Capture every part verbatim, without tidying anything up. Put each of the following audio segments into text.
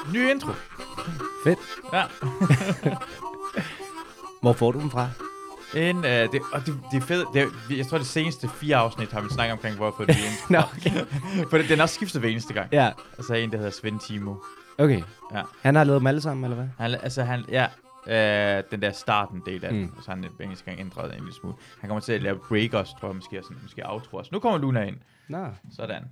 Ny intro. Fedt. Ja. Hvor får du den fra? En, uh, det, og det, det er fedt. Det er, jeg tror, det seneste fire afsnit har vi snakket omkring, hvor jeg har fået det intro. Nå, okay. For det, den er også skiftet hver eneste gang. Ja. Og så er en, der hedder Svend Timo. Okay. Ja. Han har lavet dem alle sammen, eller hvad? Han, altså, han, ja, øh, den der starten del af Mm. den, og så har han hver eneste gang ændret en lille smule. Han kommer til at lave breakers, tror jeg, måske, og sådan, måske outro også. Nu kommer Luna ind. Nå. Sådan.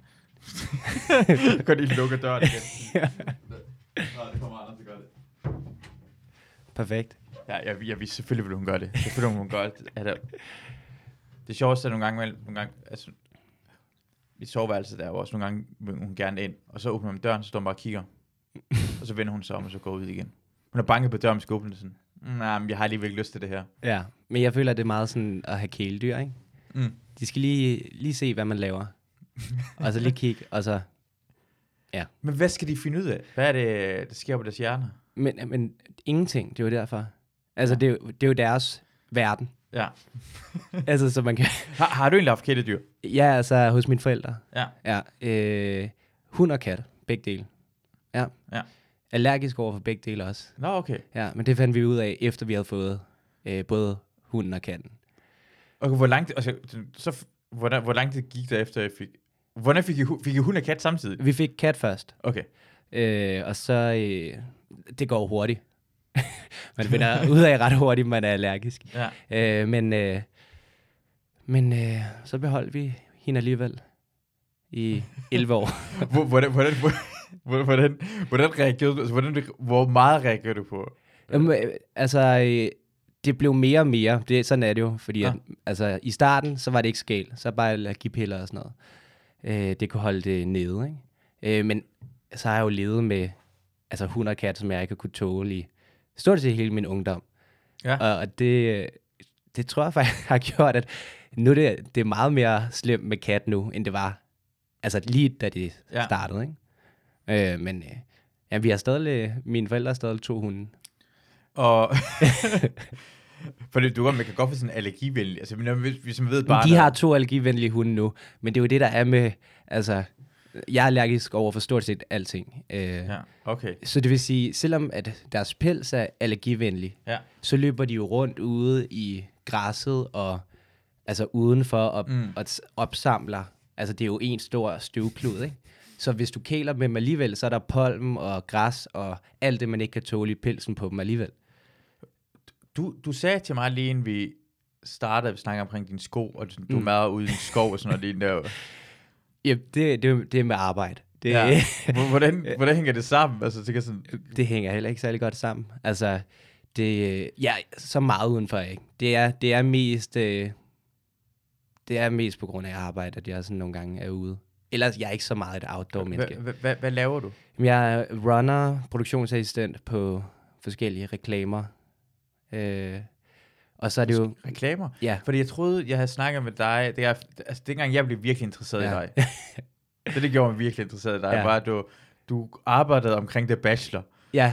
Så kan de lukke døren igen. Ja. Nå, det kommer Anders til at gøre det. Perfekt. Ja, jeg, jeg, jeg, selvfølgelig vil hun gøre det. Selvfølgelig vil hun gøre det. Altså, det sjoveste er nogle gange, nogle gange altså, i soveværelset der, hvor også nogle gange vil hun gerne ind, og så åbner hun døren, så står hun bare og kigger. Og så vender hun sig om, og så går ud igen. Hun er bange på døren, vi skal åbne det sådan. Nej, men jeg har alligevel lyst til det her. Ja, men jeg føler, at det er meget sådan at have kæledyr, ikke? Mm. De skal lige, lige se, hvad man laver. Og så lige kigge, og så... Ja. Men hvad skal de finde ud af? Hvad er det, der sker på deres hjerner? Men, men ingenting, det er jo derfor. Altså, det er, jo- det er jo deres verden. Ja. Altså, så man kan... Har, har du egentlig haft kæledyr? Ja, altså, hos mine forældre. Ja. Ja. Øh, hund og kat, begge dele. Ja. Ja. Allergisk over for begge dele også. Nå, okay. Ja, men det fandt vi ud af, efter vi havde fået øh, både hunden og katten. Og hvor langt, altså, så, hvordan, hvor langt det gik der efter, jeg fik... Hvordan fik I, hu- fik I hund og kat samtidig? Vi fik kat først, Okay. øh, og så... Øh, det går hurtigt. Man finder ud af ret hurtigt, man er allergisk. Ja. Øh, men øh, men øh, så beholdt vi hende alligevel i elleve år. Hvor- Hvordan, hvordan, hvordan, hvordan, hvordan reagerede du? Altså, hvordan, hvor meget reagerede du på? Jamen, øh, altså, øh, det blev mere og mere. Det, sådan er det jo, fordi Ja. at, altså, i starten, så var det ikke skæl. Så bare allergipiller og sådan noget. Øh, det kunne holde det nede, ikke? Øh, men så har jeg jo levet med altså, hund og kat, som jeg ikke har kunne tåle i stort set hele min ungdom. Ja. Og, og det, det tror jeg faktisk har gjort, at nu er det, det er meget mere slemt med kat nu, end det var altså lige da det Ja. startede, ikke? Øh, men øh, ja, vi har stadig, mine forældre har stadig to hunde. Og... Fordi du man kan godt få sådan allergivenlig. Altså, men hvis, hvis man ved Men bare... de har to allergivenlige hunde nu, men det er jo det, der er med, altså, jeg er allergisk over for stort set alting. Øh, Ja, okay. Så det vil sige, selvom at deres pels er allergivenlig, Ja. så løber de jo rundt ude i græsset og altså udenfor og, Mm. mm. og s- opsamler. Altså det er jo en stor støvklud, ikke? Så hvis du kæler med dem alligevel, så er der pollen og græs og alt det, man ikke kan tåle i pelsen på dem alligevel. Du, du sagde til mig lige inden vi startede, vi snakkede omkring dine sko, og du, du er Mm. meget ude i en skov og sådan noget lige der. Ja, det, det, det er med arbejde. Det, Ja. ja. Hvor- Hvordan, hvordan hænger det sammen? Altså, det kan sådan... det hænger heller ikke særlig godt sammen. Altså, det, ja, så meget udenfor, ikke? Det er, det er mest, øh, det er mest på grund af arbejde, at jeg sådan nogle gange er ude. Ellers jeg er ikke så meget et outdoor-menneske. Hvad- hvad- Hvad laver du? Jamen, jeg er runner, produktionsassistent på forskellige reklamer. Øh, og så er det jo... Reklamer? Ja, Fordi jeg troede, jeg havde snakket med dig, det er, altså dengang jeg blev virkelig interesseret Ja. i dig. Det, det gjorde mig virkelig interesseret i dig, Ja. var at du, du arbejdede omkring The Bachelor. ja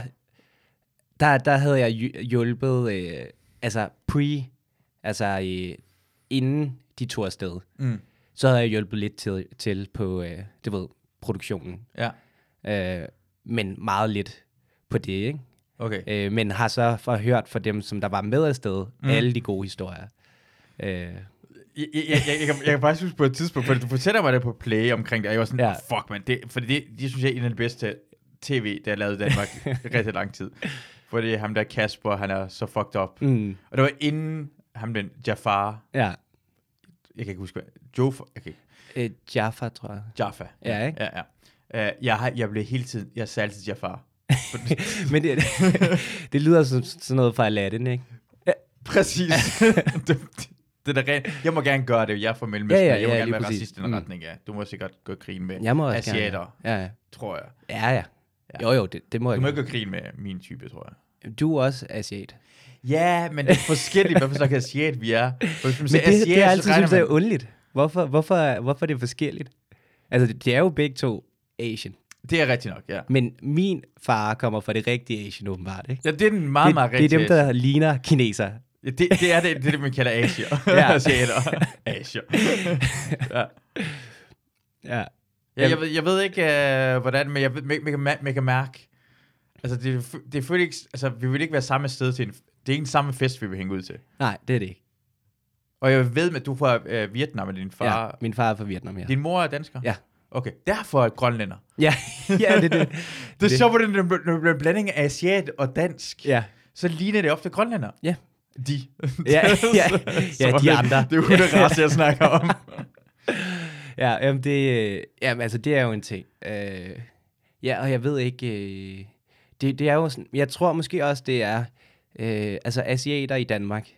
der, der havde jeg hj- hjulpet, øh, altså pre, altså øh, inden de tog afsted, Mm. så havde jeg hjulpet lidt til, til på, øh, det ved, produktionen. Ja, Øh, men meget lidt på det, ikke? okay. Øh, men har så for hørt fra dem, som der var med afsted, Mm. mm. alle de gode historier. Øh, Jeg, jeg, jeg, jeg, jeg, kan, jeg kan faktisk huske på et tidspunkt, fordi du fortæller mig det på Play omkring det, og jeg var sådan, ja. Ja. oh, fuck man, det, fordi det, det synes jeg er en af de bedste tv, der er lavet i Danmark i rigtig lang tid. Fordi ham der Kasper, han er så fucked up. mm, Og det var inden ham den Jafar, ja, jeg kan ikke huske hvad, Jofa, okay, øh, Jaffa, tror jeg. Jaffa. Ja, ikke? Ja, ja. Uh, jeg, har, jeg blev hele tiden, jeg sagde altid Jafar. Men det, det lyder som sådan noget fra Aladdin, ikke? Præcis. det, det, det er da rent. Jeg må gerne gøre det, jeg er fra Mellemøsten, Ja, ja, jeg må ja, gerne lige være præcis. racist i den Mm. retning, ja. Du må sikkert gå i grin med Jeg må også gerne, asiater, Ja, ja. tror jeg. Ja, ja. Ja. Jo, jo, det, det må Du jeg må gerne. ikke gå i grin med min type, tror jeg. Du er også asiat. Ja, men det er forskelligt, hvad for slags asiat vi er. For hvis man Men siger det, det asiat, er så altid regner synes jeg er man- underligt. Hvorfor, hvorfor, hvorfor er det forskelligt? Altså, det, det er jo begge to Asian. Det er rigtigt nok, ja. Men min far kommer fra det rigtige Asian, åbenbart, ikke? Ja, det er den meget, det, meget det er rigtige dem, der ligner kineser. Ja, det, det er det, det, er det man kalder asier. Ja. Asiater. Asier. Ja. Ja. Ja, jeg, ved, jeg ved ikke, uh, hvordan, men jeg, ved- man, man, kan ma- man kan mærke, Altså, det, det føler ikke, altså, vi vil ikke være samme sted til en, det er ikke den samme fest, vi vil hænge ud til. Nej, det er det ikke. Og jeg ved, at du er fra øh, Vietnam, og din far... Ja, min far er fra Vietnam, ja. Din mor er dansker? Ja. Okay, derfor er grønlænder. Ja, ja, det er det. Det er sjovt, hvordan det bliver en blanding af asiat og dansk. Ja. Så ligner det ofte grønlænder. Ja. De. Ja, ja, ja, de andre. Det er jo kun det race, jeg snakker om. Ja, jamen det, jamen altså det er jo en ting. Øh, ja, og jeg ved ikke, øh, det, det er jo sådan, jeg tror måske også, det er, øh, altså asiater i Danmark,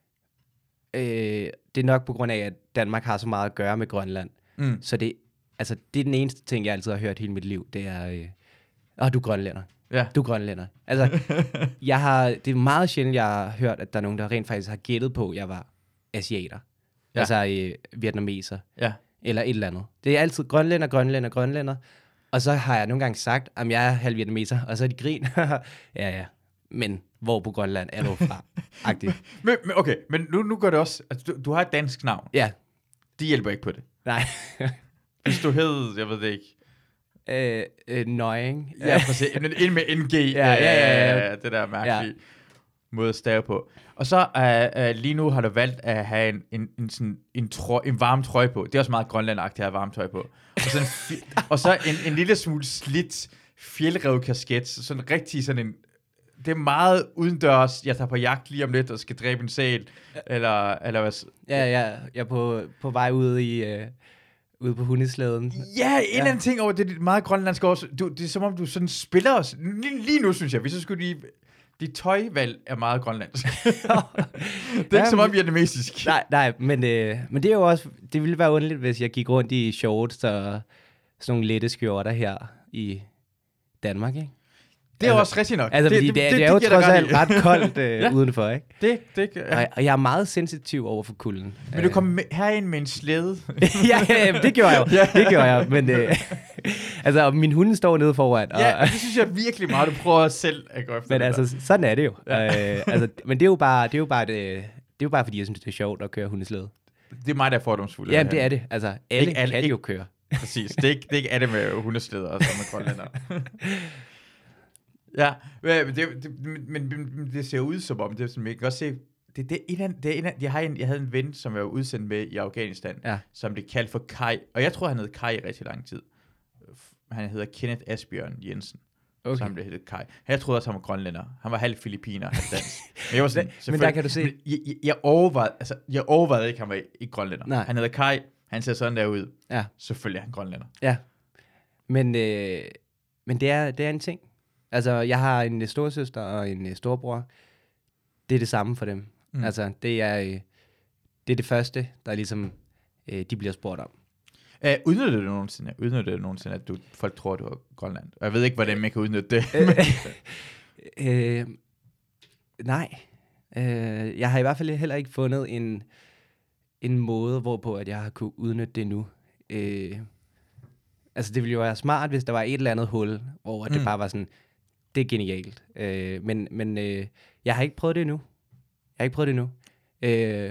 øh, det er nok på grund af, at Danmark har så meget at gøre med Grønland. Mm. Så det, altså det er den eneste ting, jeg altid har hørt hele mit liv, det er, øh, åh, du er grønlænder. Ja. Du er grønlænder. Altså, jeg har, det er meget sjældent, jeg har hørt, at der er nogen, der rent faktisk har gættet på, at jeg var asiater. Ja. Altså øh, vietnameser. Ja. Eller et eller andet. Det er altid grønlænder, grønlænder, grønlænder. Og så har jeg nogle gange sagt, at jeg er halvvietnameser, og så er de grin. ja, ja. Men hvor på Grønland er du fra? men, men okay, men nu, nu gør det også, altså, du, du har et dansk navn. Ja. De hjælper ikke på det. Nej. Hvis du hed, jeg ved det ikke. Øh, øh, nøjing. Ja, præcis. Ind med N G. ja, ja, ja, ja. Det der mærkelige ja. måde at stave på. Og så uh, uh, lige nu har du valgt at have en, en, en, sådan, en, trøj, en varm trøje på. Det er også meget grønlandagtigt at have varm tøj på. Og så en, og så en, en lille smule slidt fjeldrevkasket. Sådan rigtig sådan en... Det er meget udendørs. Jeg tager på jagt lige om lidt og skal dræbe en sæl. Eller, eller hvad? Ja, ja. Jeg er på, på vej ud i... Øh ude på hundeslæden. Ja, en ja. anden ting over det er meget grønlandske også. Du, det er som om, du sådan spiller os. Lige, lige nu, synes jeg, hvis så skulle de... Dit tøjvalg er meget grønlandsk. det er ja, ikke så meget vietnamesisk. Nej, nej, men, øh, men det er jo også... Det ville være underligt, hvis jeg gik rundt i shorts og sådan nogle lette skjorter her i Danmark, ikke? Det er altså, også rigtigt nok. Altså, det, fordi det, det, det, det, det er jo det, trods alt ret koldt øh, ja. udenfor, ikke? Det, det, ja. og, og jeg er meget sensitiv over for kulden. Men du kom med, herind med en slæde. ja, ja, det gjorde jeg jo. ja. Det gjorde jeg, men øh, altså, min hunde står nede foran. Og, ja, det synes jeg virkelig meget, du prøver selv at gå efter. Men altså, der. Sådan er det jo. Ja. øh, altså, men det er jo bare, det er jo bare, det, det er jo bare fordi, jeg synes, det er sjovt at køre hundeslæde. Det er mig, der er fordomsfuld. Ja, det er det. Altså, alle ikke alle, kan ikke, jo køre. Præcis. Det er ikke, det er ikke alle med hundeslæder, og så med grønlænder. Ja, men det, det, men, men det ser ud som om, det er sådan, jeg kan også se, det, det er en, det er en, jeg, har en, jeg havde en ven, som jeg var udsendt med i Afghanistan, ja. Som blev kaldt for Kai, og jeg tror, han hed Kai i rigtig lang tid. Han hedder Kenneth Asbjørn Jensen, okay. Så han blev heddet Kai. Jeg troede også, han var grønlænder. Han var halv filipiner, halv dansk. Men jeg var sådan, men der kan du se. Jeg, jeg, jeg, overvejede, altså, jeg overvejede ikke, han var ikke grønlænder. Nej. Han hedder Kai, han ser sådan der ud. Ja. Selvfølgelig er han grønlænder. Ja, men, øh, men det, er, det er en ting. Altså, jeg har en storesøster og en storbror. Det er det samme for dem. Mm. Altså, det er, det er det første, der ligesom, de bliver spurgt om. Uh, udnytter du nogensinde, udnytter du nogensinde, at du, folk tror, du er Grønland? Og jeg ved ikke, hvordan man kan udnytte det. øh, nej. Øh, jeg har i hvert fald heller ikke fundet en, en måde, hvorpå at jeg har kunne udnytte det nu. Øh, altså, det ville jo være smart, hvis der var et eller andet hul, hvor mm. det bare var sådan... Det er genialt. Øh, men men øh, jeg har ikke prøvet det endnu. Jeg har ikke prøvet det endnu. Øh,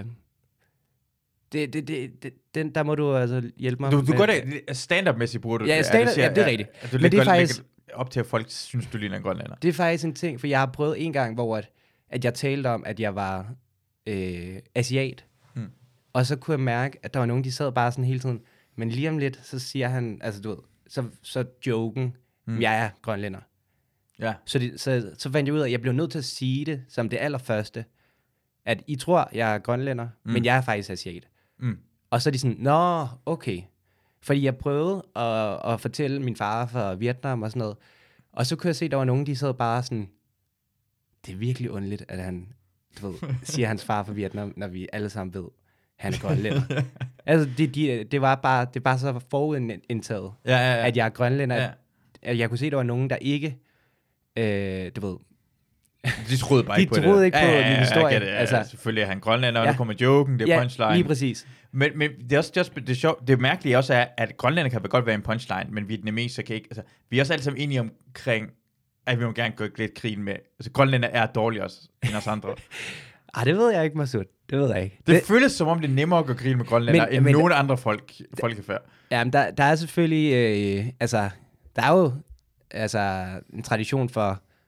det, det, det, det, den, der må du altså hjælpe mig. Du, du gør det stand-up-mæssigt, bruger du ja, det? Stand-up, er det, ja, det er rigtigt. Er, er du men det er faktisk... op til, at folk synes, du ligner en grønlander? Det er faktisk en ting, for jeg har prøvet en gang, hvor at, at jeg talte om, at jeg var øh, asiat. Hmm. Og så kunne jeg mærke, at der var nogen, de sad bare sådan hele tiden. Men lige om lidt, så siger han, altså du ved, så, så joken, hmm. jeg er grønlænder. Ja. Så, det, så, så fandt jeg ud af, at jeg blev nødt til at sige det som det allerførste, at I tror, jeg er grønlænder, mm. men jeg er faktisk asiat. Mm. Og så er de sådan, nå, okay. Fordi jeg prøvede at, at fortælle min far fra Vietnam og sådan noget, og så kunne jeg se, at der var nogen, de sad bare sådan, det er virkelig underligt, at han, du ved, siger hans far fra Vietnam, når vi alle sammen ved, han er grønlænder. altså, det, de, det var bare, det var bare så forudindtaget, ja, ja, ja. at jeg er grønlænder, ja. at jeg kunne se, at der var nogen, der ikke Øh, du ved. De troede bare de ikke på det. De troede ikke ja, på ja, ja, min historie. Ja, det, altså, selvfølgelig er han grønlænder, og ja. nu kommer joken, det er ja, punchline. Lige præcis. Men, men det er også det, er også, det, er sjovt, det mærkelige også er, at grønlænder kan godt være en punchline, men vietnameser kan ikke. Altså, vi er også alle sammen enige omkring, at vi må gerne gå lidt krigen med. Altså, grønlænder er dårligere også end os andre. Ej, det ved jeg ikke, Masud. Det ved jeg ikke. Det, det føles som om, det er nemmere at gå krigen med grønlænder, men, end men, nogle andre folk, folkefærd. Ja, men der, der er selvfølgelig, øh, altså, der er jo altså, en tradition for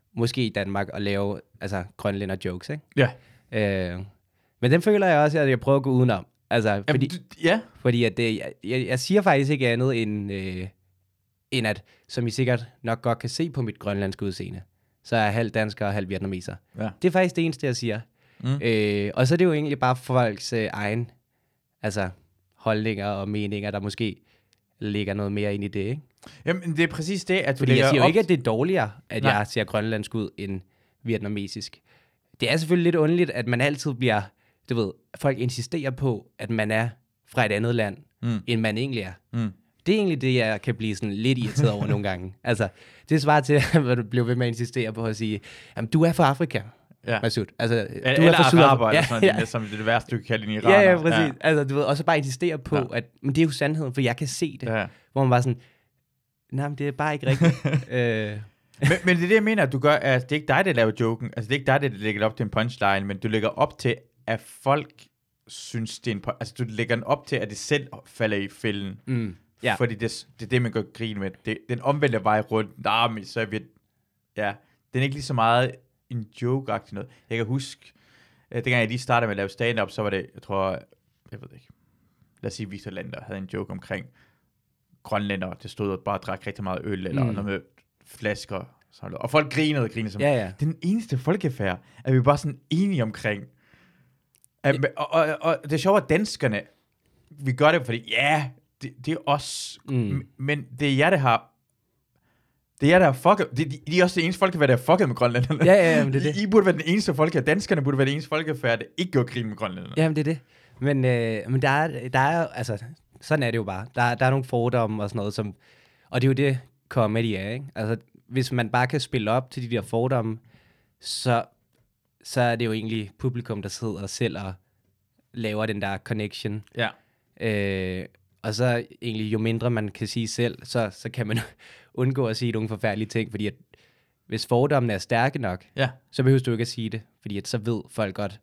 måske i Danmark, og lave altså, grønlænder jokes, ikke? Ja. Øh, men den føler jeg også, at jeg prøver at gå udenom. Altså, fordi, Jamen, d- ja. fordi at det, jeg, jeg, jeg siger faktisk ikke andet end, øh, end at, som I sikkert nok godt kan se på mit grønlandske udseende, så er jeg halv dansker og halv vietnameser. Ja. Det er faktisk det eneste, jeg siger. Mm. Øh, og så er det jo egentlig bare folks øh, egen altså, holdninger og meninger, der måske ligger noget mere ind i det, ikke? Jamen, det er præcis det, at fordi du jeg siger jo op... ikke, at det er dårligere, at Nej. jeg ser grønlandsk ud end vietnamesisk. Det er selvfølgelig lidt underligt, at man altid bliver, du ved, folk insisterer på, at man er fra et andet land, mm. end man egentlig er. Mm. Det er egentlig det, jeg kan blive sådan lidt irriteret over nogle gange. Altså, det svarer til, at du bliver ved med at insistere på at sige, jamen, du er fra Afrika, ja. Masud. Altså, du eller er fra Sydafrika. Eller sådan, ja, ja. Det, som det, det værste, du kan kalde en iraner. Ja, ja, præcis. Ja. Altså, du ved, og så bare insistere på, ja. at men det er jo sandheden, for jeg kan se det. Ja. Hvor man bare sådan, nej, men det er bare ikke rigtigt. øh. men, men det er det, jeg mener, at du gør, at det er ikke dig, der laver joken. Altså, det er ikke dig, der lægger op til en punchline, men du lægger op til, at folk synes, det er en... Altså, du lægger den op til, at det selv falder i fælden. Mm. Ja. Fordi det, det er det, man gør grin med. Det, den omvendte vej rundt. Nej, men så er vi... Ja, den er ikke lige så meget en joke-agtig noget. Jeg kan huske, at dengang jeg lige startede med at lave stand-up, så var det, jeg tror, jeg ved ikke, lad os sige, Victor Lander havde en joke omkring grønlænder, det stod og bare drak rigtig meget øl, eller mm. noget med flasker. Sådan noget. Og folk grinede og grinede. Som, ja, ja. Den eneste folkefærd, er vi bare sådan enige omkring. At, ja. og, og, og det er sjovt, at danskerne, vi gør det, fordi ja, det, det er os, mm. men det er jer, der har det er jer, der har fucket, de, de, de er også det eneste folkefærd, der har fucket med grønlænderne. Ja, ja, men det er det. I, I burde være den eneste folkefærd, danskerne burde være den eneste folkefærd, der ikke gør grin med grønlænderne. Jamen, det er det. Men, øh, men der er, der er, altså, sådan er det jo bare. Der, der er nogle fordomme og sådan noget, som, og det er jo det, comedy er, ikke? Altså, hvis man bare kan spille op til de der fordomme, så, så er det jo egentlig publikum, der sidder selv og laver den der connection. Ja. Øh, og så egentlig, jo mindre man kan sige selv, så, så kan man undgå at sige nogle forfærdelige ting, fordi at hvis fordommene er stærke nok, ja. så behøver du ikke at sige det, fordi at så ved folk godt,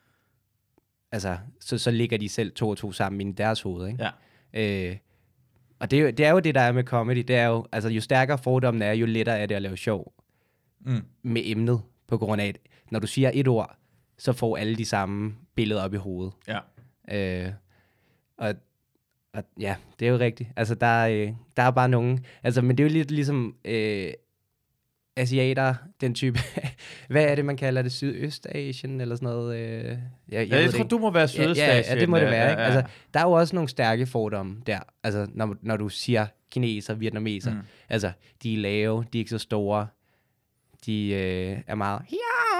altså, så, så ligger de selv to og to sammen i deres hoved, ikke? Ja. Øh, og det er, jo, det er jo det, der er med comedy, det er jo, altså jo stærkere fordommene er, jo lettere er det at lave sjov mm. med emnet, på grund af, at når du siger et ord, så får alle de samme billeder op i hovedet. Ja. Øh, og Og ja, det er jo rigtigt. Altså, der er, øh, der er bare nogen... Altså, men det er jo lidt ligesom øh, asiater, den type... Hvad er det, man kalder det? Sydøstasien eller sådan noget? Øh, jeg jeg, ja, jeg tror, du må være Sydøstasien. Ja, ja, ja, det må det være, ja, ikke? ja. Altså, der er jo også nogle stærke fordomme der. Altså, når, når du siger kineser, vietnameser. Mm. Altså, de er lave, de er ikke så store. De øh, er meget... Ja!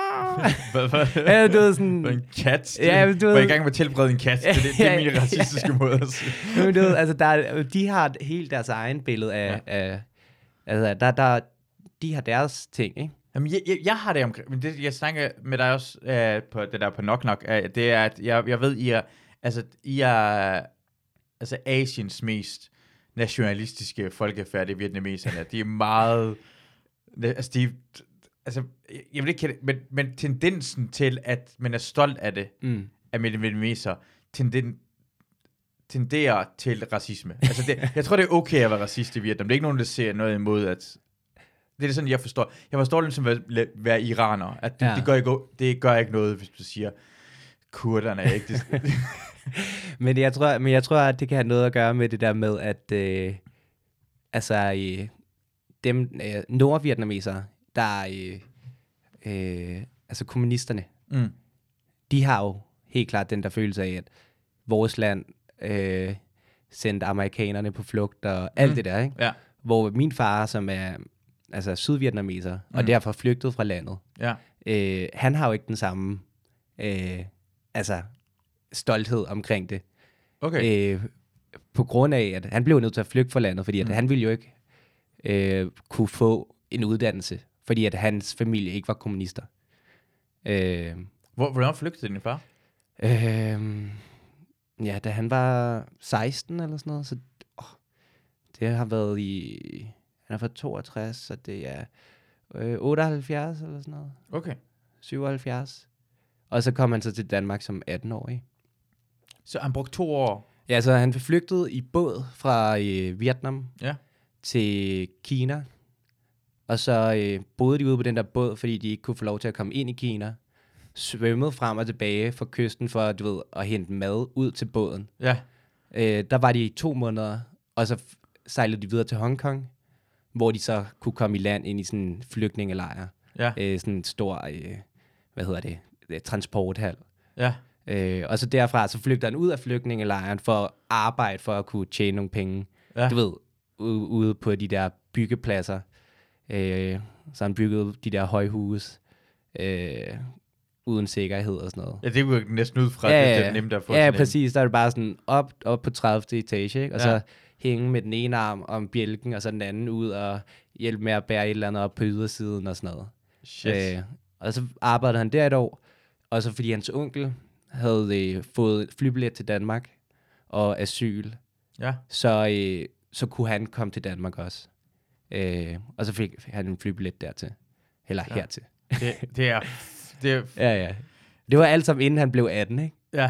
ja, du ved sådan... En kat? Ja, du ved... Var i gang med at tilberede en kat? Det, det, det er min racistiske måde at sige. Men du ved, altså, der er, de har helt deres egen billede af... Ja. af altså, der, der, de har deres ting, ikke? Jamen, jeg, jeg, jeg har det omkring... Men det, jeg snakker med dig også uh, på det der på Nok Nok, uh, det er, at jeg, jeg ved, I er... Altså, I er... Altså, Asiens mest nationalistiske folkefærd, det er vietnameserne. De er meget... Altså, de... Altså, jeg vil ikke kende, men, men tendensen til, at man er stolt af det, mm. af vietnameser, tenden, tenderer til racisme. Altså, det, jeg tror, det er okay at være racist i Vietnam. Det er ikke nogen, der ser noget imod, at... Det er sådan, jeg forstår. Jeg forstår det som at være, være iraner. At det, ja. det, gør ikke, det gør ikke noget, hvis du siger, kurderne er ikke det. men, jeg tror, men jeg tror, at det kan have noget at gøre med det der med, at øh, altså, øh, dem øh, nordvietnamesere, der er øh, øh, altså kommunisterne, mm. de har jo helt klart den der følelse af, at vores land øh, sendte amerikanerne på flugt og alt mm. det der, ikke? Ja. Hvor min far, som er altså sydvietnameser, mm. og derfor flygtet fra landet, ja. øh, han har jo ikke den samme øh, altså stolthed omkring det. Okay. Øh, på grund af, at han blev nødt til at flygte fra landet, fordi at mm. han ville jo ikke øh, kunne få en uddannelse, fordi at hans familie ikke var kommunister. Øh, Hvor, hvordan flygtede din far? Øh, ja, da han var seksten eller sådan noget, så åh, det har været i... Han er fra toogtres, så det er øh, otteoghalvfjerds eller sådan noget. Okay. syvoghalvfjerds. Og så kom han så til Danmark som atten-årig. Så han brugte to år? Ja, så han flygtede i båd fra øh, Vietnam ja. til Kina. og så øh, boede de ude på den der båd, fordi de ikke kunne få lov til at komme ind i Kina. Svømmede frem og tilbage fra kysten for, du ved, at hente mad ud til båden. Ja. Øh, der var de i to måneder, og så f- sejlede de videre til Hongkong, hvor de så kunne komme i land ind i sådan en flygtningelejr. Ja. Øh, sådan en stor, øh, hvad hedder det, øh, transporthal. Ja. Øh, og så derfra, så flygter han ud af flygtningelejren for at arbejde, for at kunne tjene nogle penge. Ja. Du ved, u- ude på de der byggepladser. Øh, så han byggede de der højhuse, øh, uden sikkerhed og sådan noget. Ja, det kunne jeg næsten ud fra, Ja, det, ja, det er nemt at få. Ja, sådan en- præcis. Der er det bare sådan op, op på tredivte etage, ikke? Og Ja. så hænge med den ene arm om bjælken, og så den anden ud og hjælpe med at bære et eller andet op på ydersiden og sådan noget. Shit. Øh, og så arbejdede han der et år, og så fordi hans onkel havde øh, fået flybillet til Danmark og asyl, Ja. så, øh, så kunne han komme til Danmark også. Øh, og så fik han en flybillet dertil. Eller Ja. ja. hertil. Det, det er... Det er Ja, ja. Det var alt sammen inden han blev atten, ikke? ja.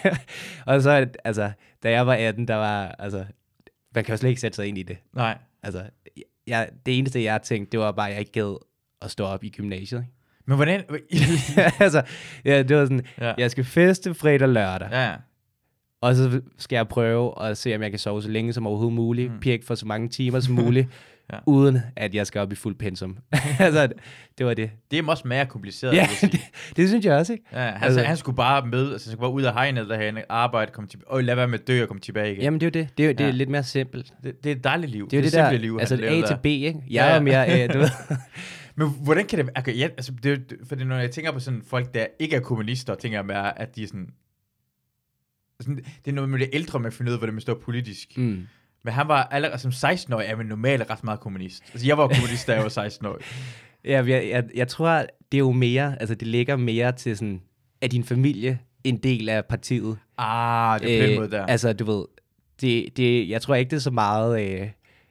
Og så, altså, da jeg var atten, der var, altså, man kan jo slet ikke sætte sig ind i det. Nej. Altså, jeg, det eneste, jeg tænkte, det var bare, at jeg ikke gad at stå op i gymnasiet, ikke? Men hvordan... altså, ja, det var sådan, ja. ja. jeg skal feste fredag og lørdag, ja. Ja. og så skal jeg prøve at se, om jeg kan sove så længe som overhovedet muligt, Mm. mm. pirke for så mange timer som muligt, Ja. uden at jeg skal op i fuld pensum. altså, det var det. Det er også mere kompliceret, Ja, vil jeg sige. det, det synes jeg også, ikke? Ja, han, Altså- han skulle bare med, altså han skulle bare ud af hegnet derhen, arbejde, komme tilbage, og lade være med at dø og komme tilbage igen. Jamen, det er jo det. Det er, jo, det er Ja. lidt mere simpelt. Det, det er et dejligt liv. Det er jo det, simple der, liv, altså han A lever til der. B, ikke? Jeg Ja, er ja. jo mere, øh, du ved. Men hvordan kan det... Okay, ja, altså, det, det, fordi når jeg tænker på sådan folk, der ikke er kommunister, tænker jeg mere, at de er sådan... sådan det er noget med det ældre, man finder ud af, hvordan man står politisk. Mm. Men han var allerede som seksten-årig, er man normalt ret meget kommunist. Altså, jeg var kommunist, da jeg var seksten-årig. Ja, jeg, jeg, jeg tror, det er jo mere, altså det ligger mere til sådan, at din familie en del af partiet. Ah, det er på den måde der. Altså, du ved, det, det, jeg tror ikke, det er så meget, øh,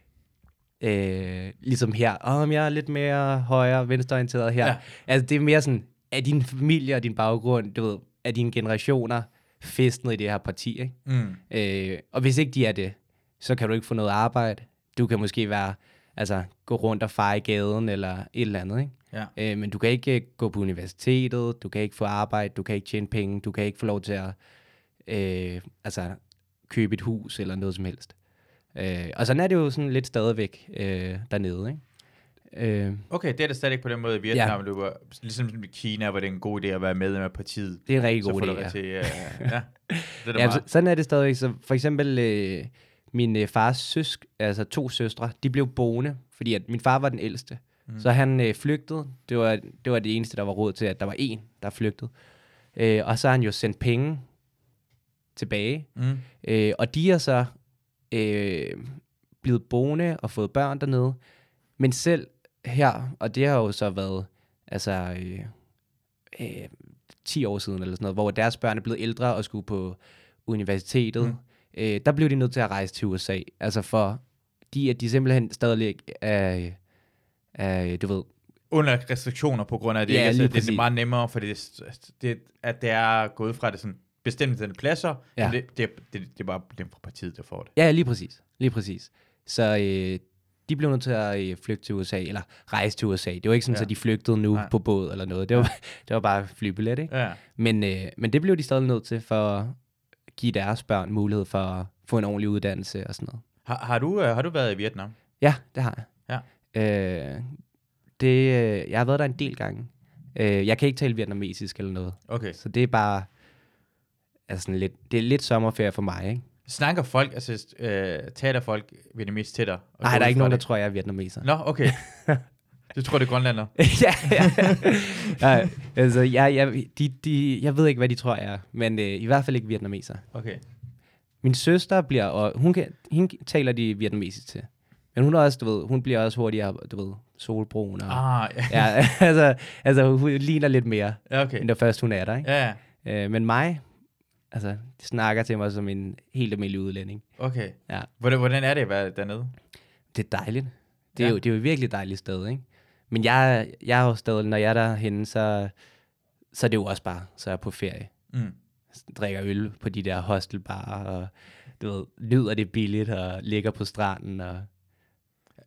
øh, ligesom her, om jeg er lidt mere højre, venstreorienteret her. Ja. Altså, det er mere sådan, at din familie og din baggrund, du ved, at dine generationer festnet i det her parti, ikke? Mm. Øh, og hvis ikke de er det, så kan du ikke få noget arbejde. Du kan måske være, altså, gå rundt og fare i gaden eller et eller andet, ikke? Ja. Øh, men du kan ikke øh, gå på universitetet, du kan ikke få arbejde, du kan ikke tjene penge, du kan ikke få lov til at øh, altså, købe et hus eller noget som helst. Øh, og sådan er det jo sådan lidt stadigvæk øh, dernede, ikke? Øh, Okay, det er det stadig ikke på den måde i Vietnam. Ja. Du var, ligesom i Kina, var det en god idé at være medlem af partiet. det er en rigtig Så god får idé, du ja. ret til, ja. ja. Det er da Ja, meget. så, sådan er det stadig. Så for eksempel øh, min øh, fars søsk, altså to søstre, de blev boende, fordi at min far var den ældste. Mm. Så han øh, flygtede. Det var, det var det eneste, der var råd til, at der var en, der flygtede. Øh, og så har han jo sendt penge tilbage. Mm. Øh, og de er så øh, blevet boende og fået børn dernede. Men selv her, og det har jo så været altså øh, øh, ti år siden eller sådan noget, hvor deres børn er blevet ældre og skulle på universitetet, Mm. mm. øh, der blev de nødt til at rejse til U S A. Altså for de, at de simpelthen stadig er, er, du ved, Under restriktioner på grund af det. Ja, ikke? Altså, lige det er præcis. meget nemmere, fordi det, det, at det er gået fra det sådan bestemte pladser. Ja. Ja. Det, det, det, det er bare dem fra partiet, der får det. ja, lige præcis, lige præcis. Så øh, de blev nødt til at øh, flygte til U S A, eller rejse til U S A. Det var ikke sådan, Ja. at de flygtede nu Nej. på båd eller noget. Det var, det var bare flybillet, ikke? Ja. Men, øh, men det blev de stadig nødt til for at give deres børn mulighed for at få en ordentlig uddannelse og sådan noget. Har, har, du, uh, har du været i Vietnam? Ja, det har jeg. Ja. Øh, det, øh, jeg har været der en del gange. Øh, jeg kan ikke tale vietnamesisk eller noget. Okay. Så det er bare altså sådan lidt, det er lidt sommerferie for mig, ikke? Snakker folk, altså øh, taler folk vietnamesisk til dig? og Nej, går der er ud ikke fra nogen, der det? tror, jeg er vietnameser. Nå, okay. Du tror, det er grønlander? ja, ja. ja, altså, jeg, jeg, de, de, jeg ved ikke, hvad de tror, jeg er, men øh, i hvert fald ikke vietnameser. Okay. Min søster bliver, og hun, kan, hende taler de vietnamesisk til. Men hun er også, du ved, hun bliver også hurtigere, du ved, solbrun. Og, Ah, ja. ja, altså, altså, hun ligner lidt mere, Ja, okay. end da først hun er der, ikke? Ja, ja. Øh, men mig, altså, de snakker til mig som en helt almindelig udlænding. Okay. Ja. Hvordan, hvordan er det at være dernede? Det er dejligt. Det er, Ja. jo, det er jo et virkelig dejligt sted, ikke? Men jeg, jeg er jo stadig, når jeg er derhenne, så, så er det jo også bare, så er jeg på ferie. Mm. Drikker øl på de der hostelbarer, og du ved, lyder det billigt, og ligger på stranden. Og...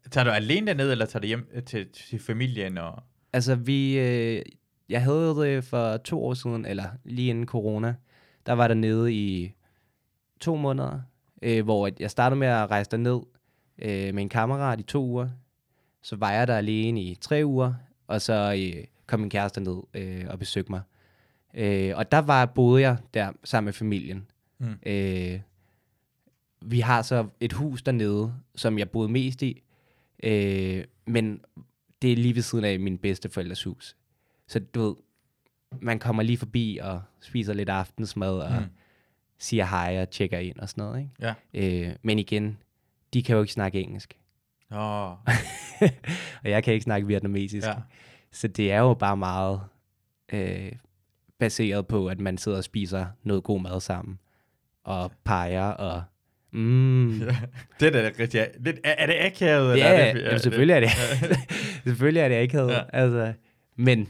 Tager du alene derned, eller tager du hjem til, til familien? Og... Altså, vi... Øh, jeg havde det for to år siden, eller lige inden corona. Der var der nede i to måneder, øh, hvor jeg startede med at rejse derned øh, med en kammerat i to uger. Så var jeg der alene i tre uger, og så øh, kom min kæreste ned øh, og besøgte mig. Øh, og der var, boede jeg der sammen med familien. Mm. Øh, vi har så et hus dernede, som jeg boede mest i, øh, men det er lige ved siden af min bedsteforældres hus. Så du ved, man kommer lige forbi og spiser lidt aftensmad og mm. siger hej og tjekker ind og sådan noget. Ikke? Ja. Øh, men igen, de kan jo ikke snakke engelsk. Oh. Og jeg kan ikke snakke vietnamesisk. Ja. Så det er jo bare meget øh, baseret på, at man sidder og spiser noget god mad sammen. Og peger og... Mm. Ja, det er da rigtig... Er, er det akavet? Ja, er det, ja, selvfølgelig er det. Selvfølgelig er det akavet. Ja. Altså, men,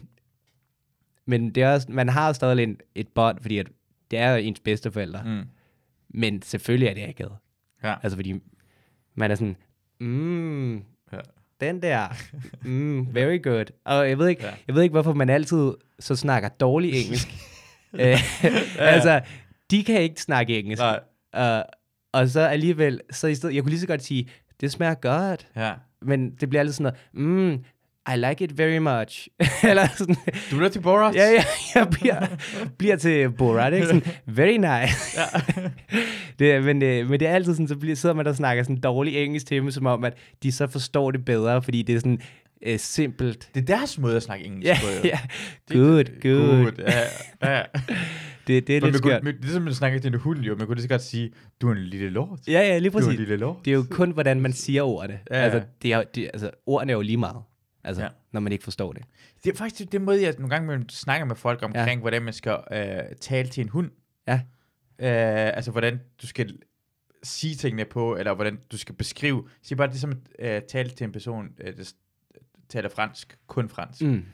men det er også, man har stadig en, et bånd, fordi at det er ens bedsteforældre. Mm. Men selvfølgelig er det akavet. Ja. Altså fordi man er sådan... Mm, ja. Den der, mm, very good. Og jeg ved ikke, ja. jeg ved ikke, hvorfor man altid så snakker dårlig engelsk. ja, ja. Altså, de kan ikke snakke engelsk. Uh, og så alligevel, så i stedet, jeg kunne lige så godt sige, det smager godt. Ja. Men det bliver altid sådan noget, mm, I like it very much. Eller sådan. Du bliver til Borat? Ja, ja, jeg bliver, bliver til Borat, ikke? Sådan, very nice. Ja. det, men, det, men det er altid sådan, så bliver, sidder man der og snakker sådan dårlig engelsk til dem, som om, at de så forstår det bedre, fordi det er sådan øh, simpelt. Det er deres måde at snakke engelsk ja, på, jo. Ja, good, good. good. Ja, ja. Det, det er lidt skørt. Det er som, man snakker til en hund, jo. Man kunne lige så godt sige, du er en lille lort. Ja, ja, lige præcis. Du er en lille lort. Det er jo kun, hvordan man siger ordene. Ja, ja. Altså, det er, det, altså, ordene er jo lige meget. Altså, ja. Når man ikke forstår det. Det er faktisk den måde, jeg nogle gange snakker med folk omkring, ja. hvordan man skal øh, tale til en hund. Ja. Øh, altså, hvordan du skal sige tingene på, eller hvordan du skal beskrive. Sig bare, det er som at øh, tale til en person, øh, der taler fransk, kun fransk. Mm.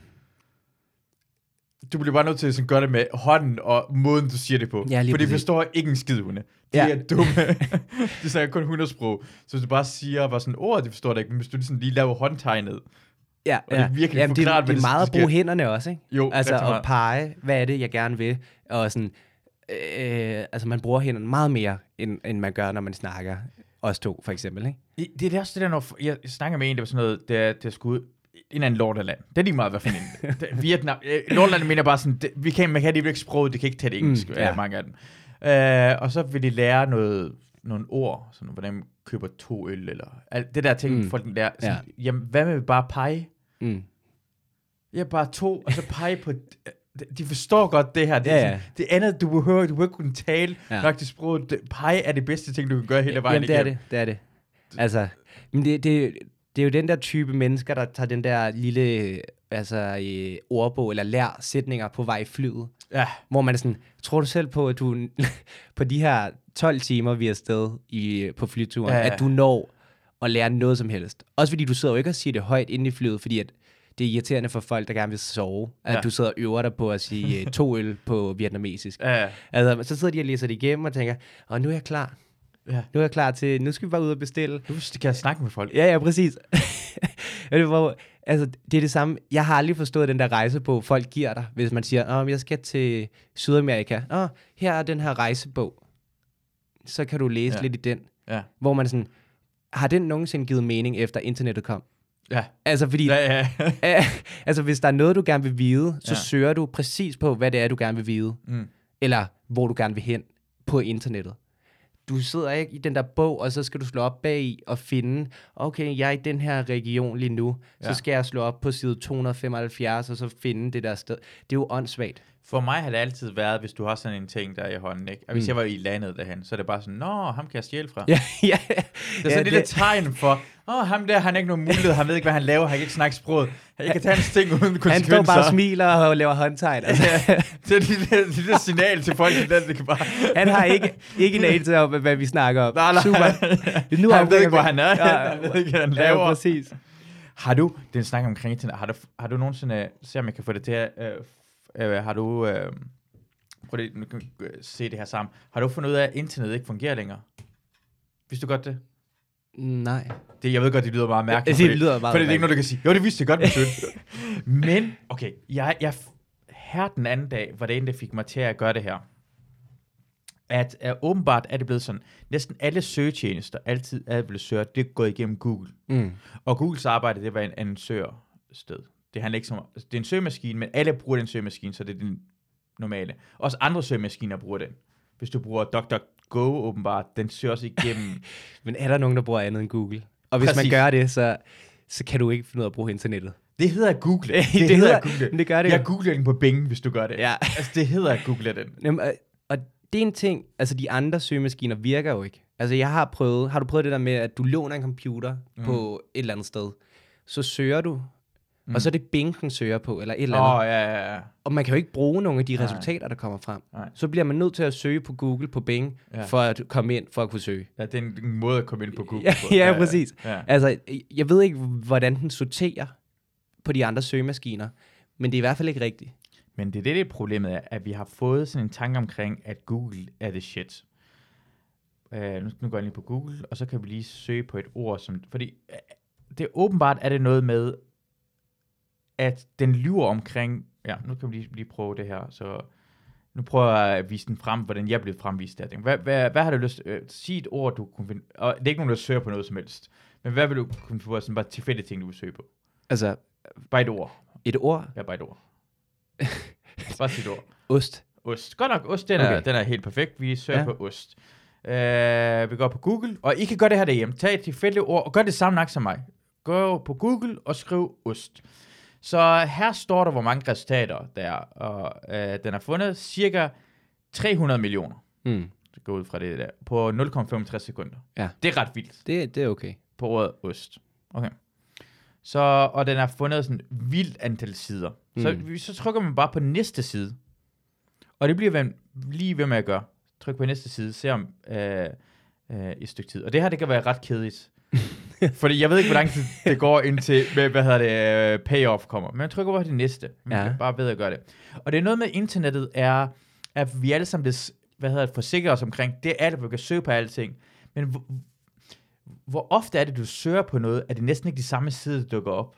Du bliver bare nødt til at sådan, gøre det med hånden og måden, du siger det på. Ja, for de forstår ikke en skid, hunde. De ja. er dumme. De snakker kun hundesprog. Så hvis du bare siger bare sådan ord, de forstår det ikke. Men hvis du ligesom lige laver håndtegnet, ja, og det er virkelig Jamen, forklart, det, det er meget at bruge hænderne også, ikke? Jo, altså at pege, hvad er det, jeg gerne vil. Og sådan, øh, altså man bruger hænderne meget mere, end, end man gør, når man snakker. Os to, for eksempel, ikke? Det er også det der, når jeg snakker med en, der var sådan noget, der, der skulle en anden lorteland. Det er lige meget, hvad for en. Vietnam. Lorteland mener bare sådan, det, vi kan, man kan ikke sprog, det kan ikke tage det engelsk, mm, ja. mange af dem. Uh, og så vil de lære noget, nogle ord, sådan hvordan man køber to øl, eller alt det der ting, mm. folk lærer. Sådan, ja. Jamen, hvad med bare pege? Mm. Ja, bare to, og så pege på... De forstår godt det her. Det, ja, ja. Det andet, du behøver, du behøver kunne tale ja. nok til sproget. Pege er det bedste ting, du kan gøre hele vejen Jamen, det igennem. er det, det er det. Altså, men det, det, det er jo den der type mennesker, der tager den der lille altså, ordbog, eller lærer sætninger på vej i flyet. Ja. Hvor man er sådan, tror du selv på, at du på de her tolv timer, vi er afsted i, på flyturen, ja, ja. at du når at lære noget som helst? Også fordi du sidder jo ikke og siger det højt inde i flyet, fordi at det er irriterende for folk, der gerne vil sove, at ja. du sidder og øver dig på at sige uh, to øl på vietnamesisk. Ja, ja. Altså, så sidder de og læser det igennem og tænker, åh, nu er jeg klar. Ja. Nu er jeg klar til, nu skal vi bare ud og bestille. Nu kan jeg snakke med folk. Ja, ja, præcis. altså, det er det samme. Jeg har aldrig forstået den der rejsebog, folk giver dig, hvis man siger, åh, jeg skal til Sydamerika. Åh, her er den her rejsebog. Så kan du læse ja. lidt i den. Ja. Hvor man sådan, har den nogensinde givet mening efter internettet kom? Ja. Altså, fordi, ja, ja. altså, hvis der er noget, du gerne vil vide, så ja. søger du præcis på, hvad det er, du gerne vil vide. Mm. Eller hvor du gerne vil hen på internettet. Du sidder ikke i den der bog, og så skal du slå op bag i og finde, okay, jeg er i den her region lige nu, ja. så skal jeg slå op på side to hundrede femoghalvfjerds, og så finde det der sted. Det er jo åndssvagt. For mig har det altid været, hvis du har sådan en ting der i hånden, ikke? Og hvis mm. jeg var i landet derhen, så er det bare sådan, nå, ham kan jeg stjæle fra. Ja, ja. Det er sådan ja, et lille det... tegn for, åh, ham der, han har ikke nogen mulighed, han ved ikke, hvad han laver, han kan ikke snakke sproget. Jeg kan tage hans ting uden konsekvenser. Han står bare og smiler og laver håndtegn. Altså. Det er det lille, lille signal til folk, der det kan bare... Han har ikke, ikke en anelse om, hvad vi snakker om. Nej, nej. Super. Nu han ved ikke, hvor han er. Ja, han ved ikke, hvad han laver. Ja, præcis. Har du, den snakker omkring internet, har du, har du nogensinde, se om jeg kan få det til at, øh, øh, har du, øh, prøv lige, nu kan vi se det her sammen, har du fundet ud af, at internet ikke fungerer længere? Vidste du godt det? Nej. Det, jeg ved godt, det lyder meget mærkeligt. Det fordi, lyder meget fordi det er ikke noget, du kan sige. Jo, det vidste jeg godt, men sødt. Men, okay, jeg, jeg her den anden dag, var det en, der fik mig til at gøre det her. At uh, åbenbart er det blevet sådan, næsten alle søgetjenester altid er blevet søgt, det er gået igennem Google. Mm. Og Googles arbejde, det var en annoncørsted. Det handler ikke så meget. Det er en søgemaskine, men alle bruger den søgemaskine, så det er den normale. Også andre søgemaskiner bruger den. Hvis du bruger DuckDuckGo åbenbart, den søger også igennem. Men er der nogen, der bruger andet end Google? Og hvis Præcis. man gør det, så, så kan du ikke finde ud af at bruge internettet. Det hedder Google. Det, det det hedder hedder Google. Men det gør det Jeg jo. googler den på Bing, hvis du gør det. Ja. Altså, det hedder Google den. Jamen, og, og det er en ting, altså de andre søgemaskiner virker jo ikke. Altså jeg har prøvet, har du prøvet det der med, at du låner en computer mm. på et eller andet sted, så søger du, mm. og så er det Bing, den søger på, eller et eller andet. Åh, oh, ja, ja, ja. Og man kan jo ikke bruge nogle af de Nej. resultater, der kommer frem. Nej. Så bliver man nødt til at søge på Google, på Bing, Ja. for at komme ind, for at kunne søge. Ja, det er en, en måde at komme ind på Google Ja, på. ja, præcis. Ja. Altså, jeg ved ikke, hvordan den sorterer på de andre søgemaskiner, men det er i hvert fald ikke rigtigt. Men det er det, det problemet er, at vi har fået sådan en tanke omkring, at Google er det shit. Uh, nu, nu går jeg lige på Google, og så kan vi lige søge på et ord, som... Fordi uh, det er åbenbart er det noget med, at den lyver omkring... Ja, nu kan vi lige, lige prøve det her. Så nu prøver jeg at vise den frem, hvordan jeg blev fremvist der. Hvad, hvad, hvad har du lyst til? Uh, sig et ord, du kunne finde... Og det er ikke nogen, der søger på noget som helst. Men hvad vil du kunne få sådan bare tilfældige ting, du vil søge på? Altså, Bare et ord. et ord? Ja, bare et ord. Bare sig et ord. Ost. Ost. Godt nok, ost, den, okay. er, Okay. den er helt perfekt. Vi søger Ja. på ost. Uh, vi går på Google, og I kan gøre det her derhjemme. Tag et tilfældigt ord, og gør det samme nok som mig. Gå på Google og skriv ost. Så her står der, hvor mange resultater der er. Og uh, den har fundet cirka tre hundrede millioner. Mm. Det går ud fra det der. På nul komma femogtres sekunder. Ja. Det er ret vildt Det, det er okay. på ordet ost. Okay. Så, og den har fundet sådan vildt antal sider. Mm. Så, vi- så trykker man bare på næste side. Og det bliver man lige ved med at gøre. Tryk på næste side, se om øh, øh, et stykke tid. Og det her, det kan være ret kedeligt. Fordi jeg ved ikke, hvor lang tid det går indtil, med, hvad hedder det, øh, payoff kommer. Men jeg trykker på det næste. Man Ja. kan bare ved at gøre det. Og det er noget med internettet, er, at vi alle sammen bliver, hvad hedder det, forsikrer os omkring. Det er alt, at vi kan søge på alting. Men hvor, hvor ofte er det, du søger på noget, at det næsten ikke de samme sider, der dukker op?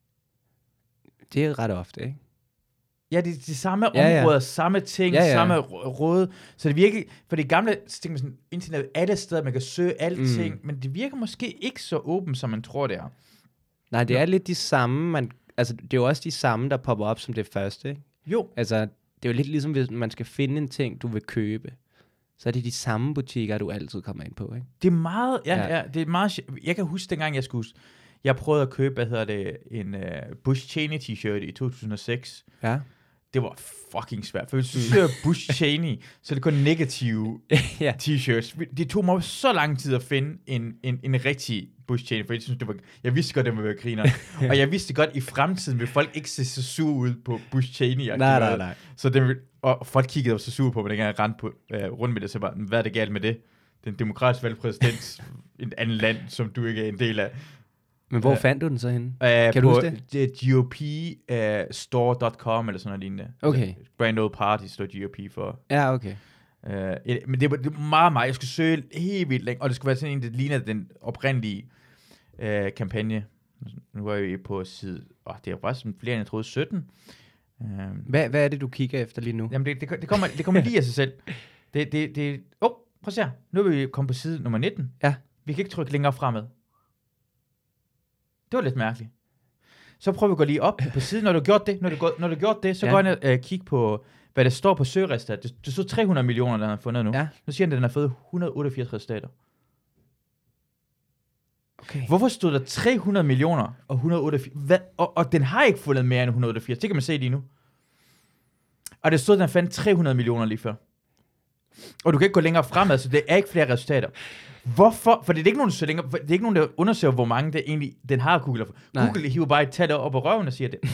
Det er ret ofte, ikke? Ja, det er de samme Ja, ja. områder, samme ting, Ja, ja. samme rå- råd. Så det virker, for det gamle, så tænker man sådan, internet alle steder, man kan søge alting, mm. men det virker måske ikke så åbent, som man tror, det er. Nej, det Nå. er lidt de samme, man, altså det er jo også de samme, der popper op som det første, ikke? Jo. Altså, det er jo lidt ligesom, hvis man skal finde en ting, du vil købe, så er det de samme butikker, du altid kommer ind på, ikke? Det er meget, ja, ja. Ja. ja det er meget, sj- jeg kan huske dengang, jeg skulle, jeg prøvede at købe, hvad hedder det, en uh, Bush Cheney t-shirt i to tusind og seks. Ja. Det var fucking svært, for hvis du søger Bush Cheney, så er det kun negative Ja. t-shirts. Det tog mig så lang tid at finde en, en, en rigtig Bush Cheney, for jeg synes, det var, jeg vidste godt, det ville være griner. Og jeg vidste godt, i fremtiden vil folk ikke se så sure ud på Bush Cheney. Nej, nej, nej. Så det, vil- og folk kiggede også så sure på mig, dengang jeg rendte på, uh, rundt med det, så bare, hvad er det galt med det? Den demokratisk valgte præsident i et andet land, som du ikke er en del af. Men hvor Ja. fandt du den så henne? Uh, Kan på du huske det? G O P store punktum com eller sådan noget lignende. Okay. Altså, Grand Old Party står G O P for. Ja, okay. Uh, et, men det var, det var meget, meget. Jeg skulle søge helt vildt længe, og det skulle være sådan en, der ligner den oprindelige uh, kampagne. Nu er vi på side... Åh, oh, det er jo faktisk flere, end jeg troede, sytten. Uh, Hvad, hvad er det, du kigger efter lige nu? jamen, det, det, det, kommer, det kommer lige af sig selv. Det, det, det... Åh, oh, prøv at se her. Nu er vi kommet på side nummer nitten. Ja. Vi kan ikke trykke længere fremad. Det var lidt mærkeligt. Så prøver vi at gå lige op på siden. Når du har gjort det, når du, går, når du har gjort det, så Ja. går jeg ind og øh, kig på, hvad der står på søgeresultatet. Det, det stod tre hundrede millioner, der har fundet nu. Ja. Nu siger den, at den har fået et hundrede og otteogfirs resultater. Okay. Hvorfor stod der tre hundrede millioner og et hundrede og otteogfirs? Hvad? Og, og den har ikke fundet mere end et hundrede og otteogfirs. Det kan man se lige nu. Og det stod, at den fandt tre hundrede millioner lige før. Og du kan ikke gå længere fremad, så det er ikke flere resultater. Hvorfor? For det er ikke nogen, der, længere, det er ikke nogen, der undersøger, hvor mange det egentlig den har Google. Nej. Google hiver bare et tal op på røven og siger det.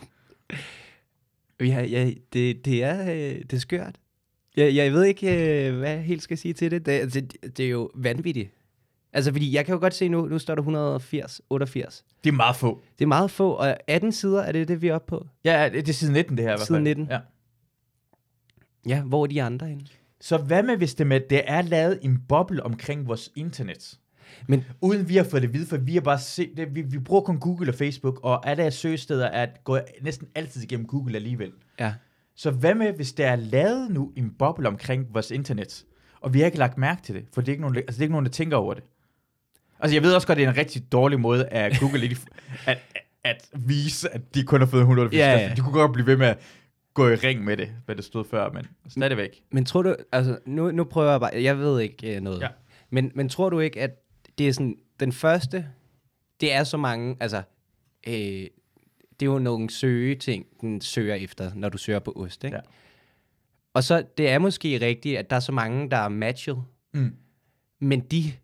Ja, ja det, det, er, øh, det er skørt. Jeg, jeg ved ikke, øh, hvad jeg helt skal sige til det. Det, altså, det. det er jo vanvittigt. Altså, fordi jeg kan jo godt se nu, nu står der et hundrede og firs, otteogfirs. Det er meget få. Det er meget få, og atten sider, er det det, vi er oppe på? Ja, det er side nitten, det her i hvert fald. Side nitten. Ja. Ja, hvor er de andre henne? Så hvad med, hvis det med, det er lavet en boble omkring vores internet? Men, uden vi har fået det at vide, for vi har bare set det. Vi, vi bruger kun Google og Facebook, og alle af søgesteder er går næsten altid igennem Google alligevel. ja. Så hvad med, hvis der er lavet nu en boble omkring vores internet, og vi har ikke lagt mærke til det, for det er ikke nogen, altså det er ikke nogen, der tænker over det. Altså jeg ved også godt, det er en rigtig dårlig måde at Google at, at, at vise, at de kun har fået et hundrede og firs. Ja, ja. De kunne godt blive ved med at gå i ring med det, hvad det stod før, men stadigvæk. Men tror du, altså nu, nu prøver jeg bare, jeg ved ikke uh, noget, Ja. men, men tror du ikke, at det er sådan, den første, det er så mange, altså, øh, det er jo nogle søgeting, den søger efter, når du søger på ost, ikke? Ja. Og så, det er måske rigtigt, at der er så mange, der er matchet, Mm. men de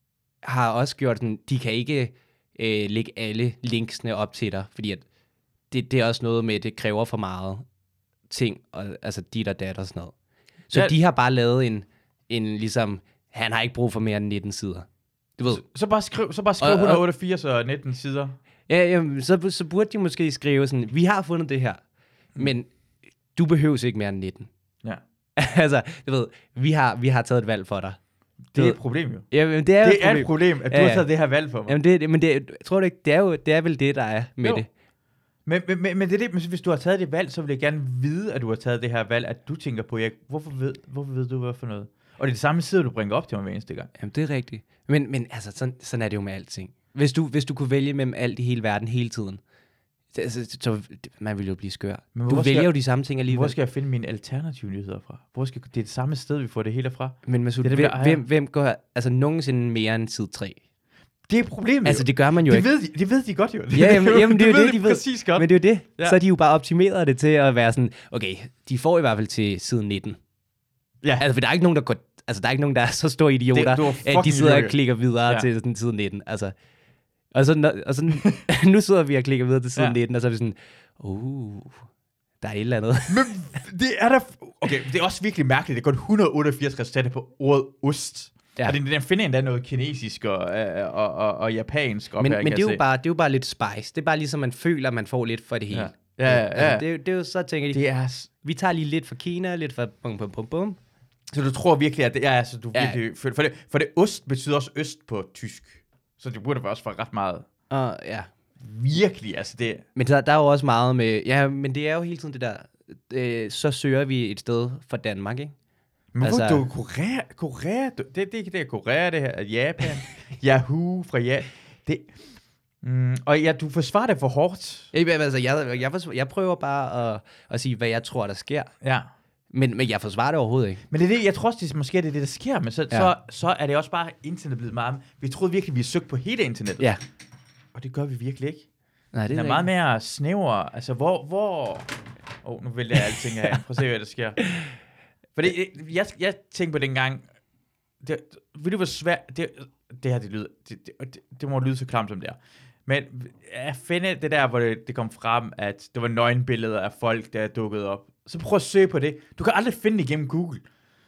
har også gjort sådan, de kan ikke øh, lægge alle linksene op til dig, fordi at det, det er også noget med, at det kræver for meget ting, og, altså dit og dat og sådan noget. Så Ja. de har bare lavet en, en ligesom, han har ikke brug for mere end nitten sider. Du ved. Så, så bare skriv, så bare skriv Og- og- et hundrede og otteogfirs og nitten sider. Ja, jamen, så, så burde de måske skrive sådan, vi har fundet det her, men du behøves ikke mere end nitten. Ja. altså, du ved, vi har, vi har taget et valg for dig. Det er ved- et problem jo. Jamen, det er, Det et er problem. et problem, at du Ja, har ja. taget det her valg for mig. Jamen, det, men det, jeg tror du ikke, det er jo, det er vel det, der er med Jo. det. Men, men, men, men det er det, men hvis du har taget det valg, så vil jeg gerne vide, at du har taget det her valg, at du tænker på, jeg, hvorfor, ved, hvorfor ved du, hvad for noget? Og det er det samme side, du bringer op til mig hver eneste gang. Jamen, det er rigtigt. Men, men altså, sådan, sådan er det jo med alting. Hvis du, hvis du kunne vælge mellem alt i hele verden hele tiden, det, altså, så man ville jo blive skør. Men Du hvor vælger skal- jo de samme ting alligevel. Hvor skal jeg finde mine alternative nyheder fra? Hvor skal, det er det samme sted, vi får det hele fra. Men Masoud, Det er dem, hvem, der ejer. hvem, hvem går altså nogensinde mere end side tre? Det er problemet Altså, jo. det gør man jo det ikke. ved, de, det ved de godt jo. Ja, jamen, jamen, det er jo det, de de ved. præcis godt. Men det er jo det. Ja. Så er de jo bare optimeret det til at være sådan, okay, de får i hvert fald til side nitten. Ja. Altså, for der er ikke nogen, der går, altså, der er ikke nogen, der er så store idioter, Det- du er at de fucking sidder og idiot. klikker videre Ja. ja. til sådan side nitten. Altså, og så, når- og så nu sidder vi og klikker videre til side Ja. nitten, og så er vi sådan, uh, der er et eller andet. Men det er da... Okay, det er også virkelig mærkeligt. Det er kun et hundrede og otteogfirs resultater på ordet ost. Ja. Ja. Og den, den finder endda noget kinesisk og, og, og, og, og japansk op Men, her, men kan det, er jeg jo se. bare, det er jo bare lidt spice. Det er bare ligesom, man føler, at man får lidt for det hele. Ja, ja, ja. ja. Altså, det, er jo- det er jo så, tænker de, Det er... s- vi tager lige lidt fra Kina, lidt fra bum, bum, bum, bum. Så du tror virkelig, at det er... Altså, du Ja. virkelig, for, for, det, for det ost betyder også øst på tysk. Så det burde også være ret meget... Og, ja. Virkelig, altså det... Men der, der er jo også meget med, ja, men det er jo hele tiden det der, øh, så søger vi et sted for Danmark, ikke? Men hvorfor Altså- du Korea? Korea? Du, det, det, det er Korea, det her. er Japan. Yahoo fra ja. Det... Mm, og ja, du forsvarer det for hårdt. Jeg, altså, jeg, jeg, forsvarer, jeg prøver bare at, at sige, hvad jeg tror, der sker, Ja. men, men jeg forsvarer det overhovedet ikke. Men det er det, jeg tror også, det er, måske er det det, der sker, men så, Ja. så, så er det også bare internet blevet meget... Vi troede virkelig, vi er søgt på hele internettet. Ja. Og det gør vi virkelig ikke. Nej, det Det er, er meget mere snævere. Altså, hvor... hvor... Åh, oh, nu vælger jeg alting her. Prøv at se, hvad der sker. For det, jeg, jeg tænkte på dengang... Det, ved du, hvor svært... Det, det her, det lyder... Det, det, det, det må lyde så klamt, som det er. Men at finde det der, hvor det, det kom frem, at det var nøgenbilleder af folk, der er dukket op. Så prøv at søge på det. Du kan aldrig finde det igennem Google.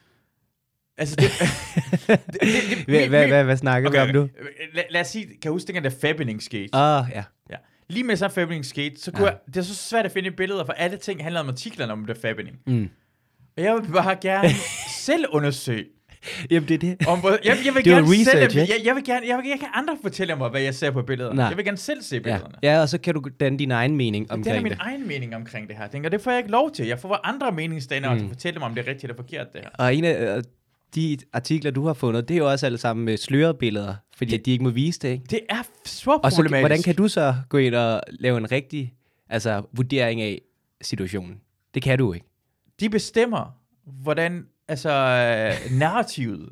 Altså, det... det, det, det Hvad, hvad, hvad, hvad snakker vi om nu? Lad, lad os sige, kan jeg huske, dengang der Fabbening skete? Åh, oh, ja. Ja. Lige med så Fabbening skete, så kunne Ja. jeg, det er så svært at finde billeder, for alle ting handler om artiklerne om det Fabbening. Mm. Og jeg vil bare gerne selv undersøge. Jamen, det er det. Om, hvor- jeg, jeg vil Det var gerne research, selv, ikke? jeg, jeg, vil gerne, jeg vil ikke have andre fortælle mig, hvad jeg ser på billederne. Nej. Jeg vil gerne selv se Ja. billederne. Ja, og så kan du danne din egen mening Det er omkring min det. egen mening omkring det her. Tænker, det får jeg ikke lov til. Jeg får andre meningsdannere Mm. til at fortælle mig, om det er rigtigt eller forkert, det her. Og en af øh, de artikler, du har fundet, det er jo også alle sammen med slørede billeder, fordi Det- det, de ikke må vise det, ikke? Det er så Og så, problematisk. hvordan kan du så gå ind og lave en rigtig altså, vurdering af situationen? Det kan du ikke. De bestemmer, hvordan, altså, øh, narrativet.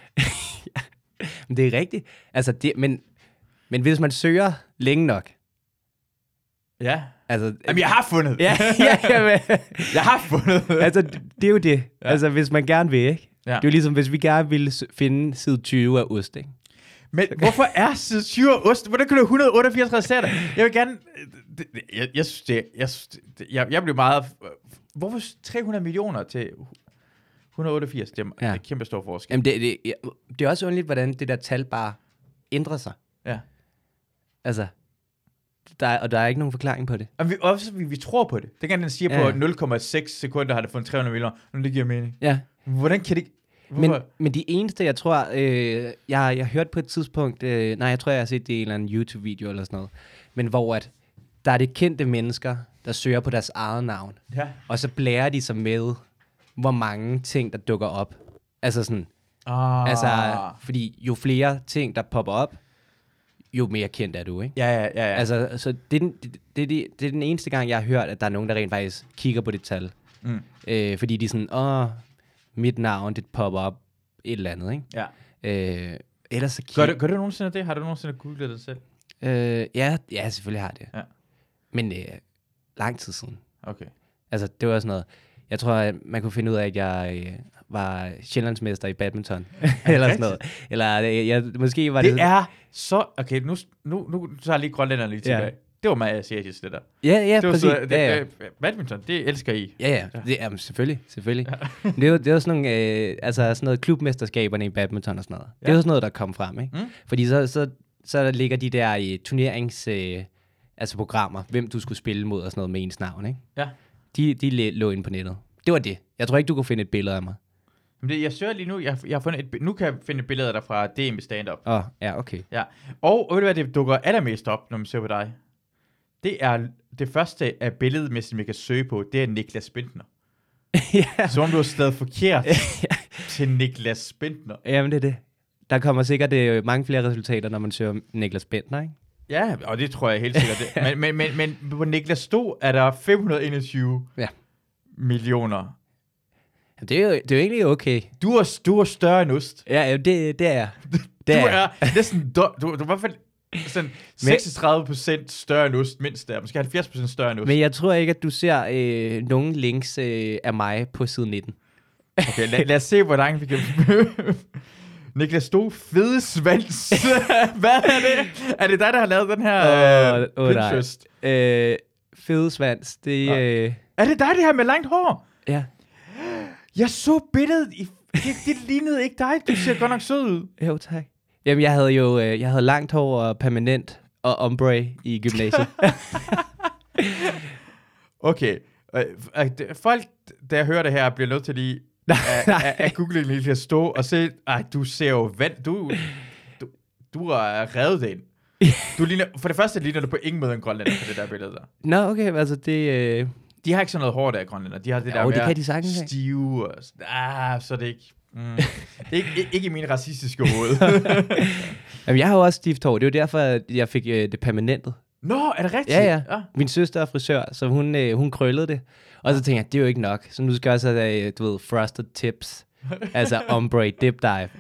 Men det er rigtigt. Altså, det, men, men hvis man søger længe nok, Ja. altså... Jamen, jeg har fundet. Ja, ja, jamen, Jeg har fundet. altså, det er jo det. Ja. Altså, hvis man gerne vil, ikke? Ja. Det er jo ligesom, hvis vi gerne ville s- finde side tyve af ost, ikke? Men hvorfor er side tyve af ost? Hvordan kan du have et hundrede og otteogfirs resultater? Jeg vil gerne... Det, det, jeg, jeg synes, det... Jeg, synes, det, jeg, jeg bliver meget... Hvorfor tre hundrede millioner til et hundrede og otteogfirs? Det er, ja. Ja. det er kæmpe stor forskel. Jamen, det, det, ja, det er også underligt, hvordan det der tal bare ændrer sig. Ja. Altså, der er, og der er ikke nogen forklaring på det. Og vi, også, vi, vi tror på det. Det kan den siger Ja. på nul komma seks sekunder har det fundet tre hundrede millioner. Nu det giver mening. Ja. Hvordan kan det... Men, men de eneste, jeg tror, øh, jeg, jeg hørte på et tidspunkt, øh, nej, jeg tror, jeg har set det i en eller anden YouTube-video eller sådan noget, men hvor at, der er det kendte mennesker, der søger på deres eget navn, Ja. og så blærer de sig med, hvor mange ting, der dukker op. Altså sådan, Ah. altså, fordi jo flere ting, der popper op, jo mere kendt er du, ikke? Ja, ja, ja. ja. Altså, så det er, den, det, det, det, det er den eneste gang, jeg har hørt, at der er nogen, der rent faktisk kigger på det tal. Mm. Øh, fordi de er sådan, åh, mit navn, det popper op et eller andet, ikke? Ja. Øh, ellers så Gør du, gør du nogensinde det? Har du nogensinde googlet det selv? Øh, ja, ja, selvfølgelig har jeg det. Ja. Men øh, lang tid siden. Okay. Altså, det var sådan noget. Jeg tror, at man kunne finde ud af, at jeg øh, var sjællandsmester i badminton. Eller sådan noget. Eller øh, jeg, måske var det... Det er så... Okay, nu, nu, nu tager jeg lige grønlænderne lige tilbage. Ja. Det var meget asiatisk, det der. Ja, ja, Det var præcis. så, det, ja, ja. øh, badminton, det elsker I. Ja, ja, det, jamen, selvfølgelig, selvfølgelig. Ja. Det, var, det var sådan nogle, øh, altså sådan noget klubmesterskaberne i badminton og sådan noget. Ja. Det var sådan noget, der kom frem, ikke? Mm. Fordi så, så, så ligger de der i turnerings, øh, altså programmer, hvem du skulle spille mod og sådan noget med ens navn, ikke? Ja. De, de lå inde på nettet. Det var det. Jeg tror ikke, du kunne finde et billede af mig. Men det, jeg søger lige nu, jeg, jeg har fundet et, nu kan jeg finde billeder der fra D M stand-up. Åh, oh, ja, okay. Ja. Og ved du hvad, det dukker allermest op, når man ser på dig? Det er det første af billedmæssigt, man kan søge på, det er Niklas Bentner. Ja. Så om du har stadig forkert til Niklas Bentner. Jamen, det er det. Der kommer sikkert øh, mange flere resultater, når man søger Niklas Bentner, ikke? Ja, og det tror jeg helt sikkert. Det. Men, men, men, men på Niklas Sto er der fem hundrede og enogtyve Ja. millioner. Jamen, det er jo, det er jo egentlig okay. Du er, du er større end ost. Ja, ja, det, det er jeg. Det Du er jeg. er næsten... Du, du, du er i hvert fald sådan seksogtredive procent større end ost, mindst der. Måske halvfjerds procent større end ost. Men jeg tror ikke, at du ser øh, nogen links øh, af mig på side nitten. Okay, lad, lad os se, hvor langt vi kan... Niklas Sto, fede svans. Hvad er det? Er det dig, der har lavet den her Åh, øh, åh, nej. Pinterest? Øh, fede svans, det... Øh, Er det dig, det her med langt hår? ja. Jeg så billedet i... Det, det lignede ikke dig. Du ser godt nok sød ud. Jo, tak. Jamen, jeg havde jo øh, jeg havde langt hår og permanent og ombre i gymnasiet. Okay. Øh, øh, folk, der hører det her, bliver nødt til lige at, at, at google lige at stå og se, ej, du ser jo vand, du, du, du har revet det ind. Du ligner, for det første ligner du på ingen måde en grønlænder på det der billede der. Nå, okay, altså det... Øh, De har ikke sådan noget hår der, grønlænder. De har det der jo, det mere kan de sagtens have. stive og sådan, ah, så er det ikke... Mm, det er ikke, ikke i min racistiske hoved. Jamen, jeg har jo også stift hår. Det er jo derfor, at jeg fik øh, det permanentet. Nå, er det rigtigt? Ja, ja. ja. Min søster er frisør, så hun, øh, hun krøllede det. Og så tænkte jeg, det er jo ikke nok. Så nu skal jeg også have, øh, du ved, frosted tips. Altså ombre dip dive.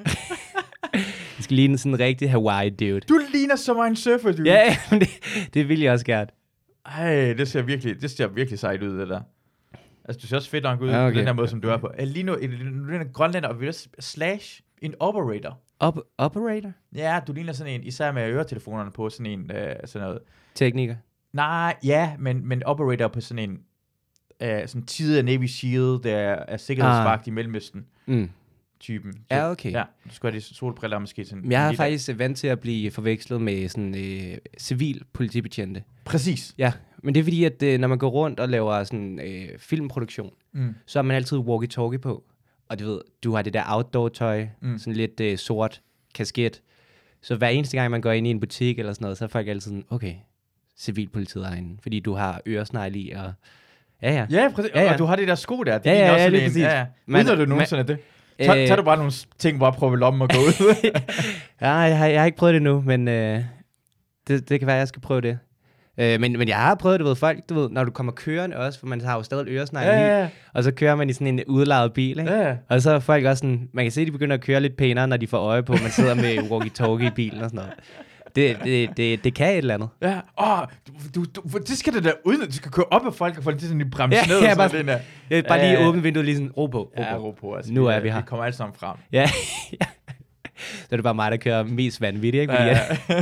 Det skal ligne sådan en rigtig Hawaii dude. Du ligner så meget en surfer, du. Ja, ja, det, det vil jeg også gerne. Ej, det ser virkelig, det ser virkelig sejt ud, det der. Altså, du ser også fedt nok ud Ja, okay. på den der måde, som du er på. Lige nu, du ligner grønlænder, og vi er slash en operator. Op- operator? Ja, du ligner sådan en, især med øretelefonerne på, sådan en, øh, sådan noget. Tekniker? Nej, ja, men, men operator på sådan en, øh, sådan tidligere Navy SEAL, der er sikkerhedsvagt ah. i Mellemøsten. Mm. Typen. Så, Ja, okay. Ja, du skal have de solbriller måske sådan. Men jeg er lidt- faktisk vant til at blive forvekslet med sådan øh, civil politibetjente. Præcis. Ja, men det er fordi, at øh, når man går rundt og laver sådan øh, filmproduktion, Mm. så har man altid walkie-talkie på. Og du ved, du har det der outdoor-tøj, Mm. sådan lidt øh, sort kasket. Så hver eneste gang, man går ind i en butik eller sådan noget, så er folk altid sådan, okay, civilpolitiet er herinde, fordi du har øresnegl i, og ja, ja. Ja, præcis. Ja, ja. Og du har det der sko der. Det Ja, ja, ligner ja, også lige sådan en- præcis. Ja, ja. Man- Uden at du man- nogensinde er det. Tag, Øh, tager du bare nogle ting, bare prøve lommen og gå ud. Ja, jeg har, jeg har ikke prøvet det nu, men øh, det, det kan være, at jeg skal prøve det. Øh, men, men jeg har prøvet det, du ved, folk, du ved, når du kommer kørende også, for man har jo stadig øresnegl ja, i, ja, og så kører man i sådan en udlejet bil, ikke? ja. Og så er folk også sådan, man kan se, at de begynder at køre lidt pænere, når de får øje på, at man sidder med walkie-talkie i bilen og sådan noget. Det, det, det, det kan et eller andet. Ja, åh, du, du, du, det skal det der uden, du skal køre op af folk og få det til sådan en bremse Ja, ned. ja, og bare- sådan den der. Jeg bare lige Øh, åbne vinduet, lige sådan, ro på, ro Ja, på. ro på. Altså, Nu vi, er vi her. Vi kommer alle sammen frem. Ja, ja. Så er det bare mig, der kører mest vanvittigt, ikke? Fordi, Ja, ja.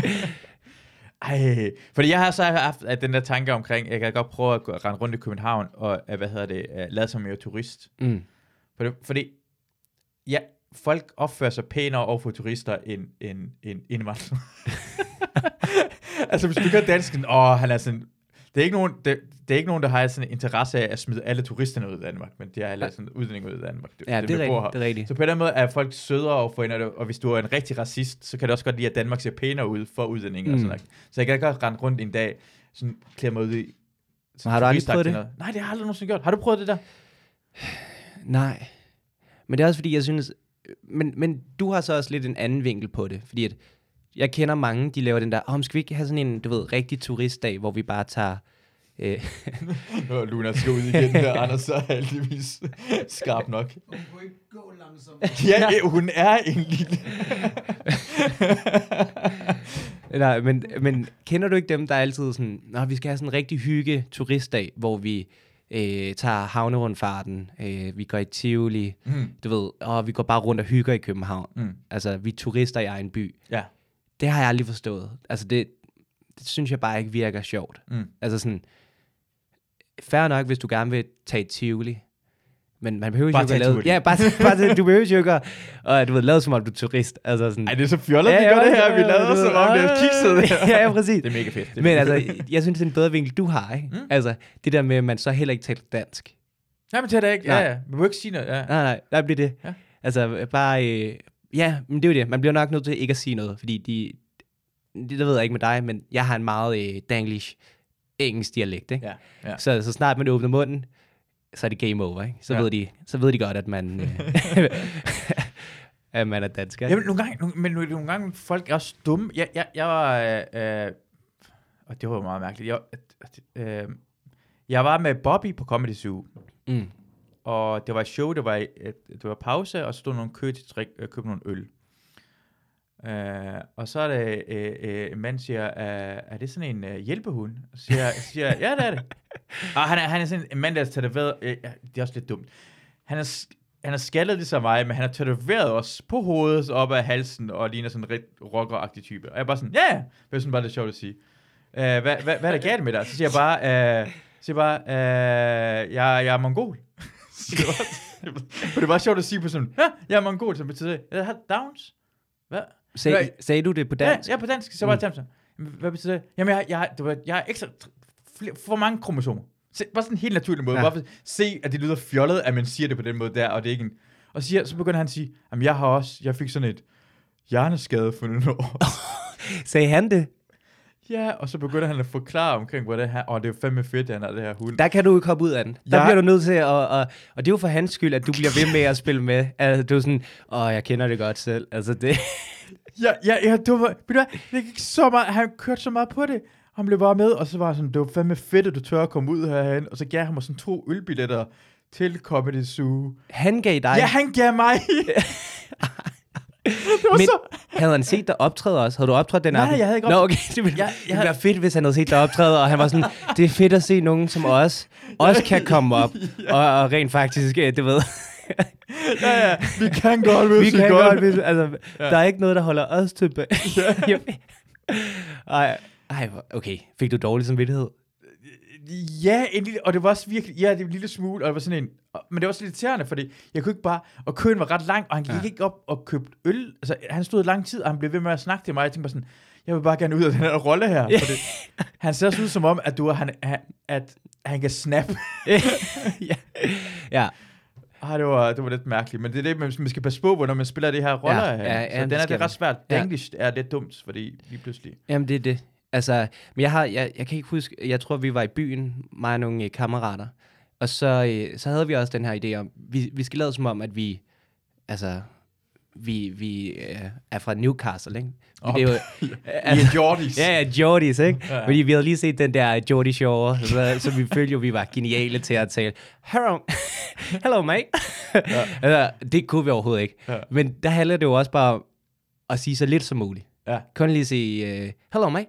Ej, fordi jeg har så haft at den der tanke omkring, jeg kan godt prøve at gå, rende rundt i København og, uh, hvad hedder det, uh, lade som jeg er turist. Mm. Fordi, fordi ja, folk opfører sig pænere over for turister end, end, end indvandrere. Altså, hvis du gør dansken, åh, han er sådan, det er ikke nogen, det, det er ikke nogen, der har sådan en interesse af at smide alle turisterne ud af Danmark, men det er alle sådan udlændinge ud af Danmark. Det, ja, det, det, er rigtigt, det er rigtigt. Så på den måde er folk sødere overfor hinanden, og hvis du er en rigtig racist, så kan det også godt lide, at Danmark ser pænere ud for udlændinge. Mm. Og sådan noget. Så jeg kan godt rende rundt en dag, sådan klæde mig ud i... Har du aldrig prøvet det? Noget. Nej, det har jeg aldrig nogensinde gjort. Har du prøvet det der? Nej. Men det er også fordi, jeg synes... Men, men du har så også lidt en anden vinkel på det, fordi at jeg kender mange, de laver den der, om oh, skal vi ikke have sådan en, du ved, rigtig turistdag, hvor vi bare tager... Øh... Nå, Luna skal ud igen der, Anders, så er heldigvis skarp nok. Hun kunne ikke gå langsomt. Ja, hun er en lille... Nej, men, men kender du ikke dem, der er altid sådan, nå, vi skal have sådan en rigtig hygge turistdag, hvor vi øh, tager havnerundfarten, øh, vi går i Tivoli, mm. du ved, og vi går bare rundt og hygger i København. Mm. Altså, vi er turister i egen by. Ja. Det har jeg aldrig forstået. Altså, det, det synes jeg bare ikke virker sjovt. Mm. Altså sådan, fair nok, hvis du gerne vil tage i Tivoli, men man behøver ikke at lave... Ja, bare, bare du behøver ikke at... Og du ved, lave som om du er turist. Altså sådan... Ej, det er så fjollet, ja, vi gør det her. Vi lavede som om det er kikset. Ja, ja, præcis. Det er mega fedt. Er men mega altså, jeg synes, det er en bedre vinkel, du har, ikke? Mm. Altså, det der med, at man så heller ikke taler dansk. Nej, men taler ikke. Ja, ja. Man må ikke sige noget. Ja. Nej, nej, der bliver det. Ja. Altså, bare... Øh, ja, men det er jo det. Man bliver nok nødt til ikke at sige noget, fordi de... Det der ved jeg ikke med dig, men jeg har en meget øh, danglish engelsk dialekt, ikke? Ja, ja. Så, så snart man åbner munden, så er det game over, ikke? Så, ja. ved, de, så ved de godt, at man, øh, at man er dansker. Jamen, nogle gange, nogle, men nogle gange folk er også dumme. Jeg, jeg, jeg var... Øh, øh, og det var meget mærkeligt. Jeg, øh, jeg var med Bobby på Comedy Zoo. Mm. Og det var et show, det var, et, det var pause, og så stod nogle kø til at øh, købe nogle øl. Uh, og så er det uh, uh, en mand siger, uh, er det sådan en uh, hjælpehund? Og siger, siger, ja, det er det. Og han er, han er sådan en mand, der er tatoveret, uh, det er også lidt dumt. Han er, han er skaldet ligesom mig, men han er tatoveret også på hovedet, op ad halsen, og ligner sådan en ret rockeragtig type. Og jeg er bare sådan, ja, yeah! Det er sådan bare lidt sjovt at sige. Uh, hvad, hvad, hvad er der galt med dig? Så siger jeg bare, uh, siger bare uh, jeg, jeg er mongol. For det var sjovt at sige på sådan, ja, jeg er mongol, som betyder, jeg har Downs. Hvad? Sag, sagde du det på dansk? Ja, ja på dansk. Så var det mm. Hvad betyder det? Jamen, jeg, jeg, jeg, jeg har ekstra, for mange kromosomer. Se, bare sådan en helt naturlig måde. Ja. Bare se, at det lyder fjollet, at man siger det på den måde der, og det er ikke en... Og så, siger, så begynder han at sige, jamen jeg har også, jeg fik sådan et hjerneskade for nogle år. Sagde han det? Ja, og så begynder han at forklare omkring, hvad det her, og det er fandme fedt, at han har det her hund. Der kan du ikke hoppe ud af den. Der jeg... bliver du nødt til at, og, og, og det er jo for hans skyld, at du bliver ved med at spille med. Altså, du er sådan, åh, jeg kender det godt selv. Altså, det... ja, ja, ja, det var, det gik så meget, han kørte så meget på det. Han blev bare med, og så var sådan, det var fandme fedt, at du tør at komme ud herhen. Og så gav han mig sådan to ølbilletter til Comedy Zoo. Han gav dig? Ja, han gav mig. Men så... havde han set dig optræde også? Havde du optrådt den aften? Nej, jeg havde ikke optrådt. Nå, okay. Det ville, jeg, jeg det ville være fedt, hvis han havde set dig optræde, og han var sådan, det er fedt at se nogen som os, også kan komme op, ja. og, og rent faktisk, det ved... ja, ja, vi kan godt, hvis vi kan godt, hvis, altså, ja. Der er ikke noget, der holder os tilbage. Ja. Ej, ej, okay. Fik du dårlig samvittighed? Ja, en lille, og det var også virkelig, ja, det var en lille smule, og det var sådan en, men det var også lidt irriterende, fordi jeg kunne ikke bare, og køen var ret lang, og han gik ja. ikke op og købte øl, altså han stod lang tid, og han blev ved med at snakke til mig, og jeg tænkte bare sådan, jeg vil bare gerne ud af den her rolle her, ja. Fordi han ser også ud som om, at du han, han, at han kan snappe. ja, ja. Ah, det var, det var lidt mærkeligt, men det er det, man skal passe på, når man spiller de her roller. Ja, ja, ja, så den er det ret svært. Ja. Engelsk er lidt dumt, fordi lige pludselig. Jamen, det er det. Altså, men jeg har, jeg, jeg kan ikke huske, jeg tror, vi var i byen, mig og nogle kammerater, og så, øh, så havde vi også den her idé om, vi, vi skal lade som om, at vi, altså, vi, vi øh, er fra Newcastle, ikke? Oh, det er jo, altså, I er Geordies. Ja, ja, Geordies, ikke? Ja, ja. Fordi vi havde lige set den der Geordie Shore, så, så vi følte jo, vi var geniale til at tale, hello, hello mate. Ja. Altså, det kunne vi overhovedet ikke. Ja. Men der handler det jo også bare om at sige så lidt som muligt. Ja. Kun lige sige, uh, hello mate.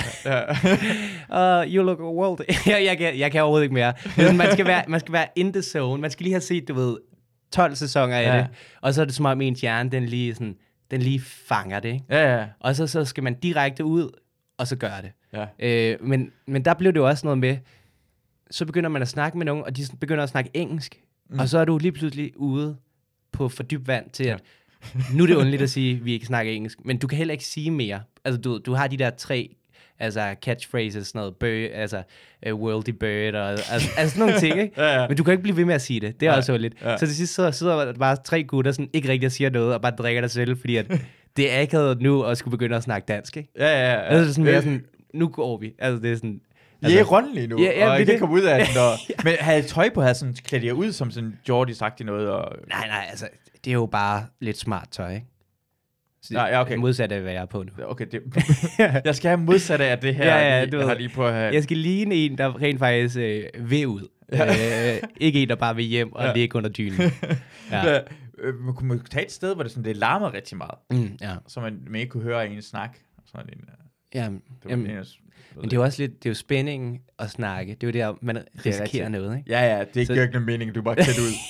uh, you look world. jeg, jeg, kan, jeg kan overhovedet ikke mere. Man skal, være, man skal være in the zone. Man skal lige have set, du ved, tolv sæsoner af ja. det. Og så er det som om ens hjerne, den lige, sådan, den lige fanger det. Ikke? Ja, ja. Og så, så skal man direkte ud, og så gøre det. Ja. Øh, men, men der blev det jo også noget med, så begynder man at snakke med nogen, og de begynder at snakke engelsk. Mm. Og så er du lige pludselig ude på for dybt vand til, at ja. nu er det underligt at sige, at vi ikke snakker engelsk. Men du kan heller ikke sige mere. Altså, du, du har de der tre altså catchphrases, sådan noget, bird, altså uh, worldy bird, og altså, altså sådan nogle ting, ikke? Ja, ja. Men du kan ikke blive ved med at sige det. Det er Nej, også lidt. ja. Så til sidst sidder, sidder der bare tre gutter, sådan ikke rigtig siger noget, og bare drikker dig selv, fordi at det er akavet nu, at skulle begynde at snakke dansk, ikke? Ja, ja, ja. Altså sådan mere sådan, nu går vi. Altså det er sådan... Altså, I er rundt lige nu, ja, ja, og I det kan det. komme ud af den. Og, men havde I tøj på, havde sådan klædt jer ud som sådan Jordi sagt i noget? Og... Nej, nej, altså det er jo bare lidt smart tøj, ikke? Så Nej, ja, okay. Modsat af, hvad jeg er på nu. Okay, det, jeg skal have modsatte af det her, Ja, ja, jeg, du jeg har ved. lige på at have... Jeg skal ligne en, der rent faktisk øh, vil ud. Ja. Øh, ikke en, der bare vil hjem og Ja. ligge under dynen. Ja. Ja. Øh, man kunne man tage et sted, hvor det, sådan, det larmede rigtig meget, Mm, ja. så man, man ikke kunne høre en snak. Sådan en, Jamen, det var jamen, en, men det er jo også lidt, det er jo spændingen at snakke. Det er jo der, man risikerer rigtigt. noget, ikke? Ja, ja, det Så- giver ikke nogen mening, du er bare klædt ud.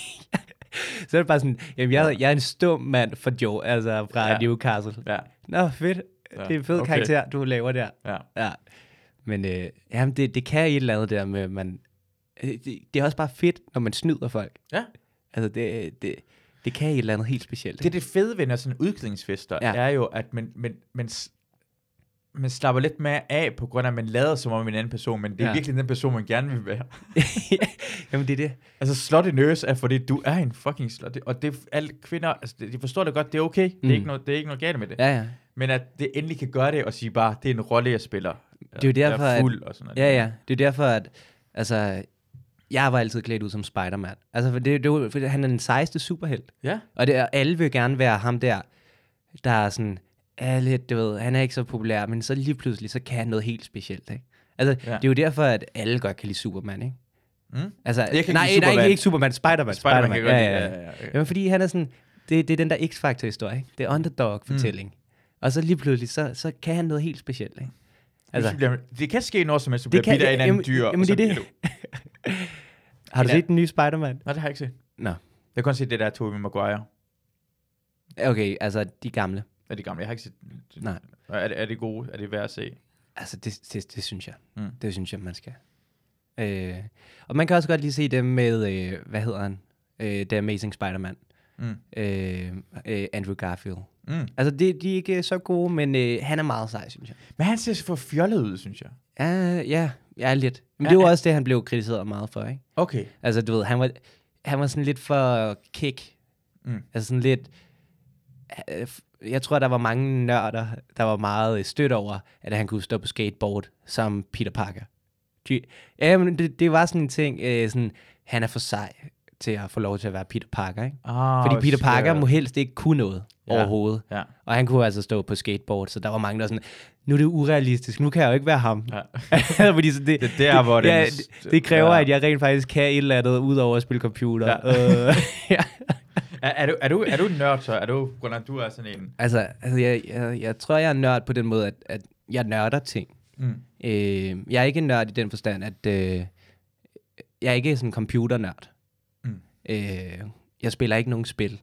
Så er det bare sådan, jamen jeg, jeg er en stum mand fra Joe, altså fra Ja. ja. Newcastle. Ja, Nå, fedt. Ja, Det er en fed okay. okay. karakter, du laver der. ja. Ja. Men øh, jamen, det, det kan et eller andet der med, man... øh, Det, det er også bare fedt, når man snyder folk. Ja. Altså, det, det, det kan et eller andet helt specielt. Det er det fede ved når sådan udklædningsfester, Ja. ja. er jo, at man, man, man, s- man slapper lidt mere af, på grund af, at man lader som om en anden person, men det er Ja. ja. virkelig den person, man gerne vil være. Jamen, det er det. Altså, slutty nurse er, fordi du er en fucking slutty, og det er alle kvinder, altså, de forstår det godt, det er okay, mm. det, Mm. er ikke noget, det er ikke noget galt med det, Ja, ja. men at det endelig kan gøre det, og sige bare, det er en rolle, jeg spiller. Det er jo derfor, jeg er at- fuld, og sådan noget. Ja, ja. Det er derfor, at... Altså, jeg var altid klædt ud som Spider-Man. Altså, for det, det, var- for han er den sejeste superhelt. Ja, Og det er, alle vil gerne være ham der, der er sådan... Er lidt, du ved, han er ikke så populær, men så lige pludselig, så kan han noget helt specielt, ikke? Altså, Ja. ja. det er jo derfor, at alle godt kan lide Superman, ikke? Mm. Altså, Jeg kan nej, lide nej, Superman. ikke, ikke Superman, Spider-Man. Spider-Man kan godt ja, lide, ja, ja, ja. ja, ja. Jamen, fordi han er sådan, det, det er den der X-Factor-historie, ikke? Det er underdog-fortælling. Mm. Og så lige pludselig, så, så kan han noget helt specielt, ikke? Altså, Altså, bliver, det kan ske noget som helst, du Det bliver kan- bidt af en anden jamen- dyr, jamen, og så det er bliver det. du... har du Ja. set den nye Spider-Man? Nej, det har jeg ikke set. Nå. Jeg har kun set det der Tobey Maguire. Okay, altså, de gamle. Er det gamle? Jeg har ikke set... Nej. Er det, er det gode? Er det værd at se? Altså, det, det, det synes jeg. Mm. Det synes jeg, man skal. Øh, og man kan også godt lige se dem med, øh, hvad hedder han? Øh, The Amazing Spider-Man. Mm. Øh, øh, Andrew Garfield. Mm. Altså, det, de er ikke så gode, men øh, han er meget sej, synes jeg. Men han ser så for fjollet ud, synes jeg. Ja, ja, ja lidt. Men Ja, det var ja. også det, han blev kritiseret meget for, ikke? Okay. Altså, du ved, han var, han var sådan lidt for kick. Mm. Altså sådan lidt... øh, Jeg tror, der var mange nørder, der var meget øh, stødt over, at han kunne stå på skateboard som Peter Parker. De, ja, men det, det var sådan en ting, øh, sådan, han er for sej til at få lov til at være Peter Parker, ikke? Ah, Fordi Peter Parker shit. må helst ikke kunne noget Ja. ja. overhovedet. Ja. Og han kunne altså stå på skateboard, så der var mange, der var sådan, nu er det urealistisk, nu kan jeg jo ikke være ham. Ja. Fordi så det, Det er der, hvor det... ja, det, det kræver, ja. at jeg rent faktisk kan et eller andet, ud over at spille computer. Ja. Øh, ja. Er, er, du, er, du, er du en nørd, så? Er du, på grund af, at du er sådan en... Altså, altså jeg, jeg, jeg tror, jeg er nørd på den måde, at, at jeg nørder ting. Mm. Øh, jeg er ikke en nørd i den forstand, at øh, jeg er ikke sådan en computernørd. Mm. Øh, jeg spiller ikke nogen spil,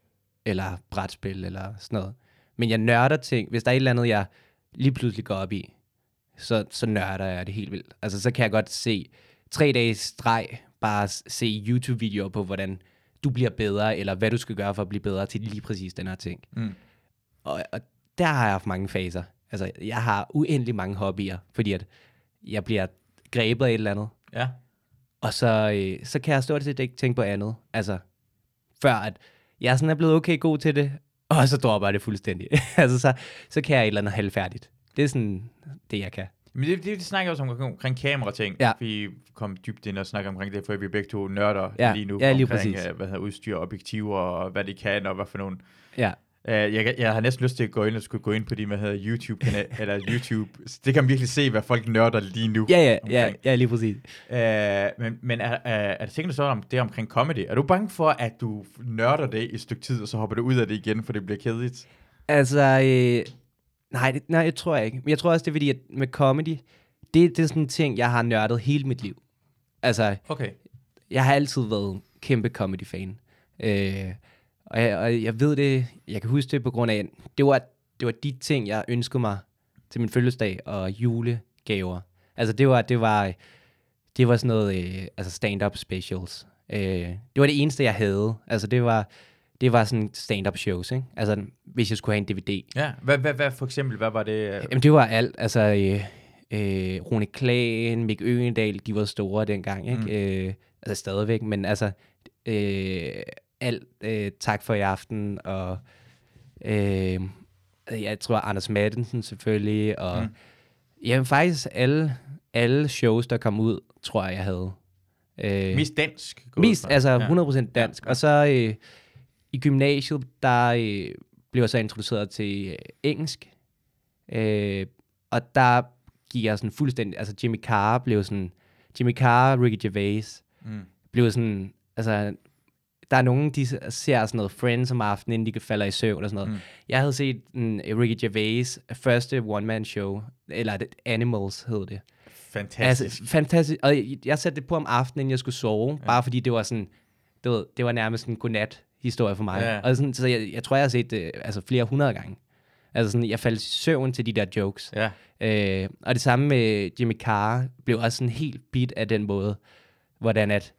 eller brætspil, eller sådan noget. Men jeg nørder ting. Hvis der er et eller andet, jeg lige pludselig går op i, så, så nørder jeg det helt vildt. Altså, så kan jeg godt se tre dages streg, bare s- se YouTube-videoer på, hvordan du bliver bedre, eller hvad du skal gøre for at blive bedre til lige præcis den her ting. Mm. Og, og der har jeg haft mange faser. Altså, jeg har uendelig mange hobbyer, fordi at jeg bliver grebet af et eller andet. Ja. Og så, øh, så kan jeg stort set ikke tænke på andet. Altså, før at jeg sådan er blevet okay god til det, og så dropper jeg det fuldstændig. altså, så, så kan jeg et eller andet halvfærdigt. Det er sådan det, jeg kan. Men det, det, det snakker også om, omkring kamera-ting. Ja. Vi kom dybt ind og snakker omkring det, for vi er begge to nørder Ja. lige nu. Ja, lige omkring, præcis. øh, hvad hedder udstyr, objektiver, og hvad de kan, og hvad for nogle... Ja. Uh, jeg, jeg har næsten lyst til at gå ind og skulle gå ind på de, hvad hedder YouTube-kanal, eller YouTube. Det kan man virkelig se, hvad folk nørder lige nu. Ja, ja, ja, omkring. ja, lige præcis. Uh, men men er, er, er det tænkt så om det omkring comedy? Er du bange for, at du nørder det i et stykke tid, og så hopper du ud af det igen, for det bliver kedeligt? Altså, øh, nej, det, nej, jeg tror jeg ikke. Men jeg tror også, det er fordi, at med comedy, det, det er sådan en ting, jeg har nørdet hele mit liv. Altså, Okay. jeg har altid været kæmpe comedy-fan. Øh, og, jeg, og jeg ved det, jeg kan huske det på grund af, det var, det var de ting, jeg ønskede mig til min fødselsdag og julegaver. Altså, det var, det var, det var sådan noget, øh, altså stand-up specials. Øh, det var det eneste, jeg havde. Altså, det var, det var sådan stand-up shows, ikke? Altså, hvis jeg skulle have en D V D. Ja, hvad, hvad, hvad for eksempel, hvad var det? Jamen, det var alt. Altså, øh, øh, Rune Klan, Mick Øgendahl, de var store dengang, ikke? Mm. Øh, altså stadigvæk, men altså, øh, alt, øh, tak for i aften, og øh, jeg tror, Anders Mattensen selvfølgelig, og mm. jamen faktisk alle, alle shows, der kom ud, tror jeg, jeg havde. Øh, mest dansk? Mest, altså hundrede procent dansk. Ja, ja. Og så øh, i gymnasiet, der øh, blev jeg så introduceret til øh, engelsk. Øh, og der gik jeg sådan fuldstændig, altså Jimmy Carr blev sådan, Jimmy Carr, Ricky Gervais, mm. blev sådan, altså, der er nogen, de ser sådan noget Friends om aftenen, inden de kan falde i søvn og sådan noget. Mm. Jeg havde set en Ricky Gervais første one-man-show, eller Animals hed det. Fantastisk. Altså, fantastisk. Og jeg, jeg satte det på om aftenen, inden jeg skulle sove, ja. Bare fordi det var sådan, det var, det var nærmest en godnat-historie for mig. Ja. Og sådan, så jeg, jeg tror, jeg har set det altså, flere hundrede gange. Altså sådan, jeg faldt i søvn til de der jokes. Ja. Øh, og det samme med Jimmy Carr blev også sådan helt bit af den måde, hvordan at,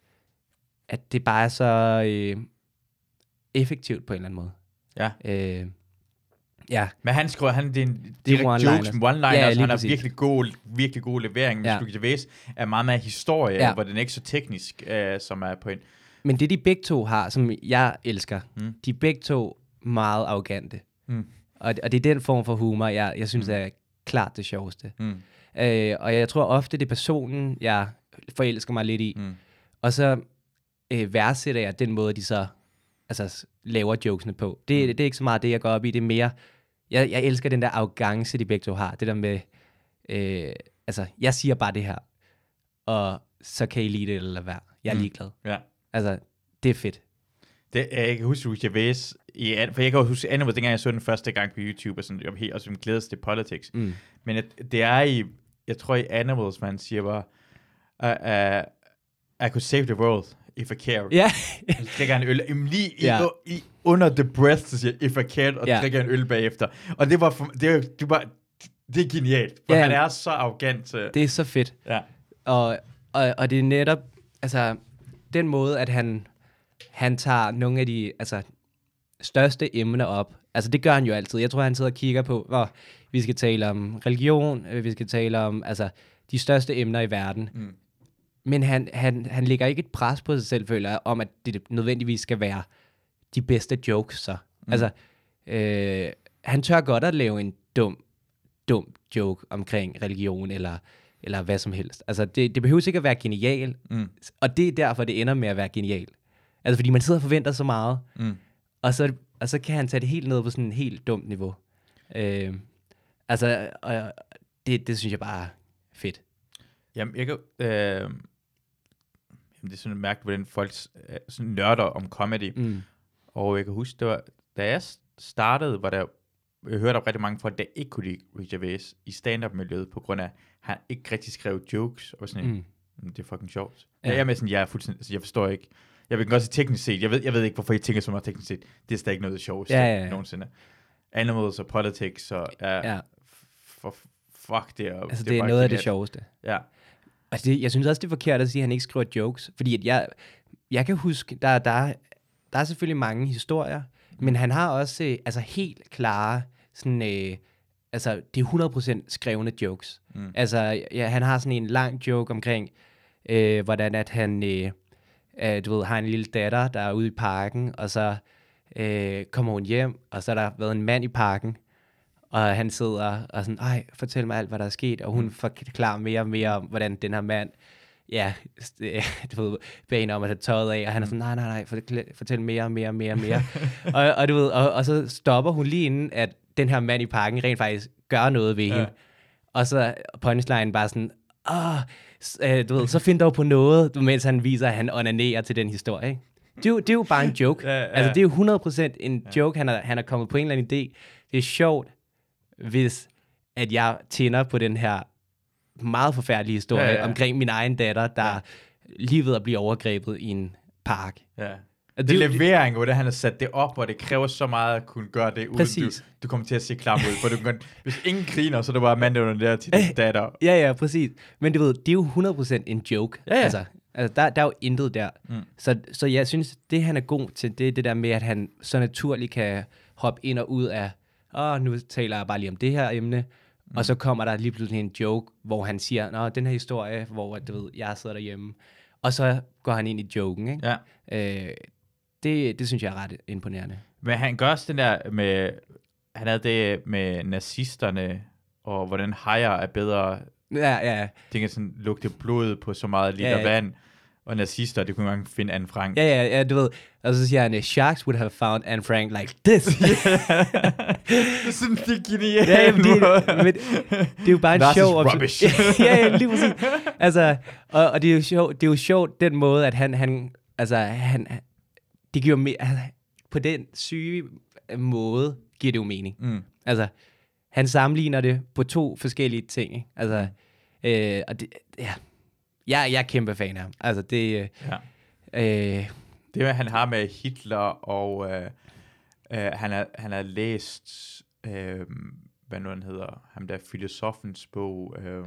at det bare er så øh, effektivt på en eller anden måde. Ja. Øh, ja. Men han skriver, han det er en direkte jokes, one-liners, ja, ja, han har virkelig god, virkelig god levering. Ja. Ricky Gervais er meget mere historie, ja. Hvor den er ikke så teknisk, øh, som er på en. Men det de begge to har, som jeg elsker, mm. de er begge to meget arrogante. Mm. Og, og det er den form for humor, jeg, jeg synes mm. er klart det sjoveste. Mm. Øh, og jeg tror ofte, det er personen, jeg forelsker mig lidt i. Mm. Og så øh, værdsætter jeg den måde, de så altså, laver jokesene på. Det, mm. det, det er ikke så meget det, jeg går op i. Det er mere, jeg, jeg elsker den der arrogance, de begge to har. Det der med, øh, altså, jeg siger bare det her, og så kan I lide det eller lade være. Jeg er mm. ligeglad. Ja. Altså, det er fedt. Det, jeg kan huske, at Gervais, i, for jeg kan huske Animals, dengang jeg så den første gang på YouTube, og sådan, jeg var helt, og som glædes til politics. Mm. Men at, det er i, jeg tror i Animals, man siger bare, uh, uh, I could save the world if I cared. Ja. Yeah. Så drikker en øl, lige i, yeah. i, under the breath, så siger if I cared, og yeah. drikker en øl bagefter. Og det var, for, det, det var, det er genialt, for yeah. han er så arrogant. Det er så fedt. Ja. Og, og, og det er netop, altså, den måde, at han, han tager nogle af de, altså, største emner op. Altså, det gør han jo altid. Jeg tror, han sidder og kigger på, hvor vi skal tale om religion, vi skal tale om, altså, de største emner i verden. Mm. Men han, han, han lægger ikke et pres på sig selv, føler jeg, om at det nødvendigvis skal være de bedste jokes, så. Mm. Altså, øh, han tør godt at lave en dum, dum joke omkring religion, eller, eller hvad som helst. Altså, det, det behøver ikke at være genial, mm. og det er derfor, det ender med at være genial. Altså, fordi man sidder og forventer så meget, mm. og, så, og så kan han tage det helt ned på sådan et helt dumt niveau. Øh, altså, og det, det synes jeg bare er fedt. Jamen, jeg kan... Øh det er sådan mærkeligt, hvordan folk øh, sådan nørder om comedy. Mm. Og jeg kan huske, det var, da jeg startede, var der, jeg hørte om rigtig mange folk, der ikke kunne lide Ricky Gervais i stand-up-miljøet, på grund af, at han ikke rigtig skrev jokes, og sådan mm. det er fucking sjovt. Ja. Jeg er med sådan, jeg er fuldstændig, altså, jeg forstår ikke, jeg vil godt sige teknisk set, jeg ved, jeg ved ikke, hvorfor I tænker så meget teknisk set, det er stadig ikke noget sjovt, ja, ja, ja. nogensinde. Animals og politics, og ja, ja. For, fuck det. Og, altså, det, det er, er noget af det sjoveste. Ja. Altså det, jeg synes også, det er forkert at sige, at han ikke skriver jokes. Fordi at jeg, jeg kan huske, der, der, der er selvfølgelig mange historier, men han har også øh, altså helt klare, sådan, øh, altså det er hundrede procent skrevne jokes. Mm. Altså ja, han har sådan en lang joke omkring, øh, hvordan at han øh, øh, du ved, har en lille datter, der er ude i parken, og så øh, kommer hun hjem, og så har der været en mand i parken, og han sidder og sådan, ej, fortæl mig alt, hvad der er sket, og hun mm. forklarer mere og mere om, hvordan den her mand, ja, du ved, beder hende om at have tøjet af, og han er sådan, nej, nej, nej, fortæl, fortæl mere og mere og mere og mere. og, og du ved, og, og så stopper hun lige inden, at den her mand i parken rent faktisk gør noget ved ja. hende. Og så punchline bare sådan, åh, øh, du ved, så find dog på noget, mens han viser, at han onanerer til den historie, ikke? Det er, jo, det er jo bare en joke. ja, ja. Altså, det er jo hundrede procent en joke, han er, han er kommet på en eller anden idé. Det er sjovt, hvis at jeg tænder på den her meget forfærdelige historie ja, ja. omkring min egen datter, der ja. er lige ved at blive overgrebet i en park. Ja. Det, det er levering, hvor det, han har sat det op, og det kræver så meget at kunne gøre det, uden du, du kommer til at se klam ud. For du kan, hvis ingen griner, så er det bare mand under der til din datter. Ja, ja, præcis. Men du ved, det er jo hundrede procent en joke. Ja, ja. Altså, altså der, der er jo intet der. Mm. Så, så jeg synes, det han er god til, det er det der med, at han så naturligt kan hoppe ind og ud af, åh, nu taler jeg bare lige om det her emne, Mm. Og så kommer der lige pludselig en joke, hvor han siger, nå, den her historie, hvor du ved, jeg sidder derhjemme. Og så går han ind i joken, ikke? Ja. Øh, det, det synes jeg er ret imponerende. Men han gør også den der med, han havde det med nazisterne, og hvordan hajer er bedre. Ja, ja. Det kan sådan lugte blod på så meget liter ja, ja. vand. Og nazister, det kunne man finde Anne Frank. Ja, ja, ja, du ved. Og så siger han, sharks would have found Anne Frank like this. Det er sådan, det er genialt. Ja, men det, men det er jo bare en Nazis sjov... rubbish. ja, ja, lige præcis. Altså, og, og det er jo sjovt, det er jo sjovt den måde, at han, han altså, han, det giver me, altså, på den syge måde, giver det jo mening. Mm. Altså, han sammenligner det på to forskellige ting, ikke? Altså, øh, og det, ja, jeg, jeg er kæmpe fan af ham. Altså, det... Ja. Øh, Det, han har med Hitler, og øh, øh, han, har, han har læst, øh, hvad nu han hedder, ham der filosofens bog, øh,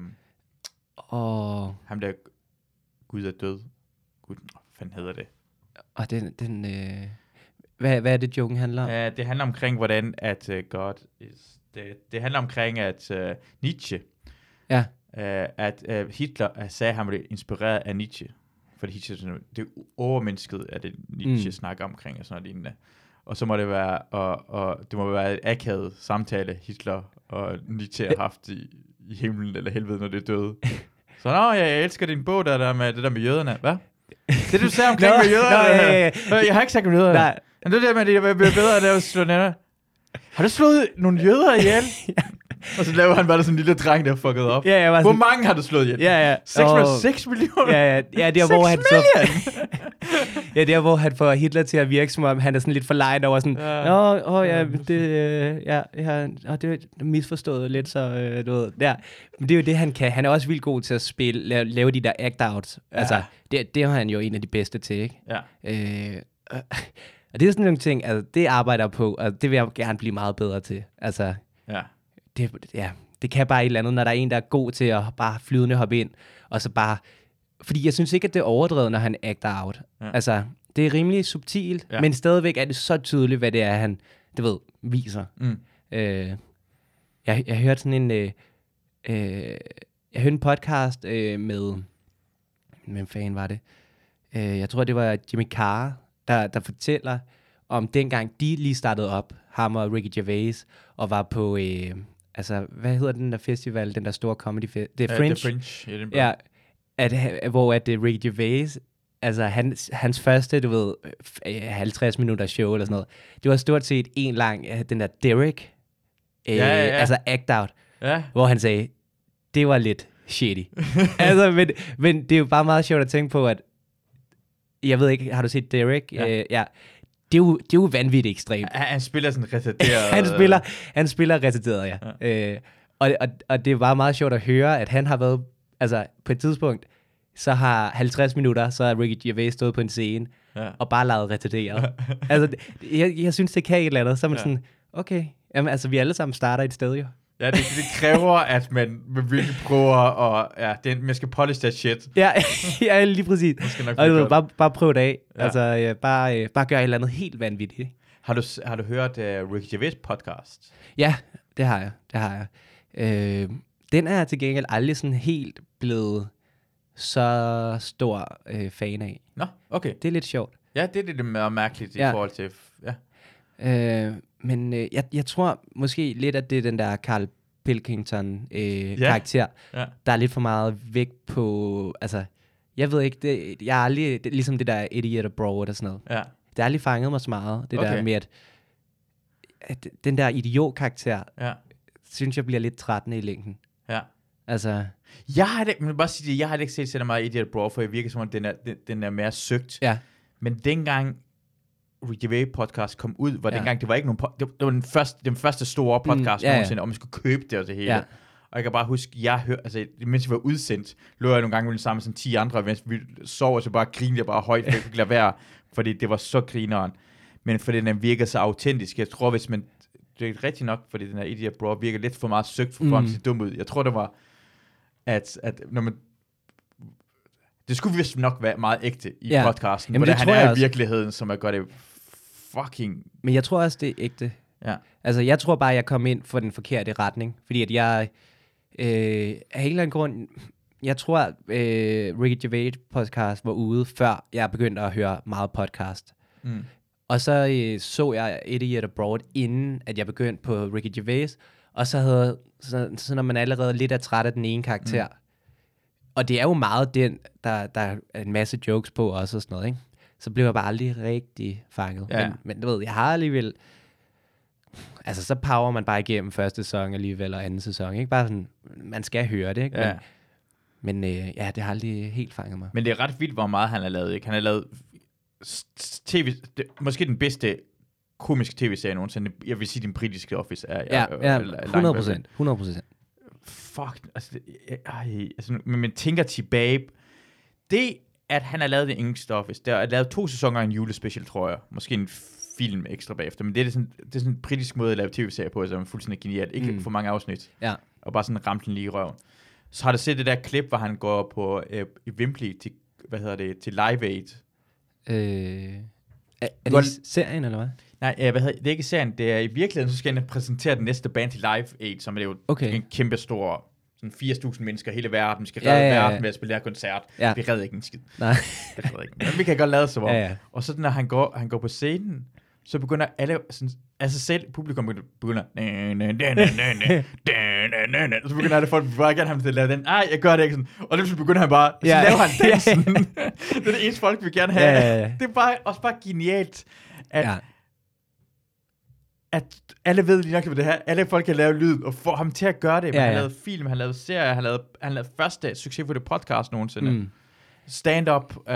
og, ham der Gud er død. Gud, hvad fanden hedder det? og den... den øh, hvad, hvad er det, joken handler om? Uh, det handler omkring, hvordan at uh, God is dead. Det handler omkring, at uh, Nietzsche, Ja. uh, at uh, Hitler uh, sagde, at han blev inspireret af Nietzsche. Fordi Nietzsche, det er overmennesket, at det Nietzsche mm. snakker omkring og sådan noget lignende. Og så må det være, og, og det må være et akavet samtale, Hitler og Nietzsche har haft i, i himlen eller helvede, når det er døde. Så nå, jeg, jeg elsker din bog, der, der med det der med jøderne. Hvad? Det du sagde omkring med jøderne. Nå, ja, ja, ja. Jeg har ikke sagt med jøderne. Nej. Men det der med, at det bliver bedre, at jeg slår ned. Har du slået nogle jøder ihjel? Ja. Og så laver han bare sådan en lille dreng, der er fucket op. Ja, Hvor sådan, mange har du slået ihjel? Ja, ja. seks millioner? Ja, ja. Ja, der hvor han så... ja, der hvor han får Hitler til at virke, som om han er sådan lidt forlegen over sådan, ja. Nå, åh, ja, det, øh, ja, ja, åh, det er misforstået lidt, så øh, du ved, ja. Men det er jo det, han kan. Han er også vildt god til at spille, lave, lave de der act-outs. Ja. Altså, det, det er han jo en af de bedste til, ikke? Ja. Øh, øh, og det er sådan nogle ting, altså, det arbejder jeg på, og det vil jeg gerne blive meget bedre til. Altså, ja. Det, ja, det kan bare et eller andet, når der er en, der er god til at bare flydende hoppe ind, og så bare... Fordi jeg synes ikke, at det er overdrevet, når han acter out. Ja. Altså, det er rimelig subtilt, ja. Men stadigvæk er det så tydeligt, hvad det er, han, du ved, viser. Mm. Øh, jeg, jeg hørte sådan en... Øh, øh, jeg hørte en podcast øh, med... Hvem fanden var det? Øh, jeg tror, det var Jimmy Carr, der, der fortæller om dengang de lige startede op, ham og Ricky Gervais, og var på... Øh, altså, hvad hedder den der festival, den der store comedy festival? Det er Fringe. Uh, The Fringe, ja. At, hvor at uh, Ricky Gervais, altså hans, hans første, du ved, halvtreds minutter show eller sådan noget, det var stort set en lang, den der Derek, øh, ja, ja, ja. altså act out, ja. Hvor han sagde, det var lidt shitty. altså, men, men det er jo bare meget sjovt at tænke på, at, jeg ved ikke, har du set Derek? Ja. Øh, ja. Det er, jo, det er jo vanvittigt ekstremt. Han, han spiller sådan retarderet. han spiller, han spiller retarderet, ja. ja. Øh, og, og, og det er bare meget sjovt at høre, at han har været, altså på et tidspunkt, så har halvtreds minutter, så er Ricky Gervais stået på en scene, ja. Og bare lavet retarderet. altså, det, jeg, jeg synes, det kan et eller andet. Så er man ja. Sådan, okay, jamen, altså vi alle sammen starter et sted jo. Ja, det, det kræver, at man virkelig prøver, og ja, det, man skal polish that shit. ja, ja, lige præcis. Og du ved, bare, bare prøv det af. Ja. Altså, ja, bare, bare gør et eller andet helt vanvittigt. Har du, har du hørt uh, Ricky Gervais podcast? Ja, det har jeg. Det har jeg. Øh, den er til gengæld aldrig sådan helt blevet så stor øh, fan af. Nå, okay. Det er lidt sjovt. Ja, det er lidt mere mærkeligt ja. i forhold til... Ja. Øh, men øh, jeg, jeg tror måske lidt, at det er den der Carl Pilkington øh, ja. karakter, ja. Der er lidt for meget vægt på... Altså, jeg ved ikke, det, jeg er aldrig... Det, ligesom det der Idiot og Bro og sådan noget. Ja. Det har aldrig fanget mig så meget. Det okay. der med, at, at den der idiot-karakter, ja. Synes jeg bliver lidt trættende i længden. Ja. Altså... Jeg har ikke, men bare sige det, jeg har ikke set så meget Idiot Bro, for jeg virker som om, den er, den, den er mere søgt. Ja. Men dengang Ricky Gervais podcast kom ud, var ja. dengang, det var ikke nogen, po- det, det var den første, den første store podcast mm, ja, nogensinde, ja. Og man skulle købe det og det hele. Ja. Og jeg kan bare huske, jeg hørte, altså, mens jeg var udsendt, lå jeg nogle gange med sammen med sådan ti andre, mens vi sov, og så bare grinede jeg bare højt, for jeg kunne ikke lade være, fordi det var så grineren. Men fordi den virker så autentisk, jeg tror, hvis man, det er rigtigt nok, fordi den her Idiot Bro virker lidt for meget søgt for mm. folk, at se dum ud. Jeg tror, det var, at, at når man, det skulle vist nok være meget ægte i ja. podcasten, hvordan han er i virkeligheden, som er godt det fucking... Men jeg tror også, det er ægte. Ja. Altså, jeg tror bare, jeg kom ind for den forkerte retning, fordi at jeg, Øh, af en eller anden grund, jeg tror, at øh, Ricky Gervais podcast var ude, før jeg begyndte at høre meget podcast. Mm. Og så øh, så jeg Idiot Abroad, inden at jeg begyndte på Ricky Gervais. Og så havde, så, så når man allerede lidt er træt af den ene karakter. Mm. Og det er jo meget den, der, der er en masse jokes på også og sådan noget, ikke? Så blev jeg bare aldrig rigtig fanget. Ja. Men, men du ved, jeg har alligevel... Altså, så power man bare igennem første sæson alligevel, og anden sæson, ikke? Bare sådan, man skal høre det, ikke? Ja. Men, men øh, ja, det har aldrig helt fanget mig. Men det er ret vildt, hvor meget han har lavet, ikke? Han har lavet tv, det, måske den bedste komiske tv-serie nogensinde. Jeg vil sige, din britiske Office er... Ja, er, ja, er hundrede procent. hundrede procent. Fuck, altså, det, ej, altså, men man tænker tilbage, det, at han har lavet det engelske Office, der er lavet to sæsoner af en julespecial, tror jeg, måske en film ekstra bagefter, men det er sådan, det er sådan en britisk måde at lave tv-serier på, som er fuldstændig genialt, ikke mm. for mange afsnit, ja. og bare sådan ramt den lige i røven. Så har du set det der klip, hvor han går på øh, i Wembley til, hvad hedder det, til Live Aid. Øh, er, er det serien, eller hvad? Nej, øh, hvad hedder, det er ikke serien, det er i virkeligheden, så skal han præsentere den næste band til Live Aid, som er jo okay. en kæmpe stor, sådan firs tusind mennesker i hele verden, vi skal ja, redde ja, ja. verden ved at spille her koncert. Ja. Vi redder ikke en skid. Nej. Det redder ikke. Men vi kan godt lade så ja, ja. Og så når han går, han går på scenen, så begynder alle, sådan, altså selv publikum begynder, så begynder alle folk bare gerne have til at lave den, ej, jeg gør det ikke sådan, og så begynder han bare, så ja. laver han dansen. Det er det eneste folk, vi gerne have. Ja, ja, ja. Det er bare, også bare genialt, at, ja. at alle ved lige nok, hvad det her, alle folk kan lave lyd, og få ham til at gøre det. Ja, han har ja. lavet film, han har lavet serier, han har lavet, han har lavet første succesfulde podcast nogensinde. Mm. Stand-up, uh,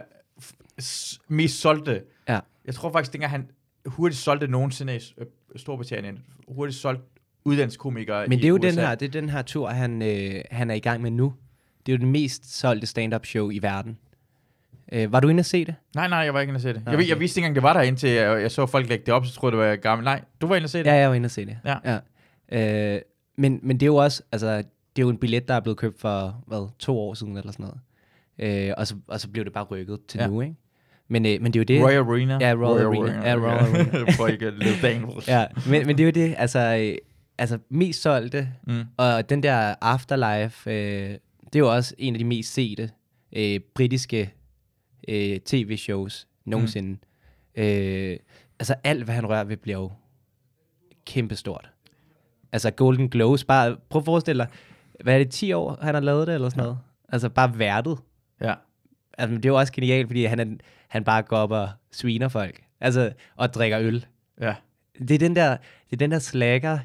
f- mest solgte. Ja. Jeg tror faktisk, dengang han hurtigt solgte nogensinde i Storbritannien, hurtigt solgt uddannelseskomikere. Men det er i jo U S A. den her, det er den her tur, han, øh, han er i gang med nu. Det er jo den mest solgte stand-up show i verden. Øh, var du inde at se det? Nej, nej, jeg var ikke inde at se det. Ah, jeg, okay. jeg vidste ikke engang, det var der, indtil jeg, jeg så folk lægge det op, så troede det var gammel. Nej, du var inde at se det? Ja, jeg var inde at se det. Ja. ja. Øh, men, men det er jo også, altså, det er jo en billet, der er blevet købt for, hvad, to år siden eller sådan noget. Øh, og, så, og så blev det bare rykket til ja. nu, ikke? Men, øh, men det er jo det... Royal Arena. Ja, Royal, Royal Arena. Arena. Ja, Royal Arena. For ikke lidt dangerous. Ja, men, men det er jo det, altså, øh, altså mest solgte, mm. og den der Afterlife, øh, det er jo også en af de mest sete øh, britiske øh, tv-shows nogensinde. Mm. Øh, altså alt, hvad han rører ved, bliver jo kæmpestort. Altså Golden Globes, bare prøv at forestille dig, hvad er det, ti år, han har lavet det, eller sådan noget? Ja. Altså bare værtet. Ja. Altså, det er jo også genialt, fordi han, er, han bare går op og sviner folk. Altså, og drikker øl. Ja. Det er den der, det er den der slacker,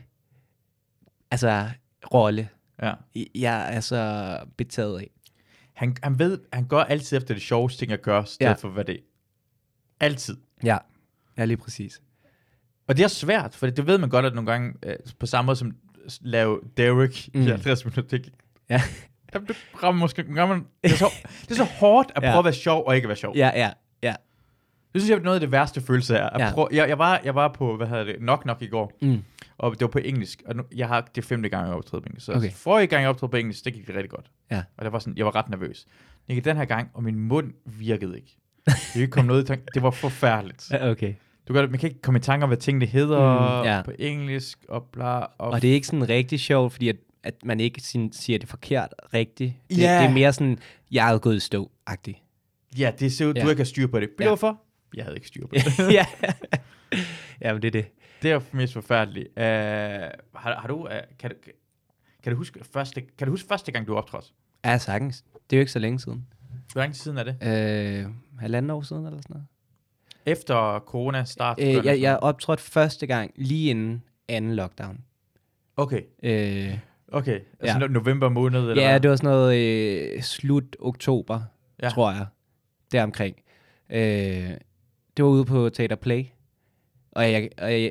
altså, rolle. Ja. Jeg er så betaget af. Han, han ved, han går altid efter det sjoveste ting at gøre, stedet ja. for hvad det er. Altid. Ja, ja, lige præcis. Og det er svært, for det ved man godt, at nogle gange, øh, på samme måde som lave Derek mm. i halvtreds minutter, ja. Det, rammer måske, rammer, det, er så, det er så hårdt at prøve ja. at være sjov og ikke at være sjov. Ja, ja, ja. Det synes jeg er noget af det værste følelse er. At ja. prøve, jeg, jeg, var, jeg var på, hvad hedder det, Knock Knock i går, mm. og det var på engelsk, og nu, jeg har det femte gang, jeg optrådte på engelsk. Så okay. forrige gang, jeg optrådte på engelsk, det gik rigtig godt. Ja. Og det var sådan, jeg var ret nervøs. Jeg gik den her gang, og min mund virkede ikke. Det ikke kom noget i tanke. Det var forfærdeligt. Ja, okay. Du kan, man kan ikke komme i tanke om, hvad tingene hedder mm, ja. på engelsk, og bla. Og, og det er ikke sådan rigtig sjovt, fordi at, at man ikke sin, siger det forkert rigtigt. Det, yeah. det er mere sådan, jeg er gået i stå-agtigt. Ja, det ser ud, ja. du ikke har styr på det. Ved du ja. hvorfor? Jeg havde ikke styr på det. ja. ja, men det er det. Det er mest forfærdeligt. Uh, har, har du, uh, kan, du, kan, du huske første, kan du huske første gang, du optrådte? Ja, sagtens. Det er jo ikke så længe siden. Hvor lang tid siden er det? Øh, halvanden år siden, eller sådan noget. Efter corona start? Øh, jeg, jeg optrådte første gang lige inden anden lockdown. Okay. Øh, okay, altså ja. november måned? Eller ja, hvad? det var sådan noget øh, slut oktober, ja. tror jeg. Deromkring. Øh, det var ude på Teater Play. Og jeg, og jeg,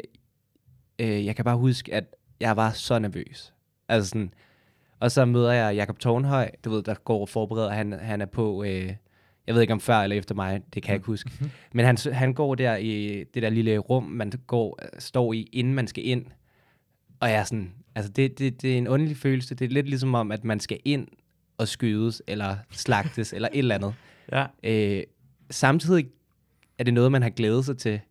øh, jeg kan bare huske, at jeg var så nervøs. Altså sådan, og så møder jeg Jakob Tornhøj, du ved, der går og forbereder, han, han er på, øh, jeg ved ikke om før eller efter mig, det kan jeg ikke huske. Mm-hmm. Men han, han går der i det der lille rum, man går, står i, inden man skal ind. Og jeg er sådan, altså det, det, det er en underlig følelse. Det er lidt ligesom om, at man skal ind og skydes, eller slagtes, eller et eller andet. Ja. Øh, samtidig er det noget, man har glædet sig til,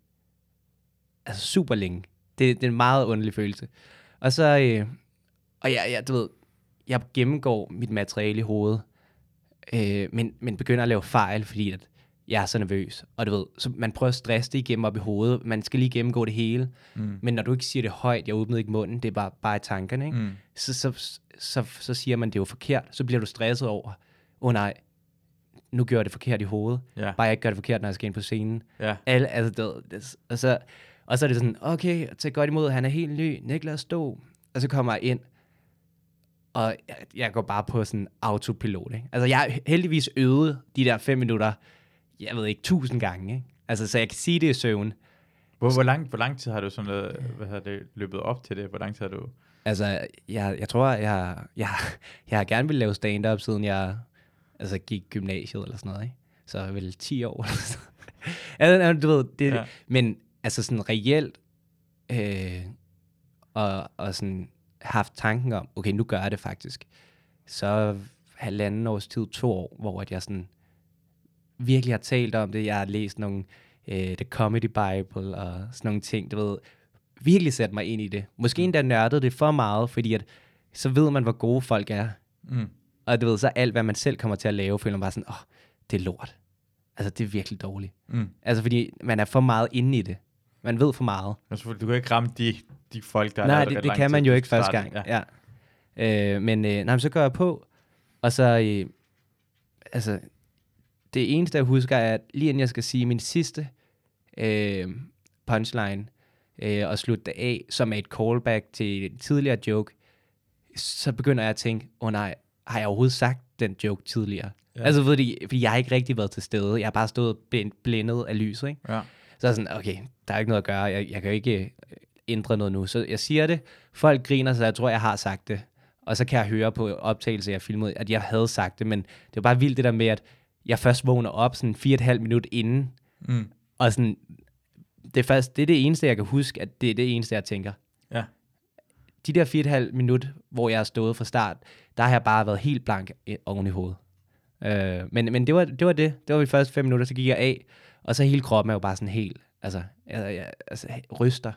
altså super længe. Det, det er en meget underlig følelse. Og så, øh, og ja, ja, du ved, jeg gennemgår mit materiale i hovedet, øh, men, men begynder at lave fejl, fordi at jeg er så nervøs. Og du ved, så man prøver at stresse det igennem op i hovedet. Man skal lige gennemgå det hele. Mm. Men når du ikke siger det højt, jeg åbnede ikke munden, det er bare, bare i tankerne, ikke? Mm. Så, så, så, så siger man, det er jo forkert. Så bliver du stresset over, åh oh, nej, nu gør jeg det forkert i hovedet. Yeah. Bare jeg ikke gør det forkert, når jeg skal ind på scenen. Yeah. Alle, altså, det, det, og, så, og så er det sådan, okay, tag godt imod, han er helt ny, Niklas stå. Og så kommer jeg ind, og jeg, jeg går bare på sådan autopilot, ikke? Altså, jeg har heldigvis øvet de der fem minutter, jeg ved ikke, tusind gange, ikke? Altså, så jeg kan sige det i søvn. Hvor, hvor, lang, hvor lang tid har du sådan noget, hvad har det, løbet op til det? Hvor lang tid har du... Altså, jeg, jeg tror, jeg, jeg, jeg har gerne vil lave stand-up, siden jeg altså, gik gymnasiet eller sådan noget, ikke? Så vel ti år eller sådan noget. Altså, du ved, det, ja. Men altså sådan reelt, øh, og, og sådan haft tanken om, okay, nu gør jeg det faktisk. Så halvanden års tid, to år, hvor at jeg sådan virkelig har talt om det. Jeg har læst nogle øh, The Comedy Bible og sådan nogle ting, du ved, virkelig sætte mig ind i det. Måske endda nørdet det for meget, fordi at, så ved man, hvor gode folk er. Mm. Og du ved, så alt, hvad man selv kommer til at lave, føler man bare sådan, åh, oh, det er lort. Altså, det er virkelig dårligt. Mm. Altså, fordi man er for meget inde i det. Man ved for meget. Altså, du kan ikke ramme de, de folk, der nej, er det, det, det kan man jo ikke første gang. Ja. Ja. Øh, men øh, nej, så går jeg på, og så, øh, altså, det eneste, jeg husker, er, at lige inden jeg skal sige min sidste øh, punchline, øh, og slutte det af, som er et callback til en tidligere joke, så begynder jeg at tænke, åh oh, nej, har jeg overhovedet sagt den joke tidligere? Ja. Altså, fordi, fordi jeg har ikke rigtig været til stede. Jeg har bare stået blindet af lyset, ikke? Ja. Så er jeg sådan, okay, der er ikke noget at gøre. Jeg, jeg kan jo ikke ændre noget nu. Så jeg siger det. Folk griner, så jeg tror, jeg har sagt det. Og så kan jeg høre på optagelse, jeg filmede, at jeg havde sagt det. Men det var bare vildt det der med, at jeg først vågner op sådan fire og et halvt minut inden. Mm. Og sådan, det er, først, det er det eneste, jeg kan huske, at det er det eneste, jeg tænker. Ja. De der fire og et halvt minut, hvor jeg har stået fra start, der har jeg bare været helt blank oven i hovedet. Uh, men men det, var, det var det. Det var de første fem minutter, så gik jeg af. Og så hele kroppen er jo bare sådan helt, altså, jeg, jeg, altså ryster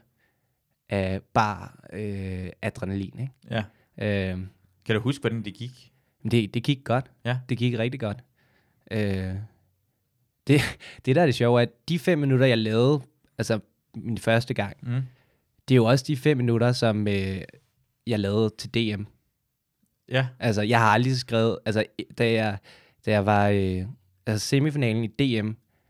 af bare øh, adrenalin, ikke? Ja. Uh, kan du huske, hvordan det gik? Det, det gik godt. Ja. Det gik rigtig godt. Uh, det, det der er det sjove, at de fem minutter, jeg lavede, altså min første gang, mm. det er jo også de fem minutter, som øh, jeg lavede til D M. Ja. Altså, jeg har aldrig skrevet, altså, da jeg, da jeg var øh, altså, semifinalen i D M,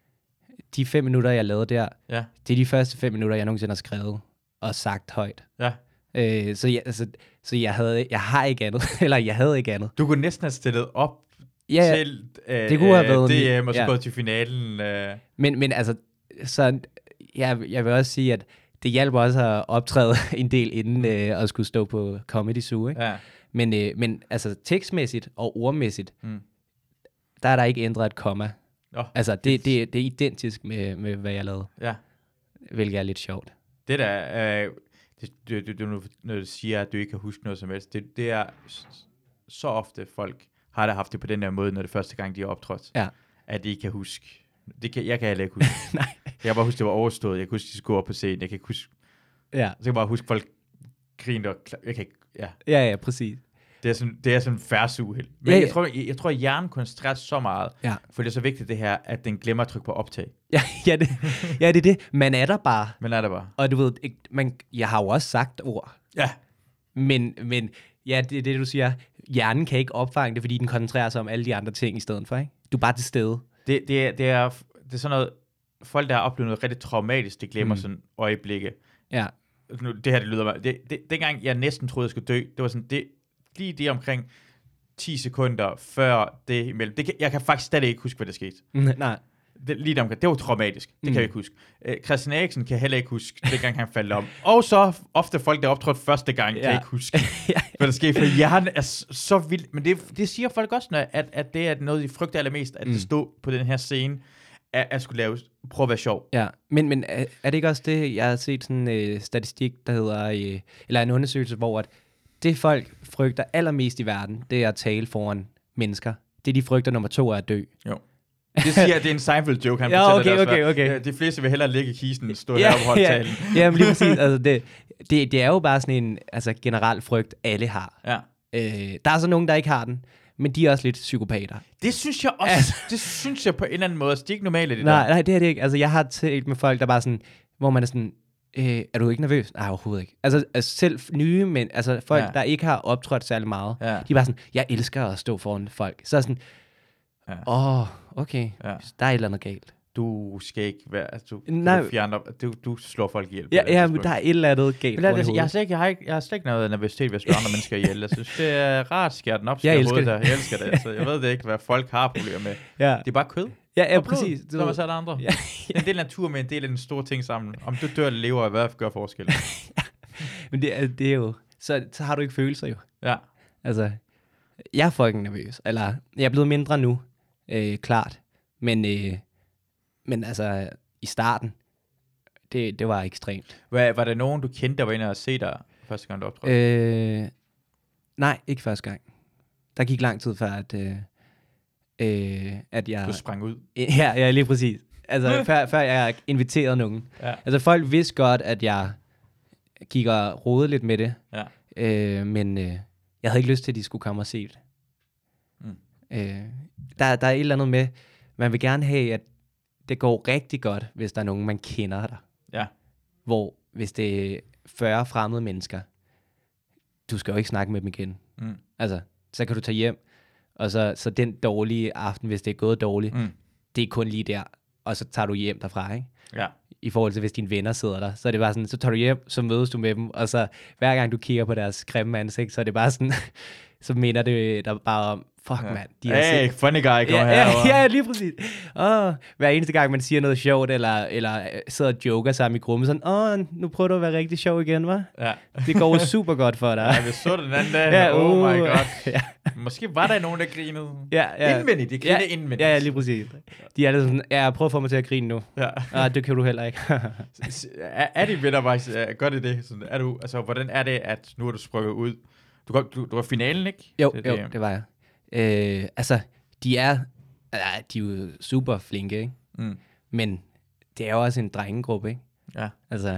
de fem minutter, jeg lavede der, ja. Det er de første fem minutter, jeg nogensinde har skrevet og sagt højt. Ja. Øh, så jeg, altså, så jeg, havde, jeg har ikke andet, eller jeg havde ikke andet. Du kunne næsten have stillet op ja, til øh, det kunne have været D M, og så ja. Gået til finalen. Øh. Men, men altså, så jeg, jeg vil også sige, at det hjælper også at optræde en del inden øh, at skulle stå på Comedy Zoo, ikke? Ja. Men, øh, men altså tekstmæssigt og ordmæssigt, mm. der er der ikke ændret et komma. Oh, altså det, det, det er identisk med, med, hvad jeg lavede. Ja. Hvilket er lidt sjovt. Det der, øh, det, det, det, det, når du siger, at du ikke kan huske noget som helst, det, det er så ofte folk har der haft det på den der måde, når det første gang, de er optrådt, ja. At de ikke kan huske. Det kan, jeg kan heller ikke huske. Nej. Jeg kan bare huske, det var overstået. Jeg kan huske, de skulle op på scenen. Jeg kan ikke huske. Ja. Så jeg kan bare huske, folk griner. Og jeg kan ikke, ja. Ja, ja, præcis. Det er sådan, det er sådan færdsuheld. Men ja, ja. Jeg, tror, jeg, jeg tror, at hjernen koncentrerer så meget, ja. For det er så vigtigt det her, at den glemmer at trykke på optag. Ja, ja, det, ja, det er det. Man er der bare. Man er der bare. Og du ved, man, jeg har jo også sagt ord. Ja. Men, men ja, det er det, du siger. Hjernen kan ikke opfange det, fordi den koncentrerer sig om alle de andre ting i stedet for, ikke? Du er bare til stede. Det, det, er, det, er, det er sådan noget, folk, der har oplevet noget rigtig traumatisk, det glemmer mm. sådan øjeblikke. Ja. Det her, det lyder mig. Det, det, dengang jeg næsten troede, jeg skulle dø, det var sådan, det, lige det omkring ti sekunder før det imellem. Det kan, jeg kan faktisk stadig ikke huske, hvad der skete. Nej. Det, lige omkring. Det var traumatisk. Det mm. kan jeg ikke huske. Uh, Christian Eriksen kan heller ikke huske, dengang han faldt om. Og så ofte folk, der optrådte første gang, ja. Kan ikke huske, hvad der skete. For hjernen er så, så vild. Men det, det siger folk også, når, at, at det er noget, de frygter allermest, at mm. det stod på den her scene, at, at skulle lave, prøve at være sjov. Ja, men, men er, er det ikke også det, jeg har set sådan en øh, statistik, der hedder, øh, eller en undersøgelse, hvor at det folk frygter allermest i verden, det er at tale foran mennesker. Det de frygter nummer to er at dø. Jo. Det siger, det er en Seinfeld-joke, han ja, fortæller okay, det okay, okay. Ja, de fleste vil hellere ligge i kisten og stå ja, her og holde ja, talen. Ja, men lige præcis. Altså det, det, det er jo bare sådan en altså, generel frygt, alle har. Ja. Øh, der er så nogen, der ikke har den, men de er også lidt psykopater. Det synes jeg også, altså, det synes jeg på en eller anden måde, altså, de er ikke normale, det nej, der. nej, det er det ikke. Altså, jeg har talt med folk, der bare sådan, hvor man er sådan, øh, er du ikke nervøs? Nej, overhovedet ikke. Altså, altså selv nye, men altså folk, ja. der ikke har optrådt særlig meget, ja. de er bare sådan, jeg elsker at stå foran folk. Så er sådan, åh, ja. oh, okay, ja. der er et eller andet galt. Du skal ikke være, altså, du, Nej. du, fjerner, du, du slår folk ihjel. Ja, ja, men der er et eller andet galt. Men det, jeg, har slet ikke, jeg, har ikke, jeg har slet ikke noget nervøsitet ved at slå andre mennesker ihjel. Jeg synes, det er rart at skære den op. Jeg elsker det. Der. Jeg elsker det. Altså, jeg ved det ikke, hvad folk har problemer med. Ja. Det er bare kød. Ja, ja, præcis. Det er så er der andre. Ja. Det er en del af natur med en del af den store ting sammen. Om du dør eller lever, hvad gør forskel? Men det er, det er jo, så, så har du ikke følelser jo. Ja. Altså, jeg er fucking nervøs. Eller, jeg er blevet mindre nu, øh, klart. Men, øh, men altså, i starten, det, det var ekstremt. Hvad, var der nogen, du kendte, der var inde og se dig første gang, du optrådte? Øh, nej, ikke første gang. Der gik lang tid før, at, øh, øh, at jeg... Du sprang ud? Ja, ja, lige præcis. Altså, før, før jeg inviterede nogen. Ja. Altså, folk vidste godt, at jeg gik og rodede lidt med det. Ja. Øh, men øh, jeg havde ikke lyst til, at de skulle komme og se det. Mm. Øh, der, der er et eller andet med, man vil gerne have, at det går rigtig godt, hvis der er nogen, man kender der. Ja. Hvor hvis det er fyrre fremmede mennesker, du skal jo ikke snakke med dem igen. Mm. Altså, så kan du tage hjem, og så, så den dårlige aften, hvis det er gået dårligt, mm. det er kun lige der, og så tager du hjem derfra, ikke? Ja. I forhold til, hvis dine venner sidder der, så er det bare sådan, så tager du hjem, så mødes du med dem, og så hver gang du kigger på deres grimme ansigt, så er det bare sådan, så mener det der bare om, fuck ja. mand, de er hey, funny guy, kom ja, her. Ja, ja, lige præcis. Oh, hver eneste gang, man siger noget sjovt, eller, eller sidder og joker sammen i gruppen, sådan, åh, oh, nu prøver du at være rigtig sjov igen, hva'? Ja. Det går super godt for dig. Ja, vi så det den anden dag. Ja, oh uh, my god. Ja. Måske var der nogen, der grinede. Ja, ja. Indvendigt, de griner ja, indvendigt. Ja, ja, lige præcis. De er alle sådan, ja, prøv at få mig til at grine nu. Ja. Ah, det kan du heller ikke. er, er de venner faktisk, gør det det? Sådan, er du, altså, hvordan er det, at nu er du sprukket ud? Du, går, du, du var finalen, ikke? Jo, det, jo, det var jeg. Øh, altså, de er, øh, de er jo super flinke, ikke? Mm. Men det er jo også en drengegruppe, ikke? Ja. Altså,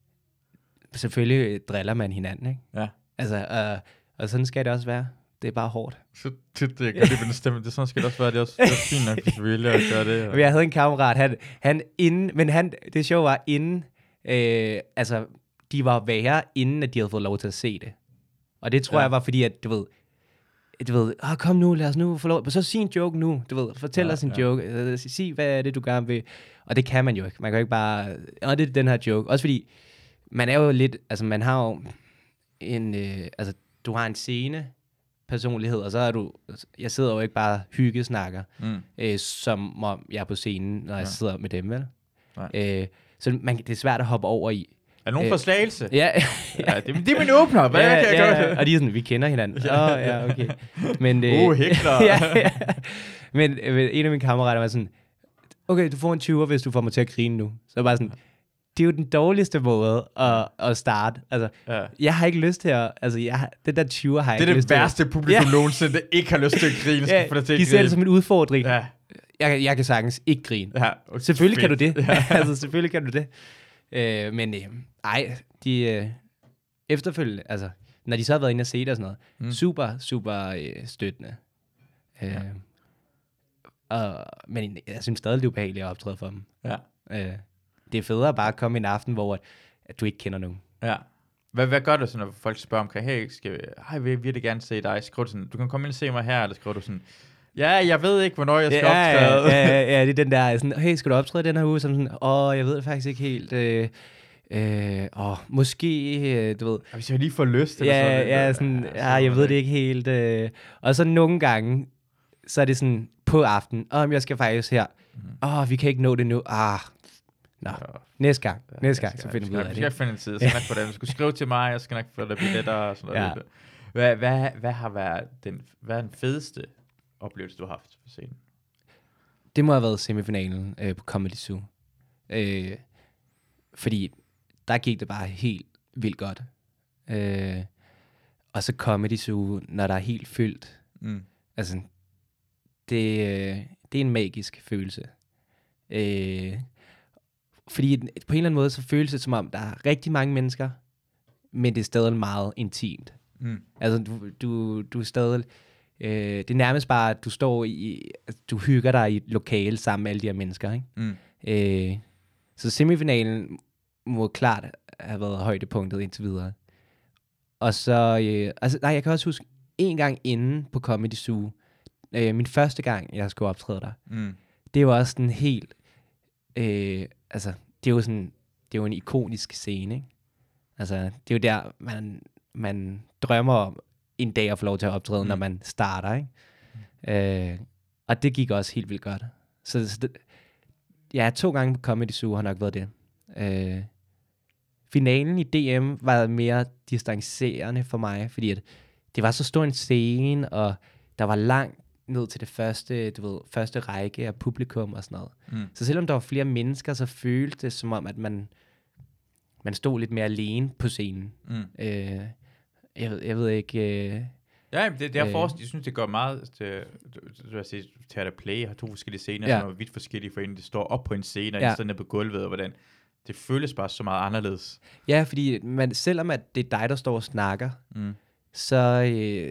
selvfølgelig driller man hinanden, ikke? Ja. Altså, øh, og sådan skal det også være. Det er bare hårdt. Så tit, det kan det bestemme. Det sådan skal det også være. Det er også, det er også fint nok, hvis du vil at gøre det. Og jeg havde en kammerat, han, han inden, men han, det sjove var inden, øh, altså, de var værre, inden at de havde fået lov til at se det. Og det tror ja. jeg var fordi, at du ved, du ved, oh, kom nu, lad os nu få lov, så sig en joke nu, du ved, fortæl ja, os en ja. joke, sig, hvad er det, du gerne vil, og det kan man jo ikke, man kan jo ikke bare, og det er den her joke, også fordi, man er jo lidt, altså man har jo en, øh, altså du har en scene, personlighed, og så er du, jeg sidder jo ikke bare hyggesnakker, mm. øh, som om jeg er på scenen, når jeg ja. sidder med dem, vel? Øh, så man, det er svært at hoppe over i. Er nogen for Slagelse? Ja. ja det, det er min åbner. Hvad ja, kan jeg ja, gøre? Ja. Og de er sådan, vi kender hinanden. Åh, oh, ja, okay. Men, øh, uh, hækler. ja, ja. Men øh, en af mine kammerater var sådan, okay, du får en tyver, hvis du får mig til at grine nu. Så jeg bare sådan, det er jo den dårligste måde at, at starte. Altså, ja. jeg har ikke lyst til at, altså, jeg, det der tyver har jeg det ikke lyst til. Det er det værste publikum ja. nogensinde, der ikke har lyst til at grine. Ja, for de ser det som en udfordring. Ja. Jeg, jeg kan sagtens ikke grine. Ja, okay. Selvfølgelig kan du det. Ja. altså, selvfølgelig kan du det. Øh, men øh, ej, de øh, efterfølgende, altså, når de så har været inde og set og sådan noget, mm. super, super øh, støttende. Øh, ja. og, men jeg synes stadig, det er ubehageligt at optræde for dem. Ja. Øh, det er federe bare at komme en aften, hvor at, at du ikke kender nogen. Ja. Hvad, hvad gør du så, når folk spørger om, hey, skal vi, hej, vil jeg virkelig gerne se dig? Skriver du sådan, du kan komme ind og se mig her, eller skriver du sådan, ja, jeg ved ikke, hvornår jeg skal ja, optræde. Ja, ja, ja, det er den der, sådan, hey, skal du optræde den her uge? Sådan, åh, jeg ved det faktisk ikke helt. Øh, øh, åh, måske, øh, du ved. Ja, hvis jeg lige får lyst. Ja, eller sådan, ja, sådan, ja, ja, jeg ved det ikke helt. Øh. Og så nogle gange, så er det sådan, på aftenen, åh, jeg skal faktisk her. Åh, oh, vi kan ikke nå det nu. Ah, nå, ja. næste gang, ja, næste gang, skal, så finder vi ud af det. Jeg skal finde en tid, så skal nok få det. Du skal skrive til mig, jeg skal nok få det billetter og sådan noget. Ja. Hvad, hvad, hvad har været den, hvad er den fedeste oplevelse, du har haft på scenen? Det må have været semifinalen øh, på Comedy Zoo. Øh, fordi der gik det bare helt vildt godt. Øh, og så Comedy Zoo, når der er helt fyldt. Mm. Altså, det, øh, det er en magisk følelse. Øh, fordi på en eller anden måde, så føles det som om, der er rigtig mange mennesker, men det er stadig meget intimt. Mm. Altså, du, du, du er stadig... Øh, det er nærmest bare, at du står i... Du hygger dig i et lokale sammen med alle de her mennesker, ikke? Mm. Øh, så semifinalen må klart have været højdepunktet indtil videre. Og så... Øh, altså, nej, jeg kan også huske, en gang inden på Comedy Zoo, øh, min første gang, jeg skulle optræde der, Mm. det var også sådan helt... Øh, altså, det er jo sådan... Det er jo en ikonisk scene, ikke? Altså, det er jo der, man, man drømmer om en dag at få lov til at optræde, mm. når man starter, ikke? Mm. Øh, og det gik også helt vildt godt. Så, så det, ja, to gange på Comedy Zoo har nok været det. Øh, finalen i D M var mere distancerende for mig, fordi at det var så stor en scene, og der var langt ned til det første, du ved, første række af publikum og sådan noget. Mm. Så selvom der var flere mennesker, så føltes det som om, at man, man stod lidt mere alene på scenen. Mm. Øh, jeg, ved, jeg ved ikke... Øh, Ja, det, det er Øh. forresten, jeg synes, det gør meget, det, du har set, Teater Play har to forskellige scener, Ja. som er vidt forskellige, for en, de står op på en scene, og Ja. de står nede på gulvet, og hvordan, det føles bare så meget anderledes. ja, fordi man, selvom at det er dig, der står og snakker, Mm. så, øh,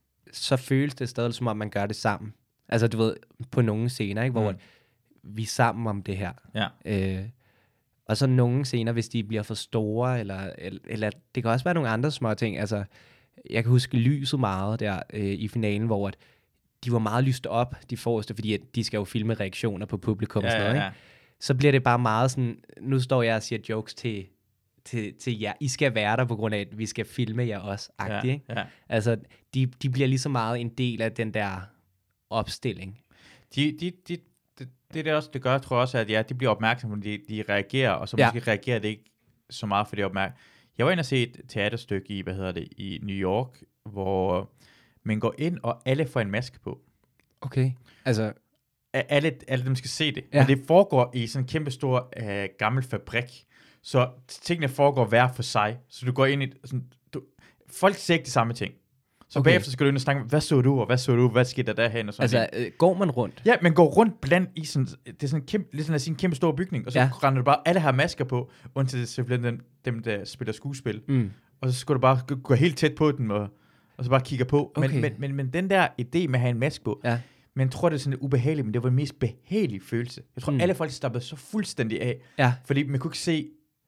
så føles det stadig som om, man gør det sammen. Altså, du ved, på nogle scener, ikke? Hvor Mm. vi er sammen om det her. Ja. Øh, og så nogle scener, hvis de bliver for store, eller, eller, eller det kan også være nogle andre små ting. Altså, jeg kan huske lyset meget der øh, i finalen, hvor at de var meget lyst op, de forreste, fordi at de skal jo filme reaktioner på publikum og Ja, sådan noget, ja, ikke? ja. Så bliver det bare meget sådan, nu står jeg og siger jokes til, til, til jer. I skal være der på grund af, at vi skal filme jer også, agtigt, Ja, ikke? ja. Altså, de, de bliver lige så meget en del af den der opstilling. De, de, de, det, det der også, det gør, tror jeg også, at ja, de bliver opmærksomme, de, de reagerer, og så Ja. måske reagerer det ikke så meget, for det er opmærksom. Jeg var inde og se et teaterstykke i, hvad hedder det, i New York, hvor man går ind, og alle får en maske på. Okay. Altså, A- Alle, alle dem skal se det. Ja. Ja. Men det foregår i sådan en kæmpe stor øh, gammel fabrik. Så tingene foregår hver for sig. Så du går ind i... Sådan, du, folk ser ikke de samme ting. Så Okay. okay. Bagefter skal du ind og snakke om, hvad så du, og hvad så du, hvad skete der derhen, og sådan altså øh, går man rundt? Ja, men går rundt blandt i sådan, det er sådan en kæmpe, lidt sådan en kæmpe stor bygning, og så Ja. ja. render du bare, alle har masker på, undtil selvfølgelig dem, dem, der spiller skuespil. Mm. Og så skal du bare gå, gå helt tæt på den, og, og så bare kigge på. Okay. Men, men, men, men den der idé med at have en maske på, Ja. men jeg tror, det er sådan lidt ubehageligt, men det var den mest behagelige følelse. Jeg tror, Mm. mm. alle folk stoppede så fuldstændig af, Ja. fordi man kunne ikke se,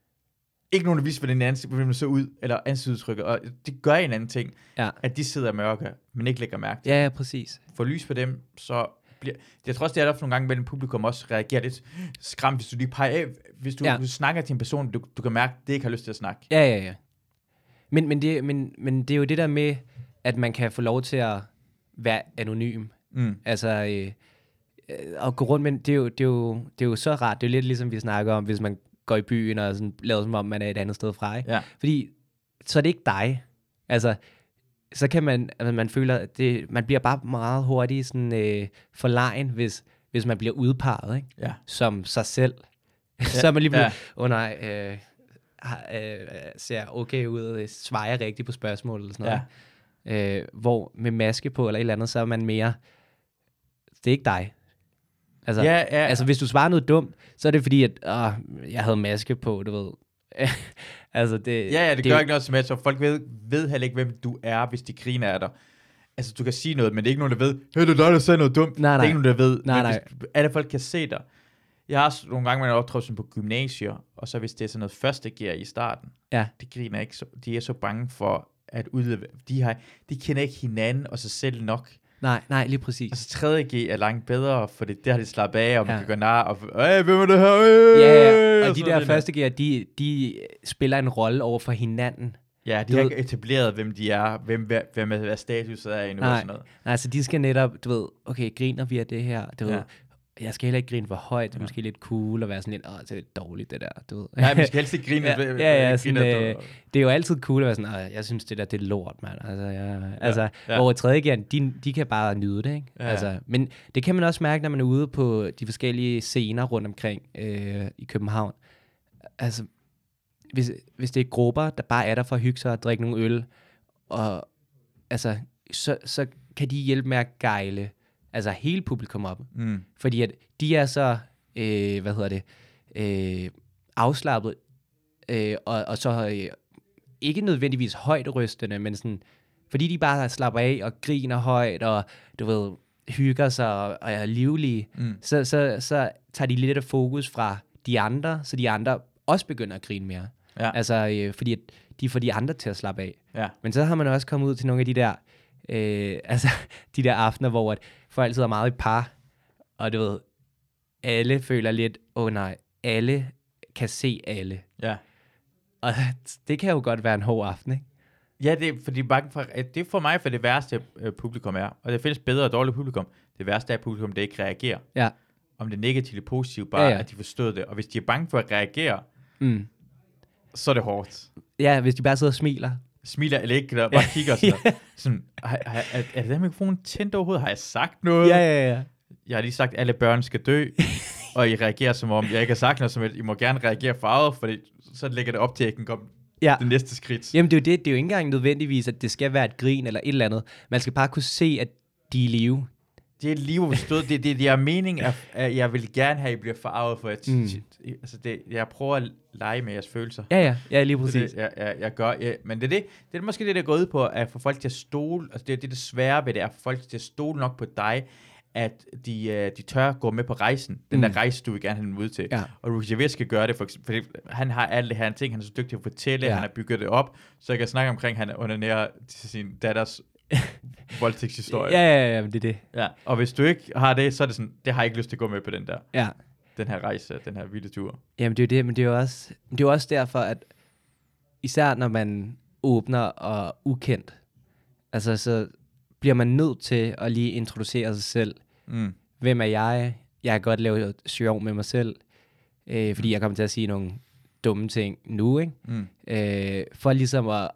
ikke nogen, der vidste, hvordan ansigt, hvordan man så ud, eller ansigtsudtrykket, og det gør en anden ting, Ja. at de sidder mørke, men ikke lægger mærke til. Ja, ja, præcis. Få lys på dem, så bliver... Jeg tror også, det er der for nogle gange, mellem publikum også reagerer lidt skræmt, hvis du lige peger af, hvis du, Ja. ja. du snakker til en person, du, du kan mærke, at det ikke har lyst til at snakke. Ja, ja, ja. Men, men, det, men, men det er jo det der med, at man kan få lov til at være anonym. Mm. Altså, øh, øh, at gå rundt, men det er, jo, det, er jo, det er jo så rart. Det er jo lidt ligesom, vi snakker om, hvis man går i byen og sådan, laver som om, man er et andet sted fra. Ikke? Ja. Fordi, så er det ikke dig. Altså, så kan man, altså, man føler, at det, man bliver bare meget hurtigt sådan, øh, forlegen, hvis, hvis man bliver udpeget, ikke? Ja. Som sig selv. Ja. Så er man lige blevet, Ja. åh oh, nej, øh, har- øh, ser okay ud, og svarer rigtigt på spørgsmål eller sådan noget. Ja. Øh, hvor med maske på eller et eller andet, så er man mere, det er ikke dig. Altså, Ja, ja. altså hvis du svarer noget dumt, så er det fordi, at åh, jeg havde maske på, du ved. altså det, Ja, ja, det, det det gør er jo- ikke noget som helst, så folk ved, ved heller ikke, hvem du er, hvis de griner af dig. Altså, du kan sige noget, men det er ikke nogen, der ved, hey, det er dig, der sagde noget dumt. Nej, Det er nej. ikke nogen, der ved. Nej, men nej. Hvis, alle folk kan se dig. Jeg har også nogle gange, man har optrådt sådan på gymnasier, og så hvis det er sådan noget første gear i starten, Ja. de griner ikke, så, de er så bange for at udleve. De, har, de kender ikke hinanden og sig selv nok. Nej, nej, lige præcis. Og så tredje G er langt bedre, for det der har de slappet af, og man Ja. kan gøre nar, og øh, hvem er det her? Øh, Ja, ja, og de sådan der lidt. første gear, de, de spiller en rolle over for hinanden. Ja, de du har ved- ikke etableret, hvem de er, hvem, hvem, hvem er, hvad statuset er endnu, og Nej. sådan noget. Nej, så de skal netop, du ved, okay, griner vi af det her, du ved, Ja. jeg skal heller ikke grine for højt, det er Ja. måske lidt cool at være sådan lidt, åh, det er lidt dårligt det der, du ved. Nej, vi skal helst ikke grine. Ja, hvis- ja, ja, hvis- sådan, griner, øh, du- Det er jo altid cool at være sådan, "Åh, jeg synes det der, det er lort, mand. Altså, jeg, altså ja. hvor tredje gear, de, de kan bare nyde det, ikke? Ja. Altså, men det kan man også mærke, når man er ude på de forskellige scener rundt omkring øh, i København. Altså, hvis, hvis det er grupper, der bare er der for at hygge sig og drikke nogle øl, og altså, så, så kan de hjælpe med at gejle altså hele publikum op. Mm. Fordi at de er så, øh, hvad hedder det, øh, afslappet, øh, og, og så øh, ikke nødvendigvis højt rystende, men sådan Fordi de bare slapper af og griner højt, og du ved, hygger sig og, og er livlige, Mm. så, så, så tager de lidt af fokus fra de andre, så de andre også begynder at grine mere. Ja. Altså, øh, fordi at de får de andre til at slappe af. Ja. Men så har man også kommet ud til nogle af de der, øh, altså, de der aftener, hvor at folk altid er meget i par, og du ved, alle føler lidt, åh oh, nej, alle kan se alle. Ja. Og det kan jo godt være en hård aften, ikke? Ja, det er, fordi bange for, det er for mig for det værste øh, publikum er. Og det findes bedre og dårligt publikum. Det værste er publikum, der ikke reagerer. Ja. Om det negative eller positive, bare Ja, ja. at de forstod det. Og hvis de er bange for at reagere, Mm. så er det hårdt. Ja, hvis de bare sidder og smiler. Smiler eller ikke, eller bare kigger og sådan, noget. sådan har, har, er, er det der mikrofon tændt overhovedet? Har jeg sagt noget? Ja, ja, ja. Jeg har lige sagt, at alle børn skal dø, og I reagerer som om, jeg ikke har sagt noget som helst. I må gerne reagere farvet, fordi så lægger det op til, at jeg kan komme Ja. det næste skridt. Jamen det er jo det, det er jo ikke engang nødvendigvis, at det skal være et grin eller et eller andet. Man skal bare kunne se, at de er i live. Det er et liv, hvor vi stod. Det, det, det er mening, at, at jeg vil gerne have, at I bliver farvet, for at, Mm. altså det, jeg prøver at lege med jeres følelser. Ja, ja, ja, lige Det er præcis. det, jeg, jeg, jeg gør. Ja, men det er, det, det er måske det, der går ud på, at få folk til at stole, altså det er det, det svære ved det, er at få folk til at stole nok på dig, at de, uh, de tør gå med på rejsen. Den Mm. der rejse, du vil gerne have dem ud til. Ja. Og Ricky Gervais skal gøre det, for eksempel, fordi han har alle det her ting, han er så dygtig til at fortælle, Ja. han har bygget det op, så jeg kan snakke omkring, han onanerer til sin datters voldtægtshistorie. Ja, ja, ja, men det er det. Ja, og hvis du ikke har det, så er det sådan, det har jeg ikke lyst til at gå med på den der, Ja. den her rejse, den her vilde tur. Jamen det er jo det, men det er jo også, det er jo også derfor, at især når man åbner og ukendt, altså så bliver man nødt til at lige introducere sig selv. Mm. Hvem er jeg? Jeg kan godt lave sjov med mig selv, øh, fordi jeg kommer til at sige nogle dumme ting nu, ikke? Mm. Øh, for ligesom at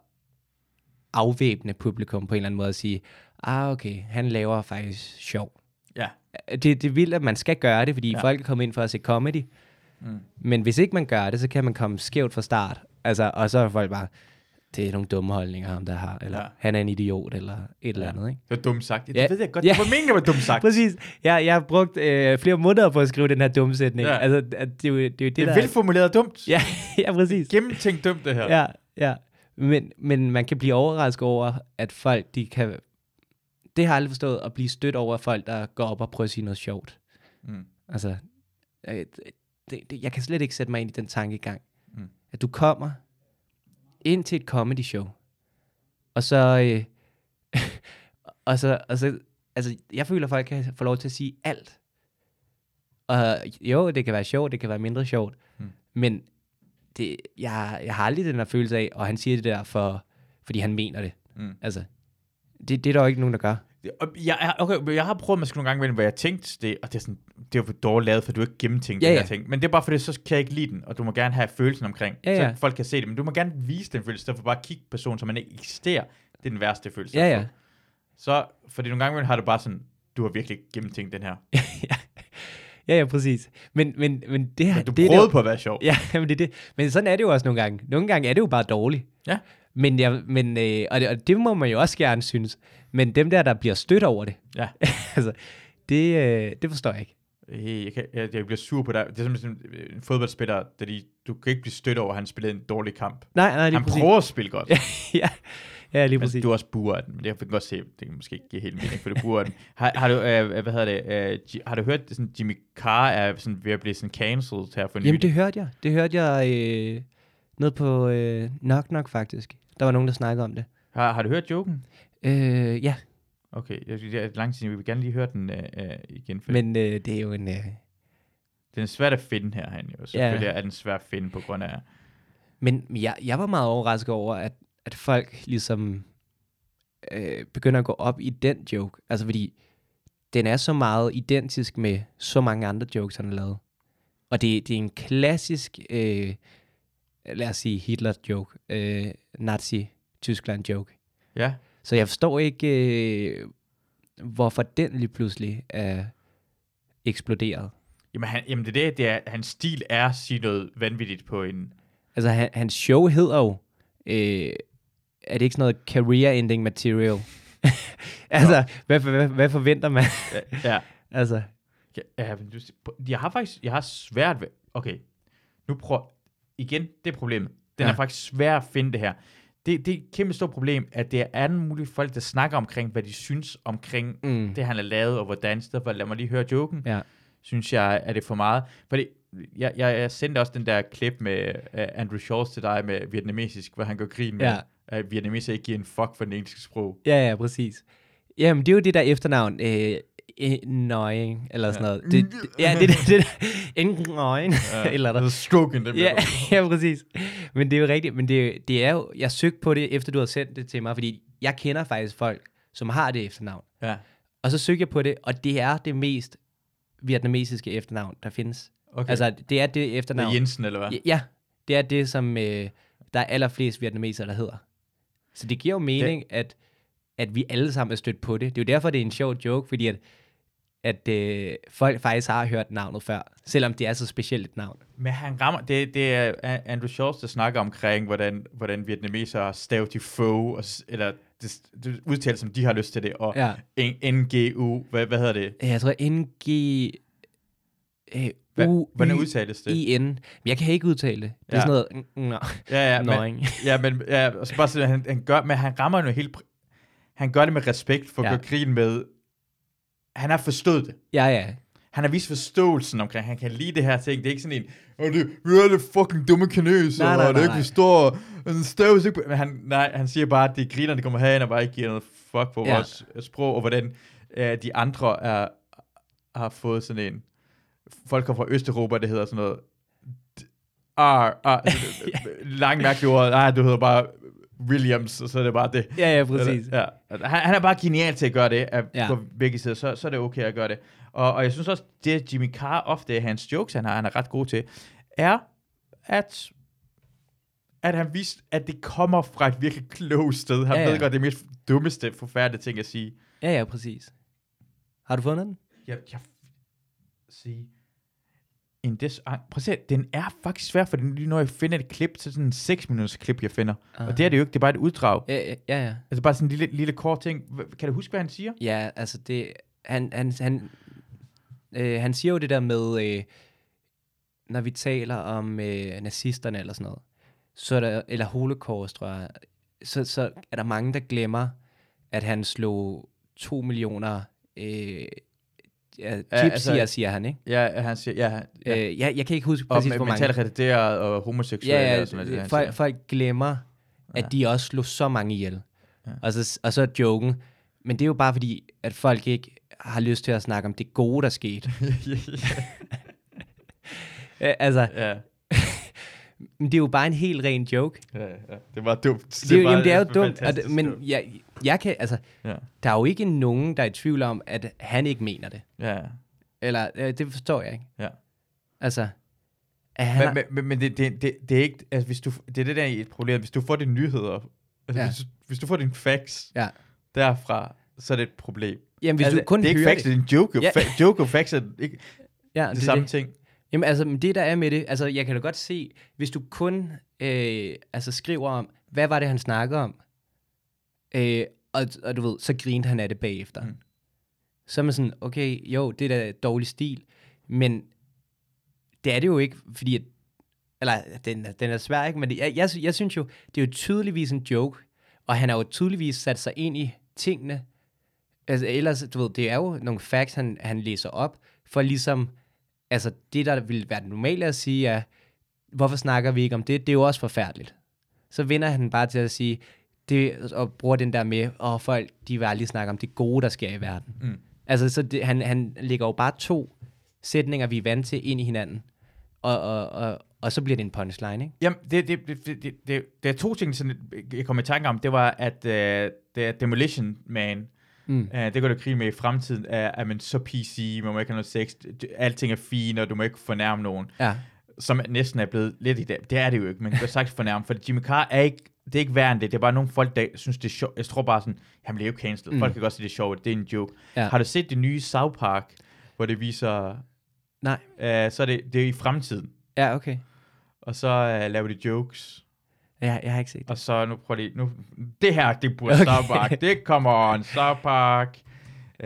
afvæbne publikum på en eller anden måde og sige, ah okay, han laver faktisk sjov. Ja. Det, det er vildt, at man skal gøre det, fordi Ja. ja. folk er kommet ind for at se comedy. Mm. Men hvis ikke man gør det, så kan man komme skævt fra start. Altså, og så er folk bare, det er nogle dumme holdninger, ham der har, eller Ja. ja. han er en idiot, eller et eller andet, ikke? Det var dumt sagt. Ja, Ja. det ved jeg godt. Ja. Det var meningen, det var dumt sagt. Præcis. Jeg, jeg har brugt øh, flere måneder på at skrive den her dumme sætning. Ja. Ja. Altså, at det, er jo, det er jo det, Det er der... velformuleret dumt. Ja, ja, præcis. Gennemtænkt dumt, det her. Ja, ja. Men, men man kan blive overrasket over, at folk, de kan... Det har jeg aldrig forstået, at blive stødt over folk, der går op og prøver at sige noget sjovt. Mm. Altså, øh, det, det, jeg kan slet ikke sætte mig ind i den tankegang. Mm. At du kommer ind til et comedy show, og så, øh, og så, og så, altså, jeg føler, at folk kan få lov til at sige alt. Og jo, det kan være sjovt, det kan være mindre sjovt, Mm. men det, jeg, jeg har aldrig den der følelse af, og han siger det der, for, fordi han mener det. Mm. Altså, det, det er der jo ikke nogen, der gør. Og Jeg, jeg- okay, jeg har prøvet måske nogle gange imellem, hvor jeg tænkte det, og det er sådan, det er jo for dårligt lavet, for du har ikke gennemtænkt Ja, den ja. her ting. Men det er bare fordi, så kan jeg ikke lide den, og du må gerne have følelsen omkring, Ja, ja. så folk kan se det. Men du må gerne vise den følelse, derfor bare kigge på personen, så man ikke eksisterer. Det er den værste følelse. Ja, at ja. få. Så, fordi nogle gange imellem har du bare sådan, du har virkelig gennemtænkt den her. ja, ja, ja, præcis. Men, men, men det her... Men du det, prøvede det, på at være sjov. Ja, men det er det. Men sådan er det jo også nogle gange. Nogle gange er det jo bare dårligt. Ja. Men, jeg, men øh, og, det, og det må man jo også gerne synes. Men dem der, der bliver stødt over det, Ja. altså, det, øh, det forstår jeg ikke. Hey, jeg, kan, jeg, jeg bliver sur på dig. Det er som sådan en fodboldspiller, der de, du kan ikke blive stødt over, at han spillede en dårlig kamp. Nej, nej, det er Han præcis. prøver at spille godt. ja, ja, lige Men præcis. du er også buer af den, men det kan jeg godt se, det kan måske ikke give helt mening, for du buer af den. Har, har du, øh, hvad hedder det, øh, G- har du hørt, sådan, Jimmy Carr er sådan, ved at blive sådan cancelled her for nylig? Jamen, det hørte jeg. Det hørte jeg øh, nede på øh, Knock Knock, faktisk. Der var nogen, der snakkede om det. Har, har du hørt joken? Øh, ja, Okay, jeg, jeg, jeg, lang tid, jeg vil gerne lige høre den øh, øh, igen, for men øh, det er jo en... Øh, den er svært at finde her, han jo. Selvfølgelig er den svær at finde på grund af... Men jeg, jeg var meget overrasket over, at, at folk ligesom øh, begynder at gå op i den joke. Altså fordi, den er så meget identisk med så mange andre jokes, han har lavet. Og det, det er en klassisk, øh, lad os sige Hitler-joke, øh, Nazi-Tyskland-joke. Ja, Så jeg forstår ikke, øh, hvorfor den lige pludselig er eksploderet. jamen, han, jamen det er det, det er, hans stil er at sige noget vanvittigt på en... Altså, han, hans show hedder jo, øh, er det ikke sådan noget career-ending material? altså, hvad, hvad, hvad forventer man? Ja, ja. altså, Ja, ja, men du, jeg har faktisk, jeg har svært ved, okay, nu prøv, igen, det er problemet. Den Ja. er faktisk svær at finde det her. det, det er et kæmpe stort problem, at det er alle mulige folk, der snakker omkring, hvad de synes omkring Mm. det, han har lavet, og hvordan, i stedet for at lade mig lige høre joken, Ja. synes jeg, er det for meget. Fordi jeg, jeg, jeg sendte også den der klip med uh, Andrew Schultz til dig med vietnamesisk, hvor han går grin med, Ja. at vietnamesisk ikke giver en fuck for den engelske sprog. Ja, ja, præcis. Jamen, det er jo det der efternavn, øh, annoying, eller sådan Ja. noget. Det, det, ja, det er det, det der, annoying, Ja, eller der. der. Stroken, det Ja, ja, præcis. Men det er jo rigtigt, men det, det er jo, jeg søgte på det, efter du havde sendt det til mig, fordi jeg kender faktisk folk, som har det efternavn. Ja. Og så søgte jeg på det, og det er det mest vietnamesiske efternavn, der findes. Okay. Altså, det er det det efternavn. er Jensen, eller hvad? Ja, det er det, som øh, der er allerflest vietnamesere, der hedder. Så det giver jo mening, det. at, at vi alle sammen er stødt på det. Det er jo derfor, det er en sjov joke, fordi at, at øh, folk faktisk har hørt navnet før, selvom det er så specielt et navn. Men han rammer, det, det er Andrew Schultz, der snakker omkring, hvordan, hvordan vietnamesere staver til foe, og, s- eller det, det udtaler, som de har lyst til det, og Ja. N G U, hvad, hvad hedder det? Jeg tror, N G øh, Hva, U hvordan udtales det? I N. Men jeg kan ikke udtale det. Det er Ja. sådan noget... mm, Nå. Ja, ja, men, Annoying. ja, men ja, og så bare sådan, han, han gør, men han rammer jo helt, pr- han gør det med respekt for at Ja. gøre grin med, han har forstået det. Ja, ja. Han har vist forståelsen omkring, han kan lide det her ting. Det er ikke sådan en, oh, det, vi er det fucking dumme kineser, Nej, nej, og det nej, ikke nej. forstår, den staves ikke på. Men han, nej, han siger bare, at det er griner, de kommer herind, og bare ikke giver noget fuck på Ja. vores sprog, og hvordan øh, de andre er, har fået sådan en, folk kommer fra Østeuropa, det hedder sådan noget, ar, ar, lang mærkelig ord, ah, du hedder bare Williams, og så er det bare det. Ja, ja, præcis. Ja. Han, han er bare genial til at gøre det, at Ja. på begge sider, så, så er det okay at gøre det. Og, og jeg synes også, det Jimmy Carr ofte, hans jokes, han, har, han er ret god til, er, at, at han viste, at det kommer fra et virkelig klogt sted. Han Ja, ja, ja. ved godt, det er mest dummeste, forfærdelige ting at sige. Ja, ja, præcis. Har du fundet den? Jeg, jeg sige, en des, ah, prøv at se, den er faktisk svær, for lige når jeg finder et klip, så sådan en seks minutters klip, jeg finder. Ah. Og det er det jo ikke, det er bare et uddrag. Ja, ja, ja. ja. Altså bare sådan en lille, lille kort ting. Hva- Kan du huske, hvad han siger? Ja, altså det, han, han, han, øh, han siger jo det der med, øh, når vi taler om øh, nazisterne eller sådan noget, så er der, eller holocaust, tror jeg, så, så er der mange, der glemmer, at han slog to millioner øh, ja, gypsier, altså- siger han, ikke? Ja, han siger, ja, ja. Øh, jeg, jeg kan ikke huske og præcis, med hvor mange. mentalt retarderet og homoseksuelle Ja, og sådan noget. ja, det, han folk, siger. folk glemmer, at Ja. de også slog så mange ihjel. Ja. Og, så, og så er joken, men det er jo bare fordi, at folk ikke har lyst til at snakke om det gode, der skete. Øh, altså, ja, men det er jo bare en helt ren joke. ja, ja, det var dumt. Det, er, jo- var jamen, det er jo et dumt, og fantastisk det, men joke. jeg, jeg kan, altså, Ja, der er jo ikke nogen, der er i tvivl om, at han ikke mener det. ja, Eller, øh, det forstår jeg ikke. ja. Altså, at han Men, har, men, men, men det, det, det, det er ikke, altså hvis du, det er det der i et problem, hvis du får dine nyheder, altså Ja. hvis, du, hvis du får dine facts ja. derfra, så er det et problem. Jamen, hvis altså, du kun det er ikke hører facts, det er en joke. Ja. Ja. Fa- joke og facts er ikke ja, det, det samme ting. Jamen altså, men det der er med det, altså jeg kan da godt se, hvis du kun øh, altså skriver om, hvad var det, han snakkede om, øh, og, og du ved, så grinte han af det bagefter. Mm. Mm. Så er man sådan, okay, jo, det er da dårlig stil, men det er det jo ikke, fordi, at, eller den, er- den er svær, ikke? Men det, jeg, jeg, jeg synes jo, det er jo tydeligvis en joke, og han har jo tydeligvis sat sig ind i tingene. Altså ellers, du ved, det er jo nogle facts, han, han læser op, for ligesom, altså det, der ville være det normale at sige, er, hvorfor snakker vi ikke om det? Det er jo også forfærdeligt. Så vender han bare til at sige, det, og bruger den der med, og folk, de vil aldrig snakke om det gode, der sker i verden. Mm. Altså, så det, han, han lægger jo bare to sætninger, vi er vant til, ind i hinanden. Og, og, og, og så bliver det en punchline, ikke? Jamen, det, det, det, det, det, det, det er to ting, sådan, jeg kom i tanke om. Det var, at uh, det er Demolition Man, Mm. uh, det går du krig med i fremtiden, er, er man så P C, man må ikke have noget sex, alting er fint, og du må ikke fornærme nogen. Ja. Som næsten er blevet lidt i dag. Det er det jo ikke, men det er sagt fornærme, for Jimmy Carr er ikke, det er ikke værre end det. Det er bare nogle folk, der synes, det er sjovt. Jeg tror bare sådan, han bliver jo cancelled. Mm. Folk kan godt sige, det er sjovt, det er en joke. Ja. Har du set det nye South Park, hvor det viser, Nej. uh, så er det, det er i fremtiden, Ja, okay. og så uh, laver de jokes, Ja, jeg har ikke set det. og så nu prøver de, nu, det her, det burde Okay. okay. South Park, det kommer on, South Park, uh,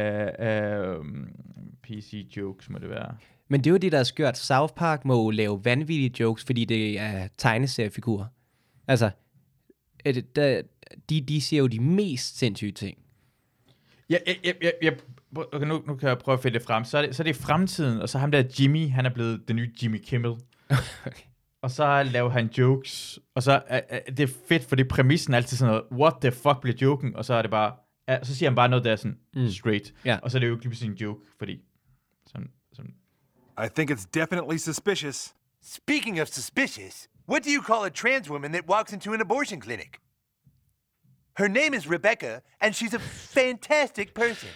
uh, P C jokes må det være. Men det er jo det, der er skørt. South Park må jo lave vanvittige jokes, fordi det er tegneseriefigurer. Altså, at der, de, de siger jo de mest sindssyge ting. Ja, ja, ja, ja, ja. Okay, nu, nu kan jeg prøve at finde det frem. Så er det, så er det fremtiden, og så ham der Jimmy, han er blevet den nye Jimmy Kimmel. Okay. Og så laver han jokes, og så er, er det er fedt, fordi præmissen er altid sådan noget, what the fuck bliver joken, og så er det bare, ja, så siger han bare noget, der er sådan Mm. straight, Ja. og så er det jo ikke lige pludselig en joke, fordi sådan, sådan. I think it's definitely suspicious. Speaking of suspicious, what do you call a trans woman that walks into an abortion clinic? Her name is Rebecca, and she's a fantastic person.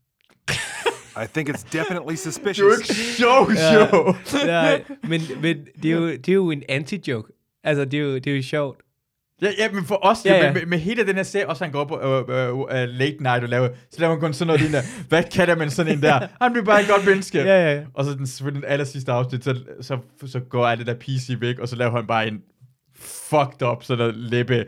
I think it's definitely Det er jo suspicious. ikke sjov, sjov. Nej, men, men det, er jo, det er jo en anti-joke. Altså, det er jo, det er jo sjovt. Ja, ja, men for os, Ja, ja, ja. Med, med hele den her serie, også han går på uh, uh, uh, late night og laver, så laver han kun sådan noget lignende, hvad kan der med sådan en der? Han bliver bare en godt menneske. Ja, ja, ja. Og så den, selvfølgelig den aller sidste afsnit, så, så, så går alt det der P C væk, og så laver han bare en fucked up sådan noget læbe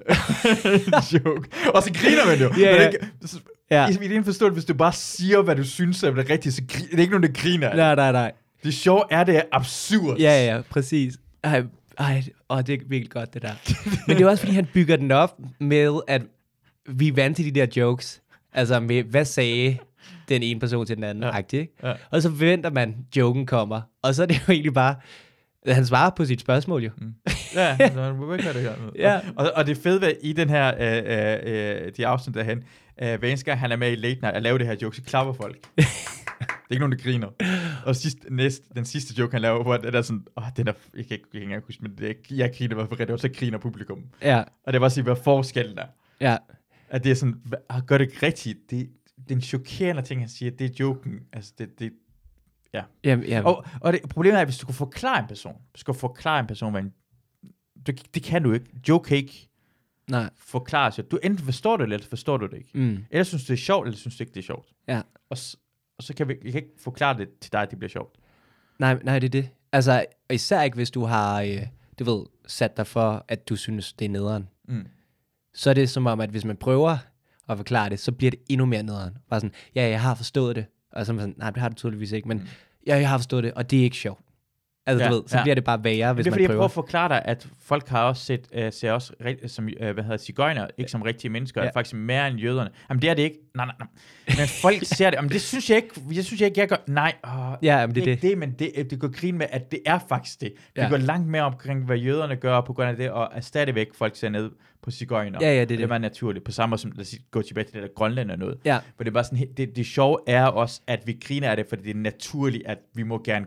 joke. Og så griner man jo. Ja, Men ja. Ikke, så, Ja. I, I din forståelse, hvis du bare siger, hvad du synes er det rigtige, så gri- det er ikke nogen, der griner. Nej, nej, nej. Det sjove er, det er absurd. Ja, ja, præcis. Ej, ej, åh, det er virkelig godt, det der. Men det er også, fordi han bygger den op med, at vi er vant til de der jokes. Altså med, hvad sagde den ene person til den anden, Ja. ja. ikke? Ja. Og så forventer man, joken kommer. Og så er det jo egentlig bare, han svarer på sit spørgsmål jo. Mm. Ja, så må ikke have det her. Ja. Og, og det fede ved i den her, øh, øh, øh, de afsnit derhen, øh, hver eneste gang han er med i Late Night og laver det her joke, så klapper folk. Det er ikke nogen, der griner. Og sidst, næst, den sidste joke, han laver, hvor det er sådan, åh, den er, jeg kan ikke, jeg kan ikke engang huske, men det er, jeg griner, hvorfor det er, så griner publikum. Ja, Og det var at sige, hvad forskellen er. ja. At det er sådan, hvad- gør det ikke rigtigt. Det, det er en chokerende ting, han siger, det er joken. Altså, det, det, ja. Jamen, jamen. Og, og det, problemet er, at hvis du kan forklare en person, du skal forklare en person, hvad en, det, det kan du ikke. Joke kan ikke Nej. forklare sig. Du enten forstår det, eller forstår du det ikke. Mm. Eller synes du, det er sjovt, eller synes du ikke, det er sjovt. Ja. Og, s- og så kan vi, jeg kan ikke forklare det til dig, at det bliver sjovt. Nej, nej, det er det. Altså, og især ikke, hvis du har, øh, du ved, sat dig for, at du synes, det er nederen. Mm. Så er det som om, at hvis man prøver at forklare det, så bliver det endnu mere nederen. Bare sådan, ja, jeg har forstået det. Og så er man sådan, nej, det har du tydeligvis ikke, men mm. ja, jeg har forstået det, og det er ikke sjovt. Altså, Ja, du ved, så ja. bliver det bare værre, hvis Det er man fordi, jeg prøver. prøver at forklare dig, at folk har også set, uh, ser også rigt- som, uh, hvad hedder cigøjner, ikke som rigtige mennesker, Ja. ja. faktisk mere end jøderne. Jamen det er det ikke. Nej, nej, nej. Men folk ser det. Jamen det synes jeg ikke, jeg synes jeg ikke, jeg gør. Nej, åh, Ja, men det er ikke det. det, men det, det går grin med, at det er faktisk det. Vi Ja. går langt mere omkring, hvad jøderne gør på grund af det, og er stadigvæk folk ser ned på cigøjner. Ja, ja, det er det. det. Det var naturligt. På samme måde som, lad os sige, gå tilbage til det der Grønland og noget. Ja. For det er bare sådan, det, det sjove er også, at vi griner af det, fordi det er naturligt, at vi må gerne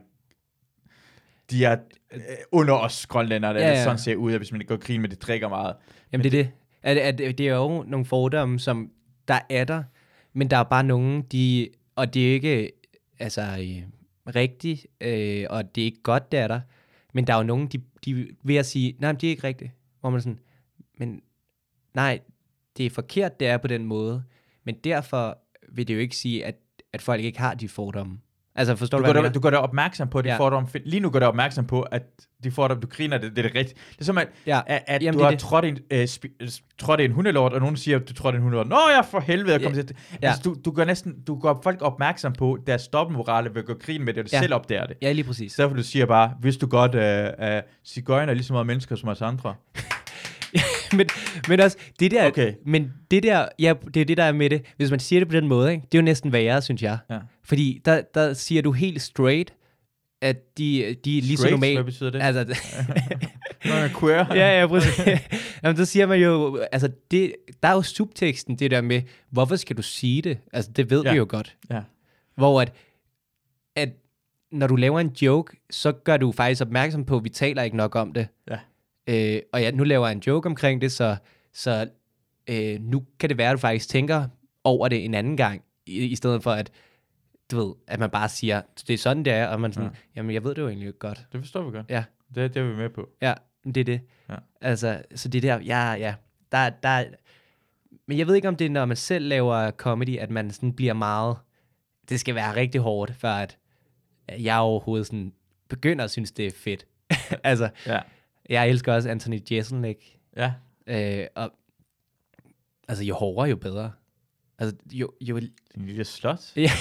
de er øh, under os grønlændere, der Ja, ja, ja. ja. sådan ser ud, at hvis man ikke går grin med, det drikker meget. Jamen, det er det. At, at, det er jo nogle fordomme, som der er der, men der er bare nogen, de, og det er ikke altså øh, rigtigt, øh, og det er ikke godt, det er der, men der er jo nogen, de, de ved at sige, nej, men det er ikke rigtigt, hvor man er sådan, men nej, det er forkert, det er på den måde, men derfor vil det jo ikke sige, at, at folk ikke har de fordomme. Altså, forstår Du du, gør, hvad jeg det, mener? du gør det opmærksom på, at de Ja. ja. fordomme, lige nu gør det opmærksom på, at de fordomme, du griner, det, det er det rigtigt. Det er som, at, Ja. at, at Jamen, du det er har det. trådt i en, øh, spi, øh, trådt i en hundelort, og nogen siger, at du trådte i en hundelort. Nå ja, for helvede, jeg kom Ja. til det. Ja. Altså, du, du gør næsten, du gør folk opmærksom på, deres dobbeltmorale ved at gå grin med det, og du Ja. selv opdager det. Ja, lige præcis. Så derfor du siger bare, hvis du godt øh, er cigøjner, lige så meget mennesker som os andre. men, men også, det der, Okay. men det der, ja, det er det, der er med det. Hvis man siger det på den måde, ikke, det er jo næsten værre, synes jeg. Ja. Fordi der, der siger du helt straight, at de, de er lige så Straight? normalt. Hvad betyder det? Altså, Nå, jeg er queer. ja, ja, præcis. Jamen, så siger man jo, altså, det, der er jo subteksten, det der med, hvorfor skal du sige det? Altså, det ved Ja. vi jo godt. Ja. Hvor at, at, når du laver en joke, så gør du faktisk opmærksom på, at vi taler ikke nok om det. Ja. Øh, og ja, nu laver jeg en joke omkring det, så, så øh, nu kan det være, at du faktisk tænker over det en anden gang, i, i stedet for at, du ved, at man bare siger, det er sådan, det er, og man sådan, ja. Jamen, jeg ved det jo egentlig ikke godt. Det forstår vi godt. Ja, Det, det er vi med på. ja, det er det. Ja. Altså, så det der, ja, ja, der, der, men jeg ved ikke, om det er, når man selv laver comedy, at man sådan bliver meget, det skal være rigtig hårdt, for at jeg overhovedet sådan begynder at synes, det er fedt. altså, Ja. jeg elsker også Anthony Jeselnik, Ja. øh, og altså, jo hårdere, jo bedre. Altså, jo, jo, En lille slot. ja,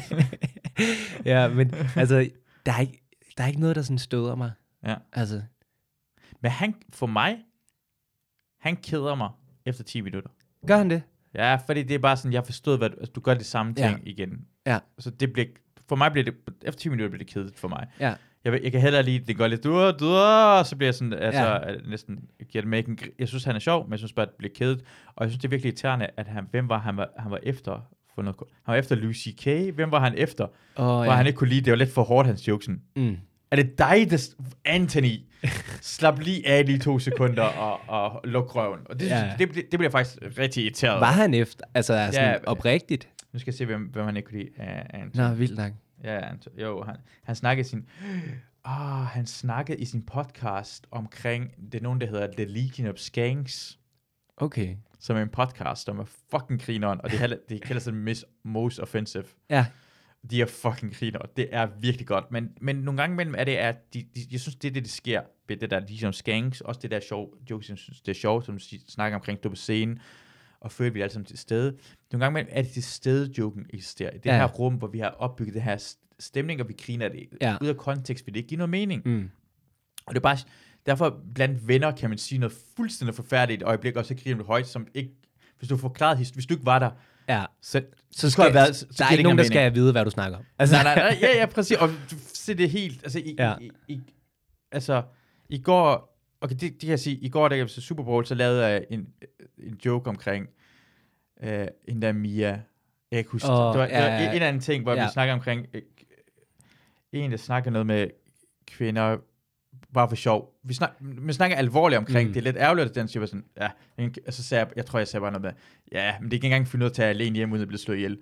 ja, men altså, der er, ikke, der er ikke noget, der sådan støder mig. Ja. Altså, Men han, for mig, Han keder mig efter ti minutter. Gør han det? Ja, fordi det er bare sådan, jeg forstod, hvad du, altså, du gør det samme ting Ja. igen. Ja. Så det bliver, for mig bliver det, efter ti minutter bliver det kedeligt for mig. Ja. Jeg, jeg kan hellere lige, det går lidt, du, du, og så bliver jeg sådan, altså, Ja. næsten, giver det med ikke en, jeg synes, han er sjov, men jeg synes bare, det bliver kedeligt. Og jeg synes, det er virkelig irriterende, at han, hvem var han, var, han var efter, for noget, han var efter Louis C K, hvem var han efter? Oh, Hvor ja. han ikke kunne lide, det var lidt for hårdt, hans jokesen. Mm. Er det dig, der... Anthony, slap lige af lige to sekunder og, og luk røven. Og det, Ja. ja. det, det, det bliver jeg faktisk rigtig irriteret. Var han efter? Altså sådan Ja, oprigtigt? Nu skal jeg se, hvem, hvem han ikke kunne lide. Uh, Anthony. Nå, vildt nok. Ja, Anto- jo, han, han snakkede sin... Ah, han snakkede i sin podcast omkring, det er nogen, der hedder The Legion of Skanks, Okay. som er en podcast, som er fucking grineren, og det, heller, det kalder sig Miss Most Offensive. Ja. De er fucking griner, det er virkelig godt, men, men nogle gange imellem er det, at de, de, jeg synes, det er det, der sker ved det der Legion of Skanks, også det der sjov, jokes, jeg synes, det er sjovt, som de snakker omkring, stå på scenen, og føler vi alle sammen til stede. Nogle gange imellem er det til stede, joken eksisterer. I det Ja. her rum, hvor vi har opbygget det her stemning, og vi griner det. Ja. Ud af kontekst vil det ikke give noget mening. Mm. Og det er bare, derfor blandt venner kan man sige noget fuldstændig forfærdeligt et øjeblik, og så griner du højt, som ikke, hvis du forklaret historien, hvis du ikke var der, Ja. så, Så skulle skal, have været, så, så der er giver det ikke nogen, der mening. skal vide, hvad du snakker om. Altså, Nej, nej, nej, ja, ja, præcis, og du ser det helt, altså, i, Ja. i, i, altså, i går, okay, det, det kan jeg sige, i går, da jeg var til Super Bowl, så lavede jeg en, en joke omkring, øh, en der Mia, jeg kan ikke huske, Åh, det var, ja, det var ja. en, en anden ting, hvor Ja. vi snakker omkring, øh, en, der snakker noget med kvinder, bare for sjov. Vi, snak, vi snakker alvorligt omkring, Mm. det er lidt ærgerligt, at den siger sådan, ja, en, og så sagde jeg, jeg tror, jeg sagde bare noget med, ja, men det er ikke engang finde ud af at tage alene hjem, uden at blive slået ihjel.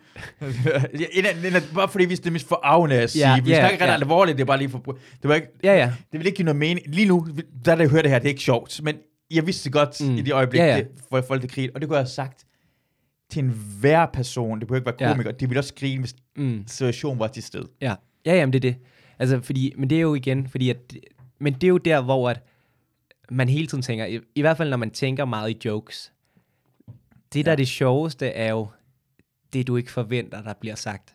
en, af, en af, bare fordi vi det er mest forarvende at sige, Ja, vi ja, snakker ret ja. alvorligt, det er bare lige for, det var ikke, ja, ja. det vil ikke give noget mening. Lige nu, der der hører det her, det er ikke sjovt, men jeg vidste det godt Mm. i det øjeblik, Ja, ja. det, hvor folk det griner, og det kunne jeg have sagt til enhver person, det kunne ikke være Ja. komiker, de ville også grine, hvis Mm. situationen var til stede. Ja, ja, jamen det er det. Altså, fordi, men det er jo igen, fordi at, men det er jo der, hvor at man hele tiden tænker, i, i hvert fald når man tænker meget i jokes, det der Ja. er det sjoveste er jo, det du ikke forventer, der bliver sagt.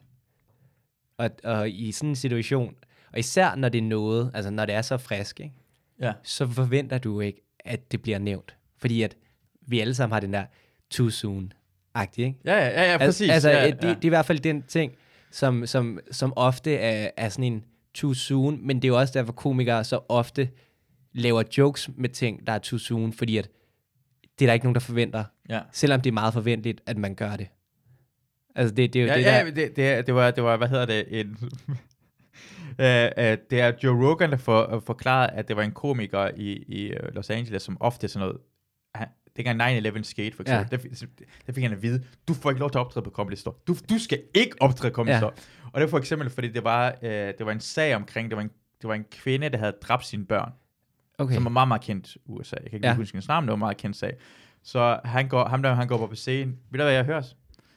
Og, og i sådan en situation, og især når det er noget, altså når det er så frisk, ikke, Ja. så forventer du ikke, at det bliver nævnt. Fordi at vi alle sammen har den der too soon-agtige, ikke? Ja, ja, ja, ja, præcis. Altså, ja, ja, ja. det, det er i hvert fald den ting, som, som, som ofte er, er sådan en too soon, men det er jo også derfor komikere så ofte laver jokes med ting, der er too soon, fordi at det er der ikke nogen, der forventer, ja. selvom det er meget forventeligt, at man gør det. Altså, det, det er jo Ja, det ja, der... det, det, det, var, det var, hvad hedder det, en... Uh, uh, det er Joe Rogan, der for, uh, forklarede, at det var en komiker i, i uh, Los Angeles, som ofte sådan noget... Han, dengang nine eleven skete, for eksempel, ja. der, der fik han at vide, du får ikke lov til at optræde på Comedy Store. Du, du skal ikke optræde på Comedy Ja. Store. Og det var for eksempel, fordi det var, uh, det var en sag omkring, det var en, det var en kvinde, der havde dræbt sine børn, Okay. som var meget, meget kendt i U S A. Jeg kan ikke Ja. ja. huske hendes navn, det var en meget kendt sag. Så han går, ham der, han går på scenen. Ved du, hvad jeg hører?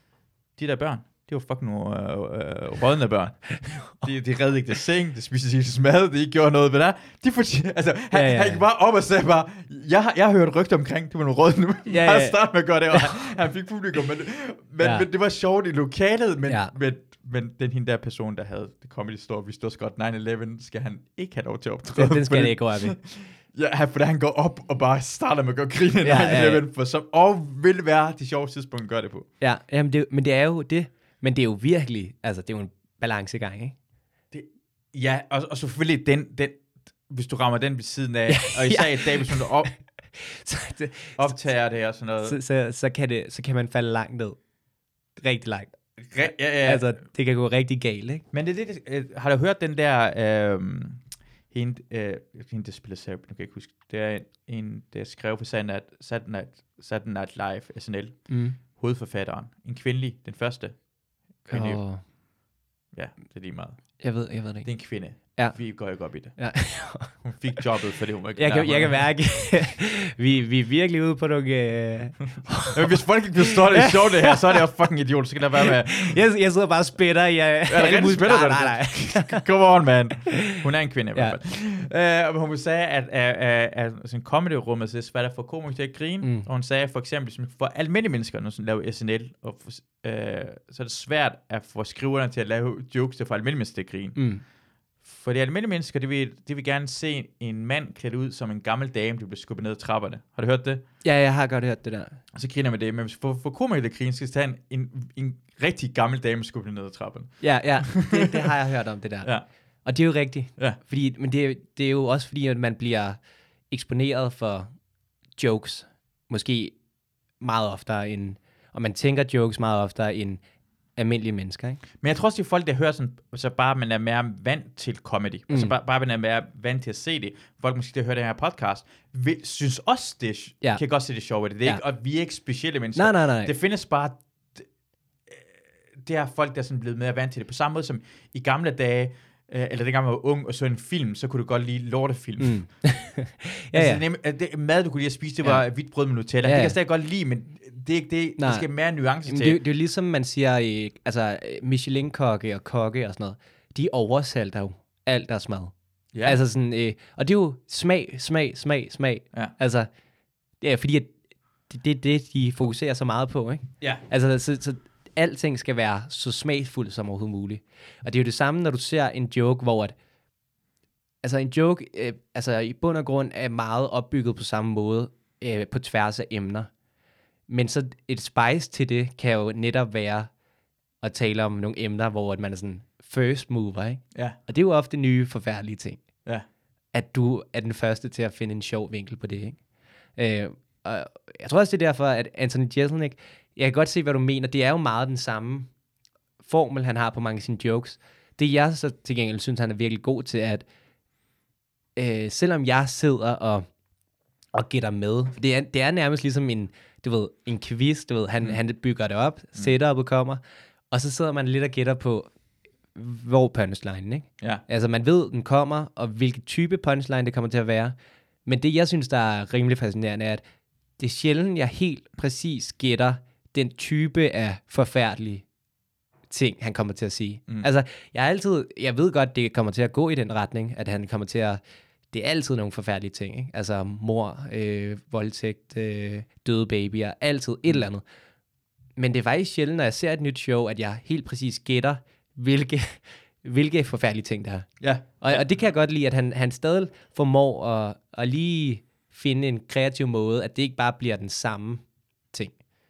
De der børn, det var fucking nogle øh, øh, rådne børn. De, de redde ikke det seng, de spiste sig mad, de ikke gjorde noget ved det. De fortjener, altså, han, Ja, ja, ja. han gik bare op og sagde bare, jeg, har- jeg har hørt rygter omkring, det var nogle rådne. Ja, Ja, ja. Han startede med at gøre det, og han, han fik publikum. Men, men, Ja. ja. men det var sjovt i lokalet, men, Ja. ja. men, men den hende der person, der havde det Comedy Store, vidste også godt, nine eleven skal han ikke have lov til at optræde. Den, den skal Fordi- det ikke røre ved. Ja, han- fordi han går op og bare starter med at gøre grine Ja, ja, ja, ja. for som, og vil være det sjove tidspunkt at gøre det på. Ja, jamen det, men det er jo det. Men det er jo virkelig, altså det er jo en balancegang, ikke? Det, ja, og, og selvfølgelig den, den, hvis du rammer den ved siden af, og især Ja. i dag, hvis du op, Så, det, optager det og sådan noget. så, så, så, kan det, så kan man falde langt ned. Rigtig langt. Re, ja, ja. Altså, det kan gå rigtig galt, ikke? Men det er det, øh, har du hørt den der, øh, hende, øh, hende, der spiller Sarah, nu kan jeg ikke huske, det er en, en der skrev for Saturday Night, Saturday Night, Saturday Night Live, S N L, Mm. hovedforfatteren, en kvindelig, den første kvindelige, Oh, ja, det er lige meget. jeg ved, jeg ved det Det ikke. er en kvinde. Ja. Vi går ikke op i det. Ja. Hun fik jobbet, fordi hun var ikke Jeg kan, jeg kan nærmere. mærke, vi, vi er virkelig ude på nogle... Øh... Men hvis folk ikke forstår det, er sjovt det her, så er det jo fucking idiot. Så kan der være med... jeg, jeg sidder bare og spætter i... Uh, Er det rigtig spætter, nej, nej, nej. Come on, man. Hun er en kvinde i Ja. hvert fald. Uh, hun sagde, at, at, at, at sådan comedy-rummet så er det svært at få komikere til at grine. Mm. Og hun sagde for eksempel, som for almindelige mennesker, når de laver S N L, og, uh, så er det svært at få skriverne til at lave jokes, der får almindelige mennesker til at grine. Mm. For de almindelige mennesker, de vil, de vil gerne se en mand klædt ud som en gammel dame, der bliver skubbet ned ad trapperne. Har du hørt det? Ja, jeg har godt hørt det der. Og så griner man det. Men hvis for, for komikere griner, skal tage en, en, en rigtig gammel dame skubbet ned ad trapperne. Ja, ja, det, det har jeg hørt om, det der. Ja. Og det er jo rigtigt. Ja. Fordi, men det, er- det er jo også fordi, at man bliver eksponeret for jokes, måske meget oftere end, og man tænker jokes meget oftere end almindelige mennesker, ikke? Men jeg tror også, det er folk, der hører sådan, så bare man er mere vant til comedy. Mm. Altså bare, bare man er mere vant til at se det. Folk måske, der hører den her podcast, vil, synes også, det er, Ja. kan godt se det sjovt. Det er Ja. ikke, og vi er ikke specielle mennesker. Nej, nej, nej. Det findes bare, det, det er folk, der er sådan blevet mere vant til det. På samme måde som i gamle dage, øh, eller dengang man var ung og så en film, så kunne du godt lide lortefilm. Mm. ja, ja, altså, ja. nem, det, mad, du kunne lide at spise, det var Ja. hvidt brød med Nutella. Ja, Det ja. kan jeg stadig godt lide, men det er ikke det. Nej. Der skal mere nuancer Jamen, til. det, er jo- det er jo ligesom man siger, i, altså Michelin-kokke og kokke og sådan noget, de oversalter jo alt deres mad. Ja. Ja. Altså sådan, øh, og det er jo smag, smag, smag, smag. Ja. Altså, det er fordi, at det er det, det, de fokuserer så meget på, ikke? ja. Altså, så, så alting skal være så smagfuldt som overhovedet muligt. Og det er jo det samme, når du ser en joke, hvor at, altså en joke, øh, altså i bund og grund er meget opbygget på samme måde, øh, på tværs af emner. Men så et spice til det, kan jo netop være at tale om nogle emner, hvor at man er sådan first mover, ikke? Ja. Og det er jo ofte nye, forfærdelige ting. Ja. At du er den første til at finde en sjov vinkel på det, ikke? Øh, og jeg tror også, det er derfor, at Anthony Jeselnik, jeg kan godt se, hvad du mener, det er jo meget den samme formel, han har på mange af sine jokes. Det jeg så til gengæld synes, han er virkelig god til, at øh, selvom jeg sidder og, og gætter med, for det er, det er nærmest ligesom en, du ved, en quiz, du ved, han, mm. han bygger det op, setup'et kommer, og så sidder man lidt og gætter på, hvor punchlinen, ikke? Ja. Altså, man ved, den kommer, og hvilken type punchline det kommer til at være. Men det, jeg synes, der er rimelig fascinerende, er, at det er sjældent, jeg helt præcis gætter den type af forfærdelige ting, han kommer til at sige. Mm. Altså, jeg er altid, jeg ved godt, det kommer til at gå i den retning, at han kommer til at, det er altid nogle forfærdelige ting, ikke? Altså, mor, øh, voldtægt, øh, døde babyer, altid et eller andet. Men det er faktisk sjældent, når jeg ser et nyt show, at jeg helt præcis gætter, hvilke, hvilke forfærdelige ting der er. Ja. Og, og det kan jeg godt lide, at han, han stadig formår at, at lige finde en kreativ måde, at det ikke bare bliver den samme ting.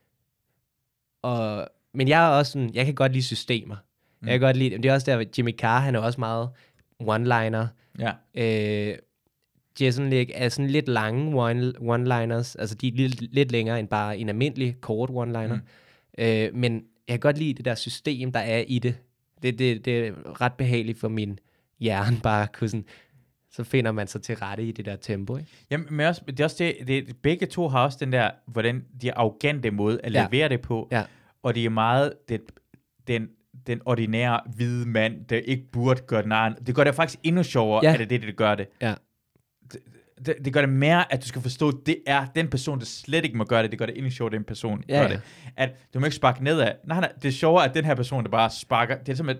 Og, men jeg er også sådan, jeg kan godt lide systemer. Mm. Jeg kan godt lide, det er også der, Jimmy Carr, han er også meget one-liner. Ja. Øh, Jason Leg er sådan lidt lange one, one-liners, altså de er lidt, lidt længere end bare en almindelig kort one-liner. Mm. Øh, men jeg kan godt lide det der system, der er i det. Det, det, det er ret behageligt for min hjerne, bare kunne sådan, så finder man sig til rette i det der tempo, ikke? Jamen, men også, det er også det, det, begge to har også den der, hvordan de er arrogante måde at Ja. levere det på, Ja. og det er meget det, den, den ordinære hvide mand, der ikke burde gøre nej. Det gør det faktisk endnu sjovere, Ja. at det er det, det gør det. Ja. Det, det. Det gør det mere, at du skal forstå, at det er den person, der slet ikke må gøre det. Det gør det endnu sjovere, at den person Ja, gør ja. det. At du må ikke sparke nedad. Nej, nej, det er sjovere, at den her person, der bare sparker, det er som et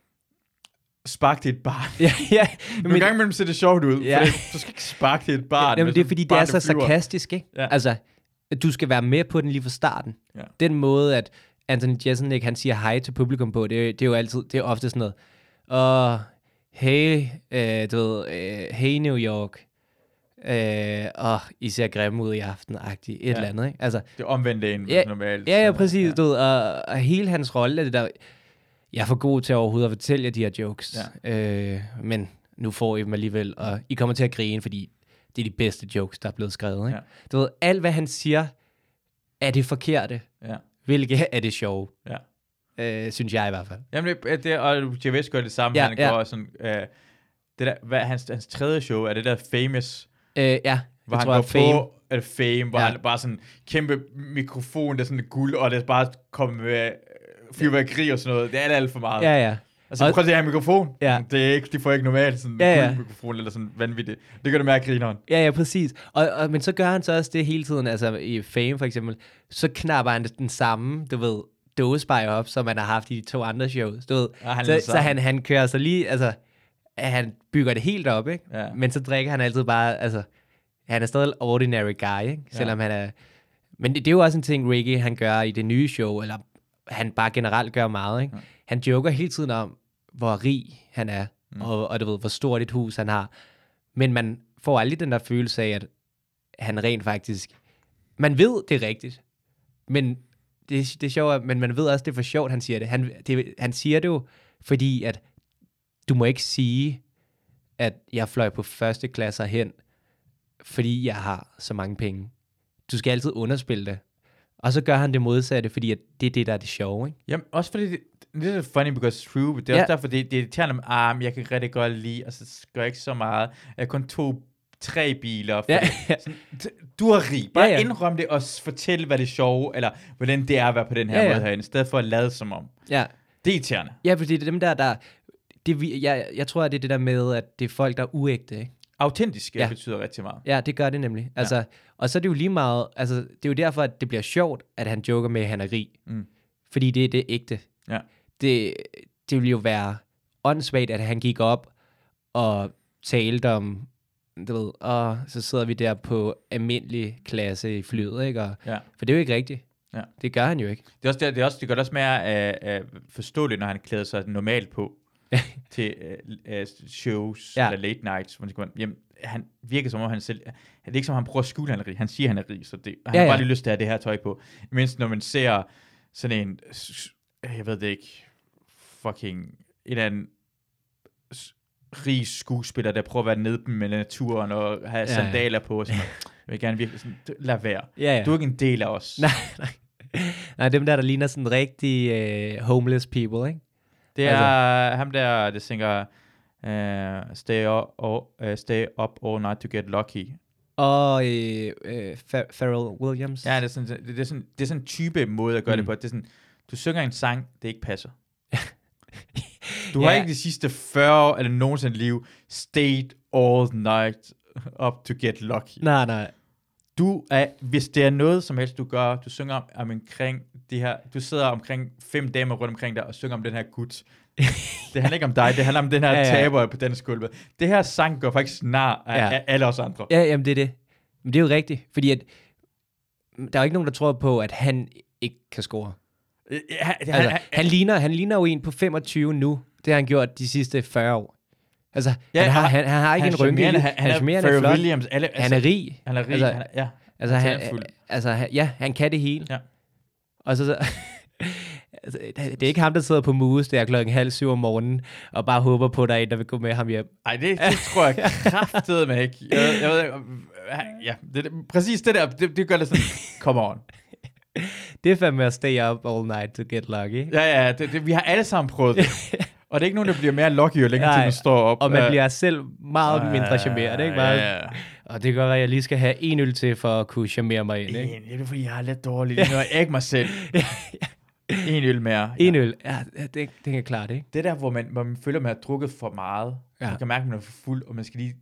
spark til et barn. Ja, ja. Nogle gange imellem ser det sjovt ud, Ja. for det, du skal ikke sparke til et barn. Jamen, hvis det er du fordi, det barn, er der så flyver. sarkastisk, ikke? Ja. Altså, at du skal være med på den lige fra starten. Ja. Den måde, at Anthony Jeselnik, han siger hej til publikum på, det, er- det er jo altid, det er ofte sådan noget, åh, hey, øh, du ved, øh, hey New York, øh, åh, I ser grimme ud i aften, agtigt, et Ja. eller andet, ikke? Altså, Det er omvendt en Ja, normalt. ja, ja, så- præcis, du ved, og, og hele hans rolle er det der, jeg er for god til overhovedet at fortælle jer de her jokes, øh, men nu får I dem alligevel, og I kommer til at grine, fordi det er de bedste jokes, der er blevet skrevet, ikke? Ja. Du ved, alt hvad han siger, er det forkerte, Ja. hvilket er det sjove, Ja. øh, synes jeg i hvert fald. Jamen, det, det og Gervais gør det samme. Ja, Han ja. går sådan, øh, det der, hvad, hans, hans tredje show er det der Famous, Øh, ja, hvor jeg han tror, går at fame, på er det Fame, hvor Ja. han bare sådan kæmpe mikrofon, der er sådan guld, og det er bare kommet med fyrværkeri og sådan noget. Det er alt, alt for meget. ja, ja, Altså, Og- prøv at se her mikrofon. Ja. Det er ikke, de får ikke normalt sådan en Ja, ja. guldmikrofon eller sådan vanvittigt. Det gør det mere grineren. ja, ja, præcis. Og, og, men så gør han så også det hele tiden, altså i Fame for eksempel, så knapper han den samme, du ved, dåsebajer op, som man har haft i de to andre shows, du ved. Ja, han er så det så samme. han, han kører så lige, altså, at han bygger det helt op, ikke? Ja. Men så drikker han altid bare, altså, han er stadig ordinary guy, ikke? Selvom han er, men det, det er jo også en ting, Ricky, han gør i det nye show, eller han bare generelt gør meget, ikke? Ja. Han joker hele tiden om, hvor rig han er, mm. og, og du ved, hvor stort et hus han har. Men man får aldrig den der følelse af, at han rent faktisk... Man ved, det er rigtigt, men det, det er sjovt, men man ved også, det er for sjovt, han siger det. Han, det, han siger det jo, fordi at du må ikke sige, at jeg fløj på første klasser hen, fordi jeg har så mange penge. Du skal altid underspille det. Og så gør han det modsatte, fordi at det er det, der er det sjove, ikke? Jamen, også fordi det, det er funny because true, det er Ja. også derfor, det, det er irriterende om, ah, men jeg kan rigtig godt lide, og så gør jeg ikke så meget. Jeg har kun to, tre biler. For Ja. det. Sådan, t- du er rig. Bare Ja, ja, ja. ja. indrøm det, og s- fortæl, hvad det er sjove, eller hvordan det er at være på den her Ja, ja, ja. måde herinde, i stedet for at lade som om. Ja. Det er irriterende. Ja, fordi det er dem der, der... Det, vi- jeg, jeg tror, at det er det der med, at det er folk, der er uægte, ikke? Autentisk Ja. ja. betyder rigtig meget. Ja, det gør det nemlig. Altså, ja. Og så er det jo lige meget... Altså, det er jo derfor, at det bliver sjovt, at han joker med, at han er rig. Mm. Fordi det er det ægte. Ja. Det, det ville jo være åndssvagt, at han gik op og talte om... Du ved, og så sidder vi der på almindelig klasse i flyet, ikke? Og, Ja. for det er jo ikke rigtigt. Ja. Det gør han jo ikke. Det, er også, det, er også, det gør det også mere uh, uh, forståeligt, når han klæder sig normalt på til uh, uh, shows Ja. ja. eller late nights. Hvor han, skal, jamen, han virker som om han selv... Det er ikke som om han prøver at skjule, han er rig. Han siger, han er rig, så det, han Ja, har ja. bare lige lyst til at have det her tøj på. Mens når man ser sådan en... s- Jeg ved det ikke... Fucking... En eller anden s- rig skuespiller, der prøver at være nede med naturen og have Ja, ja, ja. sandaler på. Og sådan noget. Jeg vil gerne virkelig sådan... Lad være. Ja, ja. Du er ikke en del af os. Nej, nej. Nej, dem der, der ligner sådan rigtig uh, homeless people, ikke? Det er altså, ham der, der synger uh, stay, up, uh, stay up all night to get lucky. Og uh, uh, Pharrell Williams. Ja, det er sådan, det, det er sådan, det er sådan en type måde at gøre Mm. mm. det på. Det er sådan, du synger en sang, det ikke passer. Du Ja. har ikke de sidste fyrre år eller nogensinde liv stayed all night up to get lucky. Nej, nej. Du er, hvis det er noget som helst, du gør, du synger om, om omkring det her, du sidder omkring fem damer rundt omkring dig og synger om den her gut. Det handler ikke om dig, det handler om den her Ja, ja, ja. ja. taber på dansegulvet. Det her sang går faktisk nar af, Ja. ja. af alle os andre. Ja, jamen det er det. Men det er jo rigtigt, fordi at, der er jo ikke nogen, der tror på, at han ikke kan score. Ja, han, Altså, han, han, ligner, han ligner jo en på femogtyve nu. Det har han gjort de sidste fyrre år. Altså, Ja, han, har, og han, han har ikke han en rynke. i charmerende, det. han, Han er han er charmerende, Pharrell flot. Williams. Alle, Han er rig. Han er rig. Altså, Han er, ja. Altså, han, talentfuld. altså han, ja, han kan det hele. Ja. Og så, så altså, det er ikke ham, der sidder på Muse der klokken halv syv om morgenen, og bare håber på, at der er en, der vil gå med ham hjem. Ej, det, det tror jeg kraftedeme ikke. Jeg, jeg ved ikke, om- ja, det, det, præcis det der, det, det gør det sådan, come on. Det er fandme at stay up all night to get lucky. Ja, ja, det, det, vi har alle sammen prøvet det. Og det er ikke nogen, der bliver mere lucky, jo længere tid Nej, man står op. Og man Øh, bliver selv meget øh, mindre charmeret, ikke? Bare, Ja, ja. og det kan godt være, at jeg lige skal have en øl til, for at kunne charmere mig ind, ikke? En, det er fordi, jeg er lidt dårlig. Nu er jeg ikke mig selv. En øl mere. En Ja. øl, ja, det, det kan jeg klart, ikke? Det der, hvor man, hvor man føler, man har drukket for meget. Ja. Ja. Man kan mærke, at man er for fuld, og man skal lige,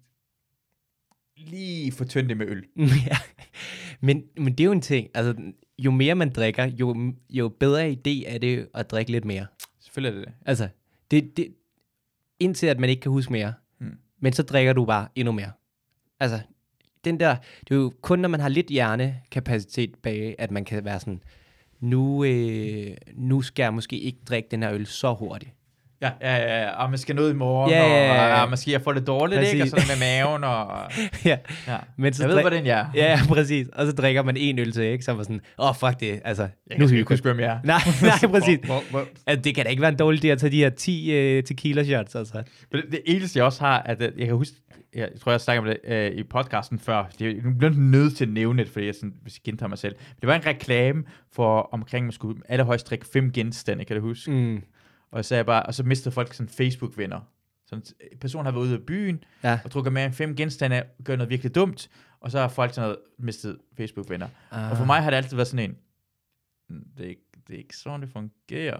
lige fortynde det med øl. Ja. Men, men det er jo en ting, altså jo mere man drikker, jo, jo bedre idé er det at drikke lidt mere. Selvfølgelig er det det. Altså, det, det, indtil at man ikke kan huske mere, Hmm. men så drikker du bare endnu mere. Altså, den der, det er jo kun, når man har lidt hjernekapacitet bag, at man kan være sådan, nu, øh, nu skal jeg måske ikke drikke den her øl så hurtigt. Ja, ja, ja, ja. Og man skal noget i morgen, Ja, ja, ja, ja. og, og måske jeg får det dårligt, Præcis. ikke? Og sådan med maven, og... Ja, Ja. men så Jeg ved, drik- hvordan jeg er. Ja, præcis. Og så drikker man en øl til, ikke? Så var sådan, åh, oh, fuck det, altså, Jeg nu kan hygger ikke huske, hvem jeg er. Nej, nej, præcis. Hvor- hvor- Altså, det kan da ikke være en dårlig idé at tage de her ti uh, tequila shots, altså. Men det, det eneste, jeg også har, at øh, jeg kan huske, jeg tror, jeg snakkede om det øh, i podcasten før. Det er, nu bliver jeg nødt til at nævne det, fordi jeg, sådan, hvis jeg gentager mig selv. Det var en reklame for omkring, man skulle allerhøjst drikke fem genstande, kan du huske? Mm. Og så, jeg bare, og så mistede folk sådan Facebook-venner. Så en person har været ude af byen, Ja. og drukket mere end fem genstande, gør noget virkelig dumt, og så har folk sådan noget mistet Facebook-venner. Ah. Og for mig har det altid været sådan en, "Mm, det er ikke, det er ikke sådan, det fungerer.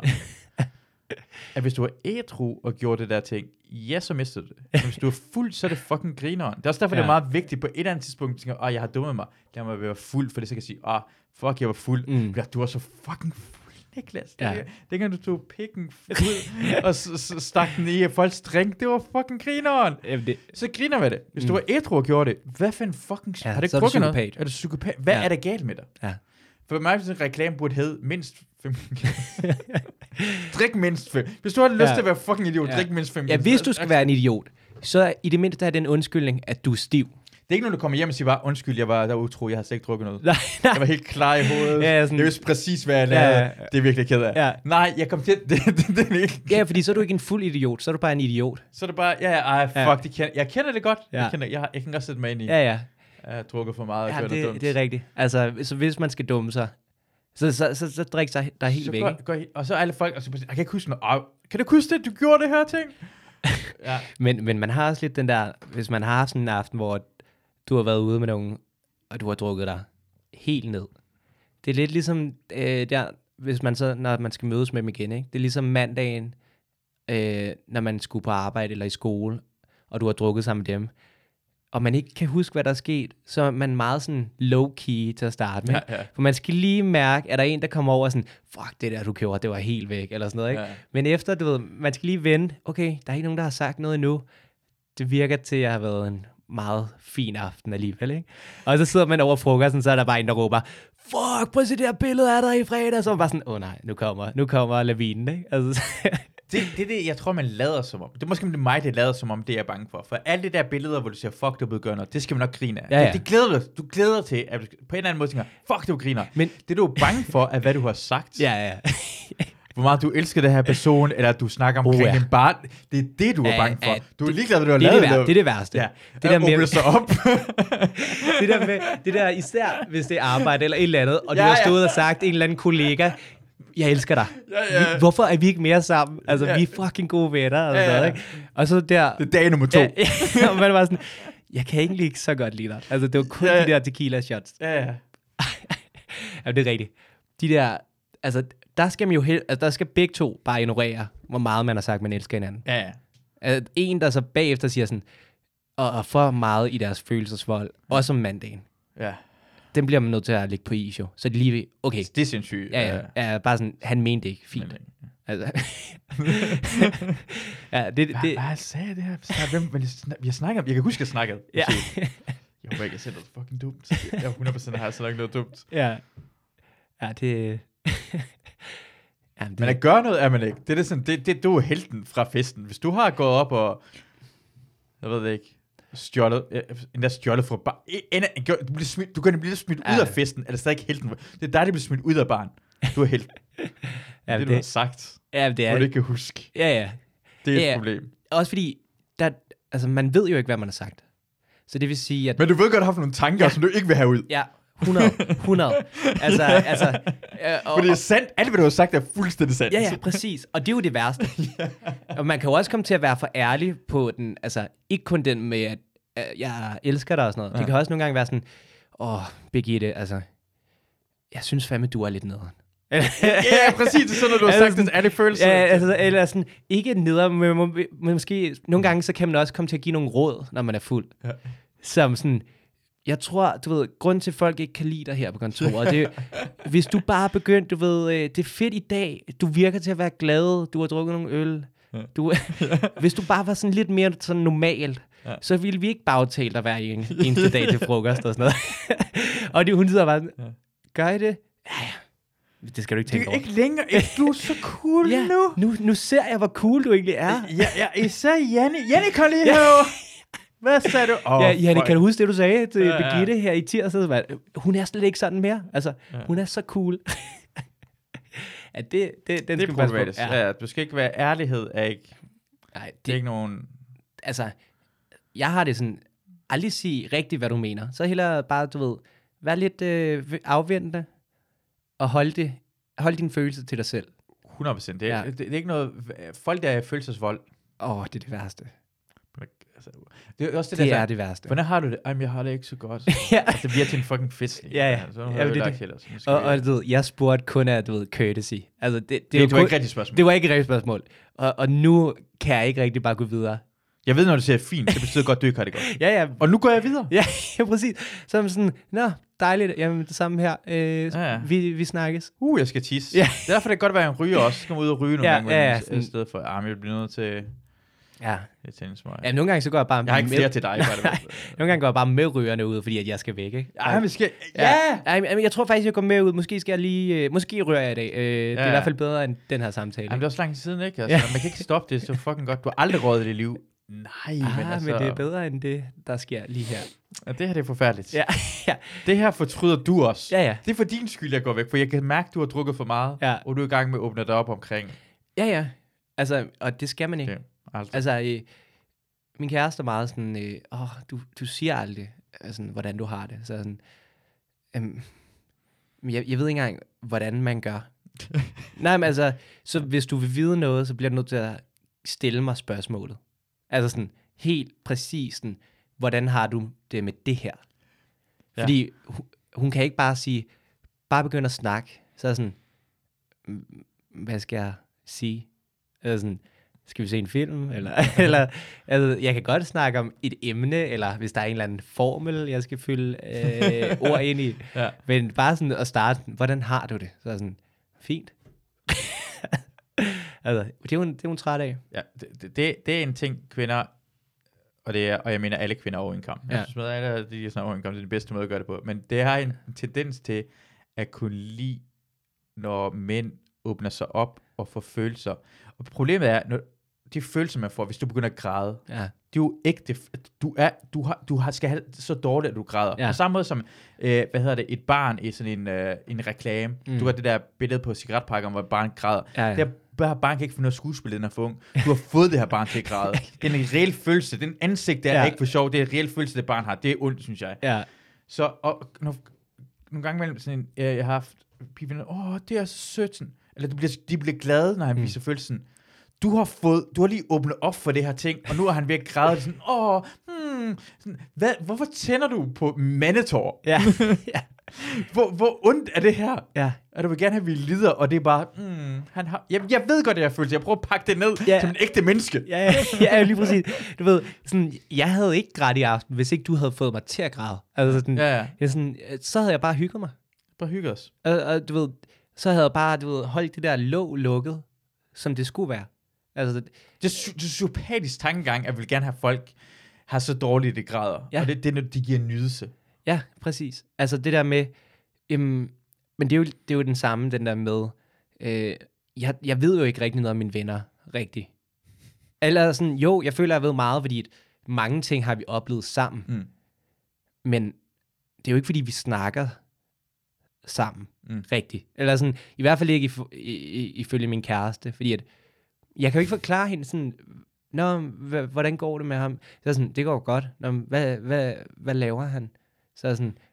At hvis du er ædru og gjorde det der ting, ja, så mister du det. Men hvis du er fuld, så er det fucking grineren. Det er også derfor, ja. det Ja. er meget vigtigt på et eller andet tidspunkt, at tænke, åh, jeg har dummet mig. Lad mig være fuld, for det så kan jeg sige, åh, fuck, jeg var fuld. Mm. Ja, du var så fucking fuld, Niklas. Ja. Ja. Det kan du tog pikken ud og s- s- stak den i folks drink. Det var fucking grineren. Jamen, det, Så griner vi det. Hvis mm. du Mm. var ædru og gjorde det, hvad for en fucking... Ja, har du ikke så er du drukket noget? psykopat. Er du psykopat? Hvad Ja. er der galt med dig? ja. For mig, sådan en reklame burde hedde mindst fem Drik mindst fem. Hvis du har lyst Ja. til at være fucking idiot, Ja. drik mindst fem Ja, hvis du skal være en idiot, så i det mindste er det en undskyldning, at du er stiv. Det er ikke nogen, der kommer hjem og siger bare, undskyld, jeg var der utro, jeg har slet ikke drukket noget. Nej, nej. Jeg var helt klar i hovedet. Ja, sådan- Jeg vidste præcis, hvad jeg Ja, lavede. ja, ja. Det er virkelig ked af. Ja. Nej, jeg kom til... Det, det, det, det er ikke... Ja, fordi så er du ikke en fuld idiot, så er du bare en idiot. Så er det bare, ja, ja, ej, fuck, Ja. det kender, jeg kender det godt. Ja. Jeg, kender, jeg, har, jeg kan godt sætte mig ind i, Ja, ja. jeg har drukket for meget og Ja, gjort noget det, dumt. det er rigtigt. Altså, så hvis man skal dumme sig, så, så, så, så drik sig der helt så væk. går, Ikke? går, og så er alle folk, og så, jeg kan ikke huske noget. Åh, kan du huske det, du gjorde det her ting? Ja. Men, men man har også lidt den der, hvis man har haft sådan en aften, hvor du har været ude med nogen, og du har drukket dig helt ned. Det er lidt ligesom øh, der, hvis man så, når man skal mødes med dem igen, ikke? Det er ligesom mandagen, øh, når man skulle på arbejde eller i skole, og du har drukket sammen med dem, og man ikke kan huske, hvad der er sket, så er man meget sådan low-key til at starte med. Ja, ja. For man skal lige mærke, at der er en, der kommer over og sådan, fuck, det der, du gjorde, det var helt væk, eller sådan noget, ikke? Ja. Men efter, du ved, man skal lige vende, okay, der er ikke nogen, der har sagt noget endnu. Det virker til, at jeg har været en meget fin aften alligevel, ikke? Og så sidder man over frokosten, så er der bare en, der råber, fuck, prøv at se det her billede af dig i fredag. Så er man bare sådan, åh oh, nej, nu kommer, nu kommer lavinen, ikke? Altså, Det, det er det, jeg tror, man lader som om. Det er måske det er mig, det lader som om, det er jeg bange for. For alle de der billeder, hvor du siger, fuck, du er blevet gør noget, det skal man nok grine af. Ja, ja. Det, det glæder du, du glæder dig til, at du på en eller anden måde tænker, fuck, du griner. Men- det du er bange for, er hvad du har sagt. ja, ja. Hvor meget du elsker den her person, eller at du snakker omkring Oh, ja. en barn. Det er det, du er Ja, bange for. ja, Du er det- ligeglad, hvad du har Det er lavet. det, vær- eller- det er det værste. Ja. Det der med, åbner sig op. det der med, det der især, hvis det er arbejde eller et eller andet, og du Ja, har ja. stået og sagt en eller anden kollega, jeg elsker dig. Ja, ja. Vi, hvorfor er vi ikke mere sammen? Altså, Ja. vi er fucking gode venner. Og, Ja, sådan ja. noget, ikke? Og så der... Det er dag nummer to. Ja, ja, og man var sådan, jeg kan egentlig ikke så godt lide dig. Altså, det var kun Ja, ja. de der tequila shots. Ja, ja. Ja, det er rigtigt. De der, altså, der skal man jo hel- altså, der skal begge to bare ignorere, hvor meget man har sagt, man elsker hinanden. Ja, ja. Altså, en, der så bagefter siger sådan, og, og for meget i deres følelsesvold, også om mandagen, Ja. den bliver man nødt til at lægge på is jo. Så det lige ved, okay, Det er sindssygt. ja, ja, ja, bare sådan, han mente det ikke, fint. Men, Altså, ja, det, det, Hvad, hvad sagde jeg det her? Så Hvem, hvem, vi har snakket om, jeg kan huske, at jeg snakkede. ja, Jeg håber ikke, jeg selv noget fucking dumt. Jeg er hundrede procent har så langt noget dumt. ja, ja, det, ja, det Men at gøre noget er man ikke. Det er det sådan, det, det, du er helten fra festen. Hvis du har gået op og, jeg ved det ikke, stjålet, øh, endda stjålet fra bar, en, en, du, bliver smidt, du kan blive smidt ud Ja. af festen, er det stadig ikke helten. Det er dig, der bliver smidt ud af barn. Du er helten. ja, det, du har sagt, ja, det og er du ikke kan huske. ja, ja. Det er et Ja. problem. Også fordi, der, altså, man ved jo ikke, hvad man har sagt. Så det vil sige, at... Men du ved godt, at du har haft nogle tanker, Ja. som du ikke vil have ud. Ja, hundrede, hundrede. Altså, altså... Øh, og, For det er sandt. Alt, hvad du har sagt, er fuldstændig sandt. ja, ja, præcis. Og det er jo det værste. Og man kan jo også komme til at være for ærlig på den... Altså, ikke kun den med, at øh, jeg elsker dig og sådan noget. Ja. Det kan også nogle gange være sådan... Åh, Birgitte, altså... Jeg synes fandme, du er lidt nederen. Ja, præcis. Det er sådan, når du har Altså sagt det, er det følelser. Ja, altså, eller sådan, ikke nederen, men, må- men måske... Nogle gange, så kan man også komme til at give nogle råd, når man er fuld. Ja. Som sådan... Jeg tror, du ved, grund til, at folk ikke kan lide dig her på kontoret, det er, hvis du bare er begyndt, du ved, øh, det er fedt i dag, du virker til at være glad, du har drukket nogle øl, du, hvis du bare var sådan lidt mere sådan normal, Ja. så ville vi ikke bagtale dig hver en, eneste dag til frokost og sådan noget. Og det, hun sidder bare sådan, gør I det? Ja, ja. Det skal du ikke Det tænke er over. ikke længere. Du er så cool Ja, nu. nu, nu ser jeg, hvor cool du egentlig er. Ja, ja, især Janne. Janne, kom lige herover. Hvad sagde du? Oh, Ja, Janne, kan du huske det, du sagde til Ja, ja. Birgitte her i tirsdags? Hun er slet ikke sådan mere. Altså, hun er så cool. Ja, det, det, den Det skal er man passe på. problematisk. Ja. Ja, du skal ikke være ærlighed af ikke. Nej, Det er det, ikke nogen... altså, jeg har det sådan, aldrig sige rigtigt, hvad du mener. Så hellere bare, du ved, være lidt øh, afventende, og holde, det, holde din følelse til dig selv. hundrede procent. Det, er- Ja. det, det er ikke noget... Folk, der er i følelsesvold. Åh, oh, det er det værste. Altså, det er også det, Det der... er det værste. Hvordan har du det? Jamen, jeg har det ikke så godt. Ja. Altså, vi er til en fucking fest. Ja, ja. Så nu Ja, har men jeg det- det, heller, så nu skal Og, vi- og du ved, jeg spurgte kun af, du ved, courtesy. Altså, det, det, det, var det var kun, ikke rigtigt spørgsmål. det var ikke et rigtigt spørgsmål. Og, og nu kan jeg ikke rigtig bare gå videre. Jeg ved, når du siger fint, det betyder godt, du ikke har det godt. Ja, ja. Og nu går jeg videre. Ja, ja, præcis. Så er man sådan, nå, dejligt. Jamen, det samme her. Øh, Ja, ja. vi, vi snakkes. Uh, jeg skal tisse. Ja. Ja. Derfor er det godt at være en ryger også. Så skal man ud og ryge nogle Ja, gange, ja, ja, ja, ja, sådan- i stedet for, at ah, men jeg bliver nødt til... Ja. Det er tændt smøger. Ja, nogle gange så går jeg bare Jeg har ikke med, flere til dig. By the way. nogle gange går jeg bare med rygerne ud, fordi at jeg skal væk, ikke? Ej, men skal... Ja. Ja! Ej, men jeg tror faktisk, jeg går med ud. Måske skal jeg lige... Øh, måske rører jeg i dag. Øh, det er Ja. i hvert fald bedre end den her samtale. Jamen, det er også lang tid siden, ikke? Altså, man kan ikke stoppe det, så fucking godt. Du har aldrig rådet i dit liv. Nej, ah, men altså... men det er bedre end det, der sker lige her. Ja, det her det er forfærdeligt. Ja, ja. Det her fortryder du også. Ja, ja. Det er for din skyld, jeg går væk, for jeg kan mærke, at du har drukket for meget, Ja. og du er i gang med at åbne dig op omkring. Ja, ja. Altså, og det skal man ikke. Okay. Altså, Altså, øh, min kæreste er meget sådan, øh, åh, du, du siger aldrig, altså, hvordan du har det. Så sådan, øhm, men jeg, jeg ved ikke engang, hvordan man gør. Nej, men altså, så hvis du vil vide noget, så bliver du nødt til at stille mig spørgsmålet. Altså sådan, helt præcis sådan, hvordan har du det med det her? Ja. Fordi hun, hun kan ikke bare sige, bare begynde at snakke. Så er jeg sådan, "Mm, hvad skal jeg sige? Eller sådan, skal vi se en film? Eller, eller altså, jeg kan godt snakke om et emne, eller hvis der er en eller anden formel, jeg skal fylde øh, ord ind i. Ja. Men bare sådan at starte, hvordan har du det? Så er jeg sådan, fint. altså, det er, hun, det er hun træt af. ja, det, det, det er en ting, kvinder, og, det er, og jeg mener alle kvinder over en kamp. Jeg Ja. synes, at alle de er sådan over en kamp, det er den bedste måde at gøre det på. Men det har en tendens til at kunne lide, når mænd åbner sig op og får følelser. Og problemet er, når de følelser, man får, hvis du begynder at græde, Ja. det er jo ægte. Du, er, du, har, du har, skal have det så dårligt, at du græder. Ja. På samme måde som, øh, hvad hedder det, et barn i sådan en, øh, en reklame. Mm. Mm. Du har det der billede på cigaretpakken, hvor et barn græder. Ja, ja. Det her barn kan ikke finde noget skuespil, den er for ung. Du har fået det her barn til at græde. Det er en reel følelse. Den ansigt, der Ja. er ikke for sjov. Det er en reel følelse, det barn har. Det er ondt, synes jeg. Ja. Så og, når, nogle gange mellem sådan en, øh, jeg har haft piger, åh, det er så sødt. Sådan. Eller de bliver, de bliver glade, når han Mm. viser følelsen. Du har fået, du har lige åbnet op for det her ting, og nu er han ved at græde sådan, åh, hmm, sådan, hvad, hvorfor tænder du på mandetår? Ja. ja. Hvor, hvor ondt er det her? Ja. Og du vil gerne have, at vi lider, og det er bare, hmm, han har, jeg, jeg ved godt, det her følelse, jeg prøver at pakke det ned Ja. som en ægte menneske. Ja, ja, ja, lige præcis. Du ved, sådan, jeg havde ikke grædt i aften, hvis ikke du havde fået mig til at græde. Altså sådan, Ja, ja. jeg sådan, så havde jeg bare hygget mig. Bare hygge os. Og, og du ved, så havde jeg bare, du ved, holdt det der låg lukket, som det skulle være. Altså, Det er, sy- det er sympatisk tankegang, at jeg vil gerne have folk har så dårligt, det græder. Ja. Og det, det er, når de giver nydelse. ja, præcis. Altså det der med, øhm, men det er, jo, det er jo den samme, den der med, øh, jeg, jeg ved jo ikke rigtig noget om mine venner, rigtigt. Eller sådan, jo, jeg føler, jeg ved meget, fordi at mange ting har vi oplevet sammen. Mm. Men det er jo ikke, fordi vi snakker sammen, Mm. rigtigt. Eller sådan, i hvert fald ikke if- i, i, ifølge min kæreste, fordi at, jeg kan jo ikke forklare hende sådan, nå, h- hvordan går det med ham? Så er sådan, det går godt. Nå, hvad, hvad, hvad laver han? Så er jeg sådan,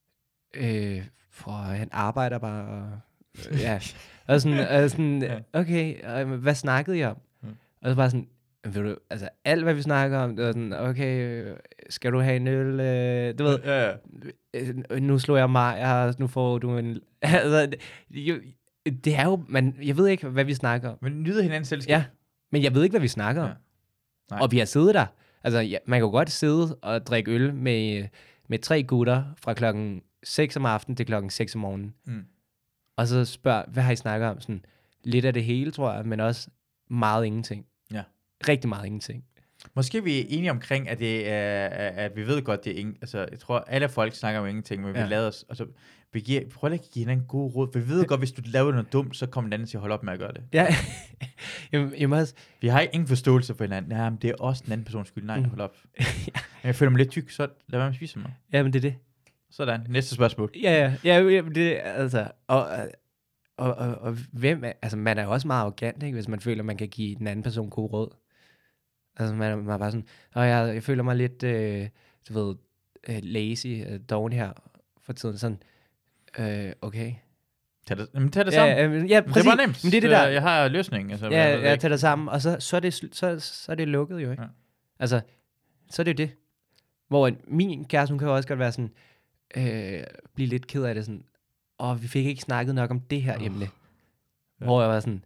øh, for han arbejder bare, og, øh, ja. Og sådan, og sådan okay, øh, hvad snakkede jeg om? Mm. Og så bare sådan, ved du, altså alt, hvad vi snakker om, det var sådan, okay, øh, skal du have en øl? Øh, du ved, Ja, ja. øh, nu slår jeg mig, og nu får du en... altså, det, jo, det er jo, man, jeg ved ikke, hvad vi snakker om. Men nyder hinanden selskab. Ja, men jeg ved ikke, hvad vi snakker om. Ja. Nej. Og vi har siddet der. Altså, ja, man kan jo godt sidde og drikke øl med, med tre gutter fra klokken seks om aftenen til klokken seks om morgenen. Mm. Og så spørger, hvad har I snakket om? Sådan, lidt af det hele, tror jeg, men også meget ingenting. Ja. Rigtig meget ingenting. Måske vi er enige omkring, at, det er, at vi ved godt, det er ingen, altså, jeg tror, alle folk snakker om ingenting, men vi Ja. lader os, altså, vi giver, prøv at give hinanden en god råd, for vi ved godt, hvis du laver noget dumt, så kommer den anden til at holde op med at gøre det. Ja, jeg, jeg må også, Vi har ingen forståelse for hinanden. Nej, men det er også den anden persons skyld. Nej, Mm. hold op. Men jeg føler mig lidt tyk, så lad være med at spise mig. ja, men det er det. Sådan, næste spørgsmål. Ja, ja, ja, ja det, altså, og, og, og, og hvem er, altså, man er jo også meget arrogant, ikke, hvis man føler, man kan give den anden person god råd. Altså, man, man er bare sådan, og jeg, jeg føler mig lidt, øh, du ved, øh, lazy, øh, doven her for tiden, sådan, øh, okay. Tag det, jamen, tag det Ja, sammen. ja, men- ja, Men præcis. det var nemt. Men det er det der. Jeg har løsningen. Altså, Ja, jeg ved ja, ikke. tag dig sammen, og så, så, er det, sl- så, så er det lukket jo, ikke? Ja. Altså, så er det jo det. Hvor min kæreste, hun kan jo også godt være sådan, øh, blive lidt ked af det, sådan, og vi fik ikke snakket nok om det her Oh. emne. Ja. Hvor jeg var sådan,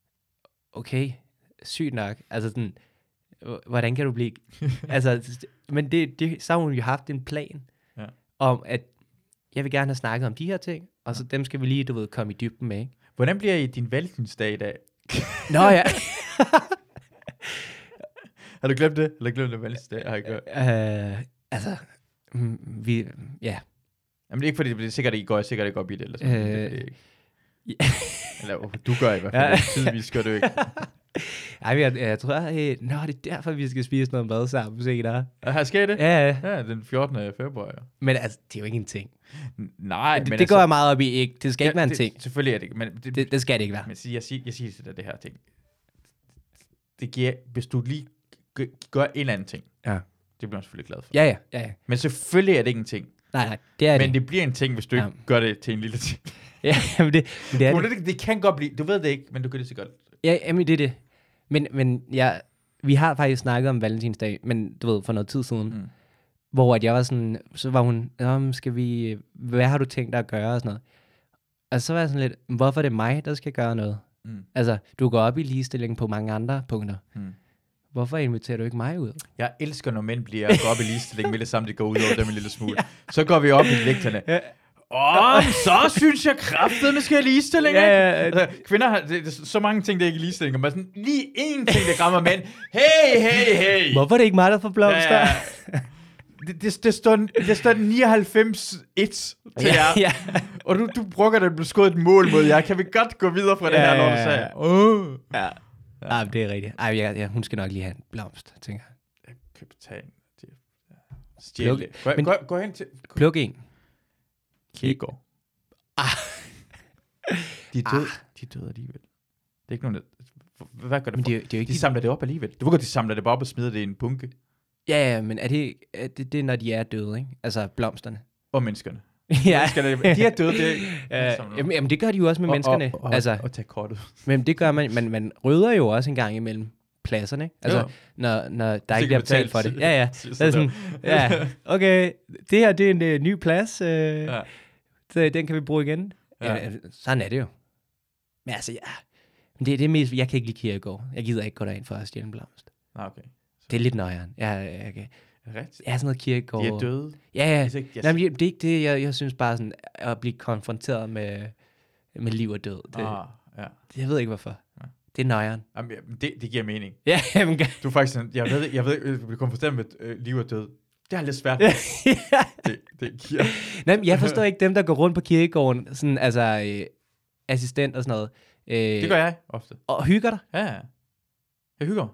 okay, sygt nok, altså sådan, h- hvordan kan du blive, altså, men det, det, så har hun jo haft en plan, Ja. om at, jeg vil gerne have snakket om de her ting, og så dem skal vi lige, du ved, komme i dybden med, ikke? Hvordan bliver I din valgtinsdag i dag? Nå ja. Har du glemt det? Har du glemt det, valentinsdag? Har jeg gjort. Øh, altså, mm, vi, ja. Jamen, det er ikke fordi, det er sikkert ikke går, jeg sikkert ikke op i det, eller sådan. Øh, det, det er ikke. Eller, du gør i hvert fald. Ja. Ja. Tydeligvis gør du ikke. Ej, men jeg, jeg tror, øh, nå, det er derfor, vi skal spise noget mad sammen senere. Har sket det? Ja, ja. Ja, den fjortende februar, ja. Men altså, det er jo ikke en ting. Nej, det, men det altså, går jeg meget op i, ikke? Det skal ikke være en det, ting. Selvfølgelig er det ikke, men det, Det, det skal det ikke være. men jeg, siger, jeg siger til dig det her ting. Det giver, hvis du lige gør, gør en eller anden ting, Ja. det bliver jeg selvfølgelig glad for. Ja, ja, ja, ja. Men selvfølgelig er det ikke en ting. Nej, nej, det er Men det. det bliver en ting, hvis du ikke Ja. gør det til en lille ting. Ja, men det, men det er Du, det. det. Det kan godt blive, du ved det ikke, men du kan det så godt. Ja, jamen, det er det. Men, men ja, vi har faktisk snakket om valentinsdag, men du ved, for noget tid siden, Mm. hvor at jeg var sådan, så var hun, Nå, skal vi, hvad har du tænkt dig at gøre og sådan noget. Og så var jeg sådan lidt, hvorfor er det mig, der skal gøre noget? Mm. Altså, du går op i ligestilling på mange andre punkter. Mm. Hvorfor inviterer du ikke mig ud? Jeg elsker, når mænd bliver går op i ligestilling med det samme, det går ud over dem en lille smule. Så går vi op i lægterne. Ja. Åh, så synes jeg kraftedeme skal have ligestilling, Ja, ikke? ja, ja. Altså, kvinder har, det, det, er så mange ting, der ikke er ligestilling, og man er sådan, lige én ting, der rammer mænd. Hey, hey, hey! Hvorfor er det ikke mig, der får blomster? Ja, ja. Det, det, det, står, det står nioghalvfems et til Ja, jer, ja. og du, du bruger det, blev skåret et mål mod jer. Kan vi godt gå videre fra det Ja, her, når du ja, ja. sagde, åh. Ja. Ej, det er rigtigt. Ej, ja, ja, hun skal nok lige have en blomst, tænker jeg. Kapitan. Stjæl Pluk- det. Gå, men- gå, gå hen til Pluk en. Kierkegaard. Ah. De er døde, de er døde alligevel. Det er ikke nogen, der... Hvad gør det Men for? det, er jo- det er jo ikke De samler det op alligevel. Du ved godt, de samler det bare op og smider det i en bunke. Ja, ja, men er det, er det, det er, når de er døde, ikke? Altså blomsterne. Og menneskerne. ja. Menneskerne, de er døde, det er... Ja, samler jamen, jamen, det gør de jo også med og, menneskerne. Og, og, altså, og tage kortet. men det gør man, man, man rydder jo også en gang imellem pladserne, ikke? Altså, Jo. når, når der Så ikke bliver kan betalt for betale det. Ja, ja. til- Så er det sådan, ja, okay, det her, det er en uh, ny plads, uh, Ja. så den kan vi bruge igen. Ja. Ja. Ja, sådan er det jo. Men altså, ja. Men det, det er mest, jeg kan ikke lide Kierkegaard. Jeg gider ikke gå derind for at stjæle en blomst. Ah, okay. Det er lidt nøjeren. Jeg, jeg, jeg, Rigtigt. jeg er sådan noget Kierkegaard. De er døde. Ja, ja. Hvis ikke- jeg- Nej, men det er ikke det, jeg, jeg synes bare sådan, at blive konfronteret med, med liv og død. Det, Ah, ja. Jeg ved ikke hvorfor. Ja. Det er nøjeren. Jamen, ja, men det, det giver mening. Ja, men Du er faktisk sådan, jeg ved, jeg ved, jeg bliver konfronteret med øh, liv og død. Det er lidt svært. ja. det, det giver... Nej, men jeg forstår ikke dem, der går rundt på kirkegården, sådan, altså øh, assistent og sådan noget. Øh, Det gør jeg ofte. Og hygger dig. Ja, ja. Jeg hygger.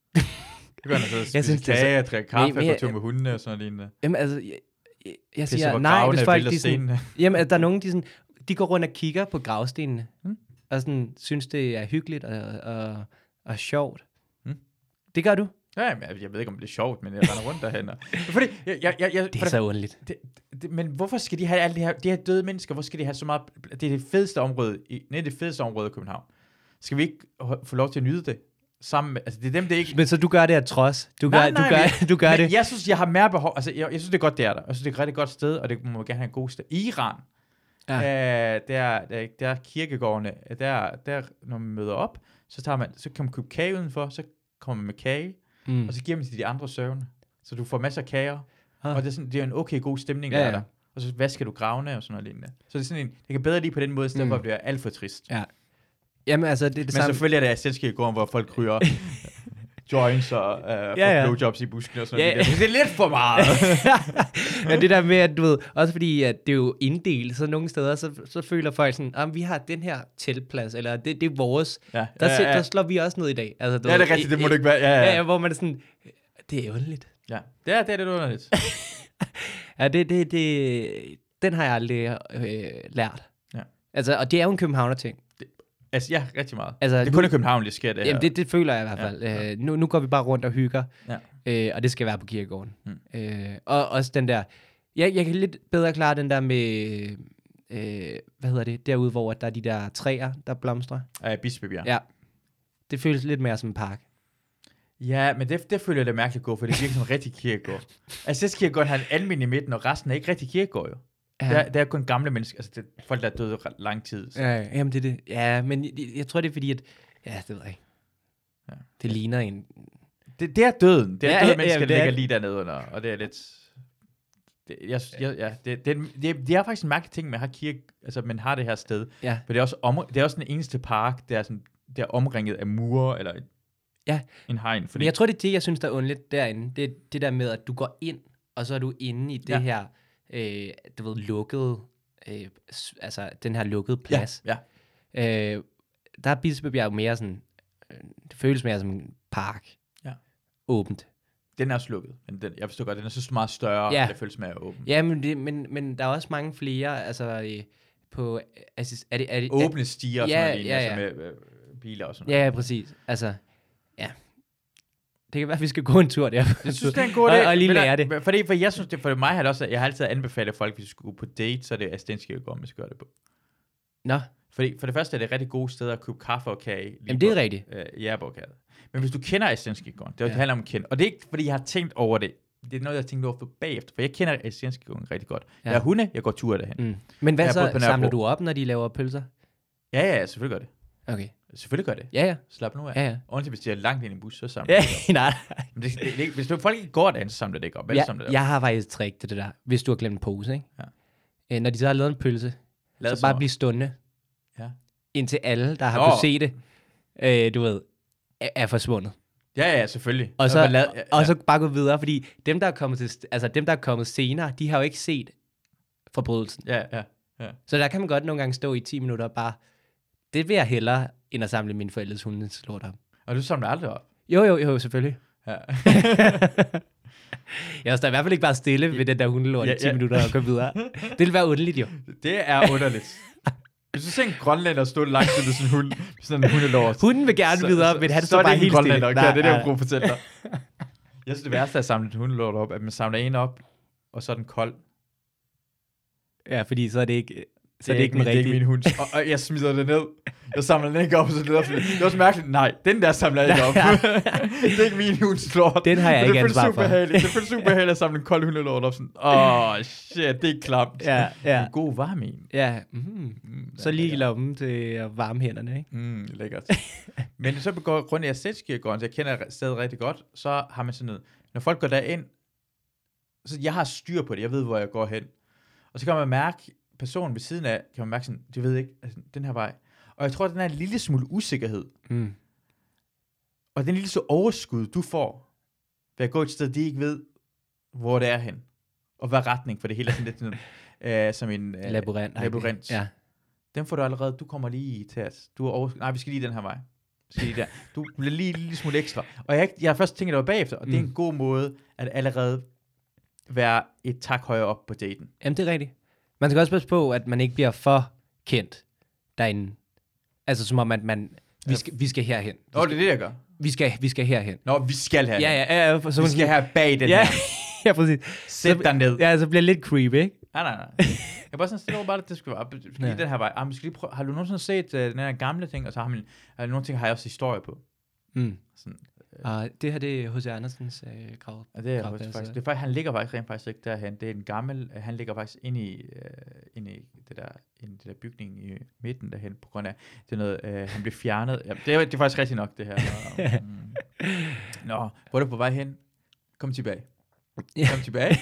Det gør jeg, når jeg Jeg synes, synes, det er så- kage, drikker kaffe, Men- men går jeg- tur med hundene og sådan noget lignende. Jamen altså, jeg, jeg, jeg Pisser siger på nej, gravene, hvis folk vælter de sådan, stenene. jamen, altså, der er nogen, de, sådan, de går rundt og kigger på gravstenene, Hmm. og sådan, synes, det er hyggeligt og, og, og sjovt. Hmm. Det gør du? Ja, men jeg, jeg ved ikke, om det er sjovt, men jeg render rundt derhen. Og... Fordi, jeg, jeg, jeg, jeg, Det for er så underligt. det, det, men hvorfor skal de have alle de her, de her døde mennesker, hvor skal de have så meget, det er det fedeste område, i, nej, det fedeste område i København. Skal vi ikke ho- få lov til at nyde det sammen med, altså det er dem, det ikke... Men så du gør det af trods? Du Nej, gør, nej, du gør, men- du gør men det? Jeg synes, jeg har mere behov, altså jeg, jeg synes, det er godt, det er der. Jeg synes, det er et rigtig godt sted, og det må man gerne have en god sted. Iran, Ja. ja. øh, der, der, der er kirkegårdene, der, der, når man møder op, så, tager man, så kan man købe kage udenfor, så kommer man med kage, Mm. og så giver man til de andre sørgende. Så du får masser af kager, Ah. og det er, sådan, det er en okay god stemning, Ja, der er ja. der. Og så vasker du gravene og sådan noget lignende. Så det er sådan en, det kan bedre lige på den måde, i stedet Mm. for at blive alt for trist. Ja. Jamen altså, det er det Men samme. selvfølgelig er det Assens-kirkegården, hvor folk ryger joints og uh, Ja, får ja. blowjobs i busken og sådan Ja. noget. Det er lidt for meget. Men det der med, at du ved, også fordi, at det er jo inddelt, så nogle steder, så, så føler folk sådan, at vi har den her teltplads, eller det, det er vores. Ja, Der, ja, sæt, ja. der slår vi også ned i dag. Altså, du Ja, det ved, er rigtigt, det må i- det ikke være. Ja, ja, Ja, ja. ja, hvor man er sådan, det er underligt. ja. Det er, det er lidt underligt. Ja, det, det, det, den har jeg aldrig øh, lært. Ja. Altså, og det er jo en københavner-ting. Altså, ja, rigtig meget. Altså, Det er nu- kun i København, det sker det her. Jamen, det, det føler jeg i hvert Ja, fald. ja. Øh, nu, nu går vi bare rundt og hygger, Ja. øh, og det skal være på kirkegården. Mm. Øh, og også den der, jeg, jeg kan lidt bedre klare den der med, øh, hvad hedder det, derude, hvor der er de der træer, der blomstrer. Ja, Bispebjerg. Ja. Det føles lidt mere som en park. Ja, men det, det føler jeg det mærkeligt at gå, for det virker som en rigtig kirkegård. Altså, kirkegården har en almen i midten, og resten er ikke rigtig kirkegård, jo. Ja. Der, der er kun gamle mennesker, altså det er folk, der er døde ret lang tid. Så. Ja, jamen det er det. Ja, men jeg, jeg tror, det er fordi, at, ja, det ved jeg ikke. Ja. Det ligner en, Det, det er døden. Det er Ja, ja, døde ja, mennesker, det der er- ligger lige dernede under, og det er lidt... Det, jeg, synes- jeg, ja, det, det, det, det er faktisk en mærkelig ting, man har kirke, altså man har det her sted. ja. For det er også, om, det er også den eneste park, der er, sådan, der er omringet af mure, eller Ja. En hegn. Fordi Men jeg tror, det er det, jeg synes, der er ondeligt derinde. Det er det der med, at du går ind, og så er du inde i det Ja. her, øh, du ved, lukkede, øh, s- altså den her lukkede plads. Ja, Øh, der er Bispebjerg jo mere sådan, øh, det føles mere som en park. Ja. Åbent. den er slukket. Men den, jeg forstår godt, den er så meget større, Ja. og det føles mere åben. Ja, men, det, men, men der er også mange flere, altså øh, på, altså, er det, er det, er, Åbne stiger og Ja, sådan noget, ja, altså ja. med øh, biler og sådan ja, noget. ja, præcis. Altså, ja. Det kan være, at vi skal gå en tur der. Jeg synes, det er en god idé. Og, og lige Men lære der- det. Fordi, for jeg synes, det, for mig har det også, jeg har altid anbefalet at folk, hvis de skulle gå på date, så er det Astenskirkegården, man skal gøre det på. Nå, Fordi for det første er det rigtig gode steder at købe kaffe og kage. lige jamen det er på, rigtigt. Øh, Jægerborgade. Men hvis du kender Astenskirkegården, det, ja. Ja. det handler om at kende. Og det er ikke, fordi jeg har tænkt over det. Det er noget, jeg har tænkt over for bagefter. For jeg kender Astenskirkegården rigtig godt. Ja. Ja. Jeg er hunde, jeg går ture derhen. Mm. Mm. Men hvad Jeg har boet på så, Nørrebro. samler du op, når de laver pølser? Ja, ja, ja, selvfølgelig gør det. Okay. Selvfølgelig gør det. Ja, ja. Slap nu af. Ja, ja. Ordentligt, hvis de er langt ind i en bus, så samler Ja, de det op. nej, nej. Men det, det, det, hvis du, folk ikke går derhen, så samler det ikke op. Vel, Ja, samler det op. jeg har faktisk et trick til det der, hvis du har glemt en pose, ikke? Ja. Øh, når de så har lavet en pølse, Lad så bare blive stående, Ja. indtil alle, der har Nå. kunnet se det, øh, du ved, er, er forsvundet. Ja, ja, selvfølgelig. Og så, man lad- ja, ja. og så bare gå videre, fordi dem, der er kommet til, st- altså dem, der er kommet senere, de har jo ikke set forbrydelsen. Ja, ja. Så der kan man godt nogle gange stå i ti minutter og bare, det vil jeg hellere, end at samle mine forældres hundes lort op. Og du samler aldrig op. Jo, jo, jo, selvfølgelig. Ja. Jeg står i hvert fald ikke bare stille ved den der hundelort Ja, i ti ja. minutter og gå videre. Det vil være underligt jo. Det er underligt. Hvis du ser en grønlænder stå langt til med sådan en hund, sådan en hundelort. Hunden vil gerne så- videre, så- men han så står er det bare ikke en helt stille. grønlænder, okay? Det er det, nej. jeg prøver at fortælle dig. Jeg synes, det værste er at samle en hundelort op, at man samler en op, og så er den kold. Ja, fordi så er det ikke, så er det det ikke min, den det er ikke rigtige. min hund. Og, og, jeg smider det ned. Jeg samler den ikke op, så det er, fordi, det er også mærkeligt. Nej, den der samler jeg ikke op. Det er ikke min hunds lort. Den har jeg Og ikke det føles ansvar super for. behageligt. Det føles super behageligt at samle en kold hundelort op. Sådan, åh, oh, shit, det er klamt. Ja, ja. En god varme en. Ja, mm. Mm, Så lige i lommen til at varme hænderne, ikke? Mm, lækkert. Men så går rundt i Astenskirkegården, så jeg kender stedet rigtig godt, så har man sådan noget, når folk går derind, så jeg har styr på det, jeg ved, hvor jeg går hen. Og så kan man mærke, personen ved siden af, kan man mærke sådan, du ved ikke, altså, den her vej. Og jeg tror, den er en lille smule usikkerhed, Mm. og den lille så overskud, du får, ved at gå et sted, de ikke ved, hvor det er hen. Og hvad retning, for det hele er sådan lidt sådan, øh, som en øh, Labyrint. labyrint. Ja. Den får du allerede, du kommer lige til at, du er over, nej, vi skal lige den her vej. Vi skal lige der. Du bliver lige en lille smule ekstra. Og jeg, jeg har først tænkt over bagefter, og det er en Mm. god måde, at allerede være et tak højere op på daten. Jamen, det er rigtigt. Man skal også passe på, at man ikke bliver for kendt derinde. Altså, som om, at man, vi skal, vi skal herhen. Vi Nå, skal, det er det, jeg gør. vi skal, vi skal herhen. Nå, vi skal have Ja, ja, ja. ja så Vi skal have bag den ja, her. ja, præcis. Sæt dig ned. Ja, så bliver det lidt creepy, ikke? Nej, nej, nej. Jeg er bare sådan stille over bare, at det skal være, vi skal lige Ja. den her vej. Ah, vi skal lige prøve, har du nogensinde set uh, den her gamle ting, og så har man, uh, nogle ting har jeg også historie på. Mm. Sådan, Og det her, det er H C Andersens øh, grav. og det er Gravplads, faktisk, øh. det er faktisk, han ligger faktisk rent faktisk ikke derhen. Det er en gammel, uh, han ligger faktisk inde i, uh, inde i det der, inde i det der bygning i midten derhen, på grund af, det er noget, uh, han blev fjernet. Ja, det, er, det er faktisk rigtigt nok, det her. Og, mm. Nå, hvor er du på vej hen? Kom tilbage. Ja. Kom tilbage.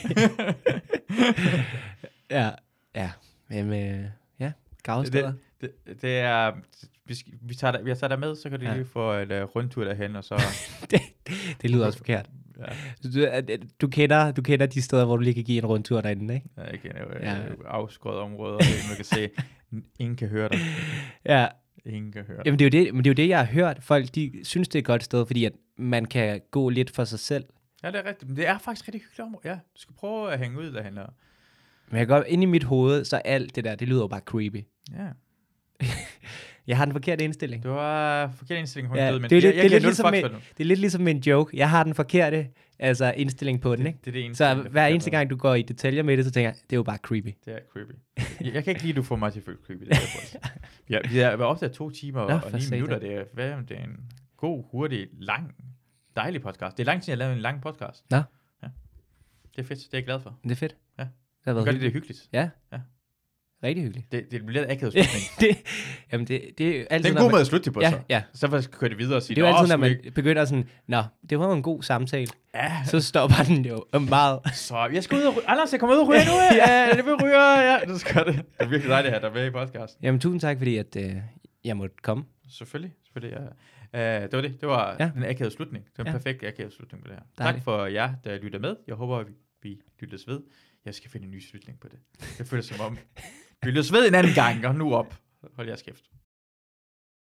Ja, ja. Men, øh, ja, gravsteder. det, det, det er, vi, skal, vi tager dig, jeg tager dig med, så kan du Ja. lige få en uh, rundtur derhen, og så... det, det lyder også forkert. Ja, Du, at- du, kender, du kender de steder, hvor du lige kan give en rundtur derinde, ikke? jeg kender jo Ja. ja. afskåret områder, og man kan se, ingen kan høre dig. Ja, Ingen kan høre dig. jamen det er jo det, men det er jo det, jeg har hørt. Folk, de synes, det er et godt sted, fordi at man kan gå lidt for sig selv. Ja, det er rigtigt. Men det er faktisk rigtig hyggeligt område. Ja, du skal prøve at hænge ud derhen. Og... Men jeg går ind i mit hoved, så alt det der, det lyder jo bare creepy. Ja, Jeg har den forkerte indstilling. det var forkert indstilling på en Ja, død, men det er jeg, lidt- jeg, det er giver lidt nul ligesom fucks med- for det nu. Det er lidt ligesom med en joke. Jeg har den forkerte altså, indstilling på den, ikke? Det er det eneste. Så der hver forkert eneste noget. gang, du går i detaljer med det, så tænker jeg, det er jo bare creepy. Det er creepy. Jeg, jeg kan ikke lide, at du får mig til at føle creepy. Det er ja, vi har været optaget to timer Nå, og for ni satan. minutter. Det er, hvad, det er en god, hurtig, lang, dejlig podcast. Det er lang tid, jeg har lavet en lang podcast. Nå. Ja. Det er fedt. Det er jeg glad for. Det er fedt. Ja. Det har Nu været gør det, det hyggeligt. hyggeligt. Ja. Ja. Rigtig hyggeligt. Det, det bliver lidt akavet slutning. det, jamen, det, det er jo altid, Det er en når god man- måde at slutte det på, Ja, så. ja. Så får jeg køre det videre og sige, Det er jo "Nå, altid, når skulle man vi ikke-" begynder sådan, nå, det var jo en god samtale. Ja, Så stopper den jo meget. så jeg skal ud og ryge. Anders, jeg kommer ud og ryge nu. Ja, det vil ryge. Ja, det skal det. Det er virkelig dejligt at have dig med i podcasten. Jamen, tusind tak, fordi at, øh, jeg måtte komme. Selvfølgelig. Selvfølgelig ja. det var det. Det var Ja. en akavet slutning. Det var en Ja. perfekt akavet slutning på det her. Dejligt. Tak for jer, der lytter med. Jeg håber, vi, vi lyttes ved. Jeg skal finde en ny slutning på det. Det føles som om, vi lyttes ved en anden gang, og nu op. Hold jeres kæft.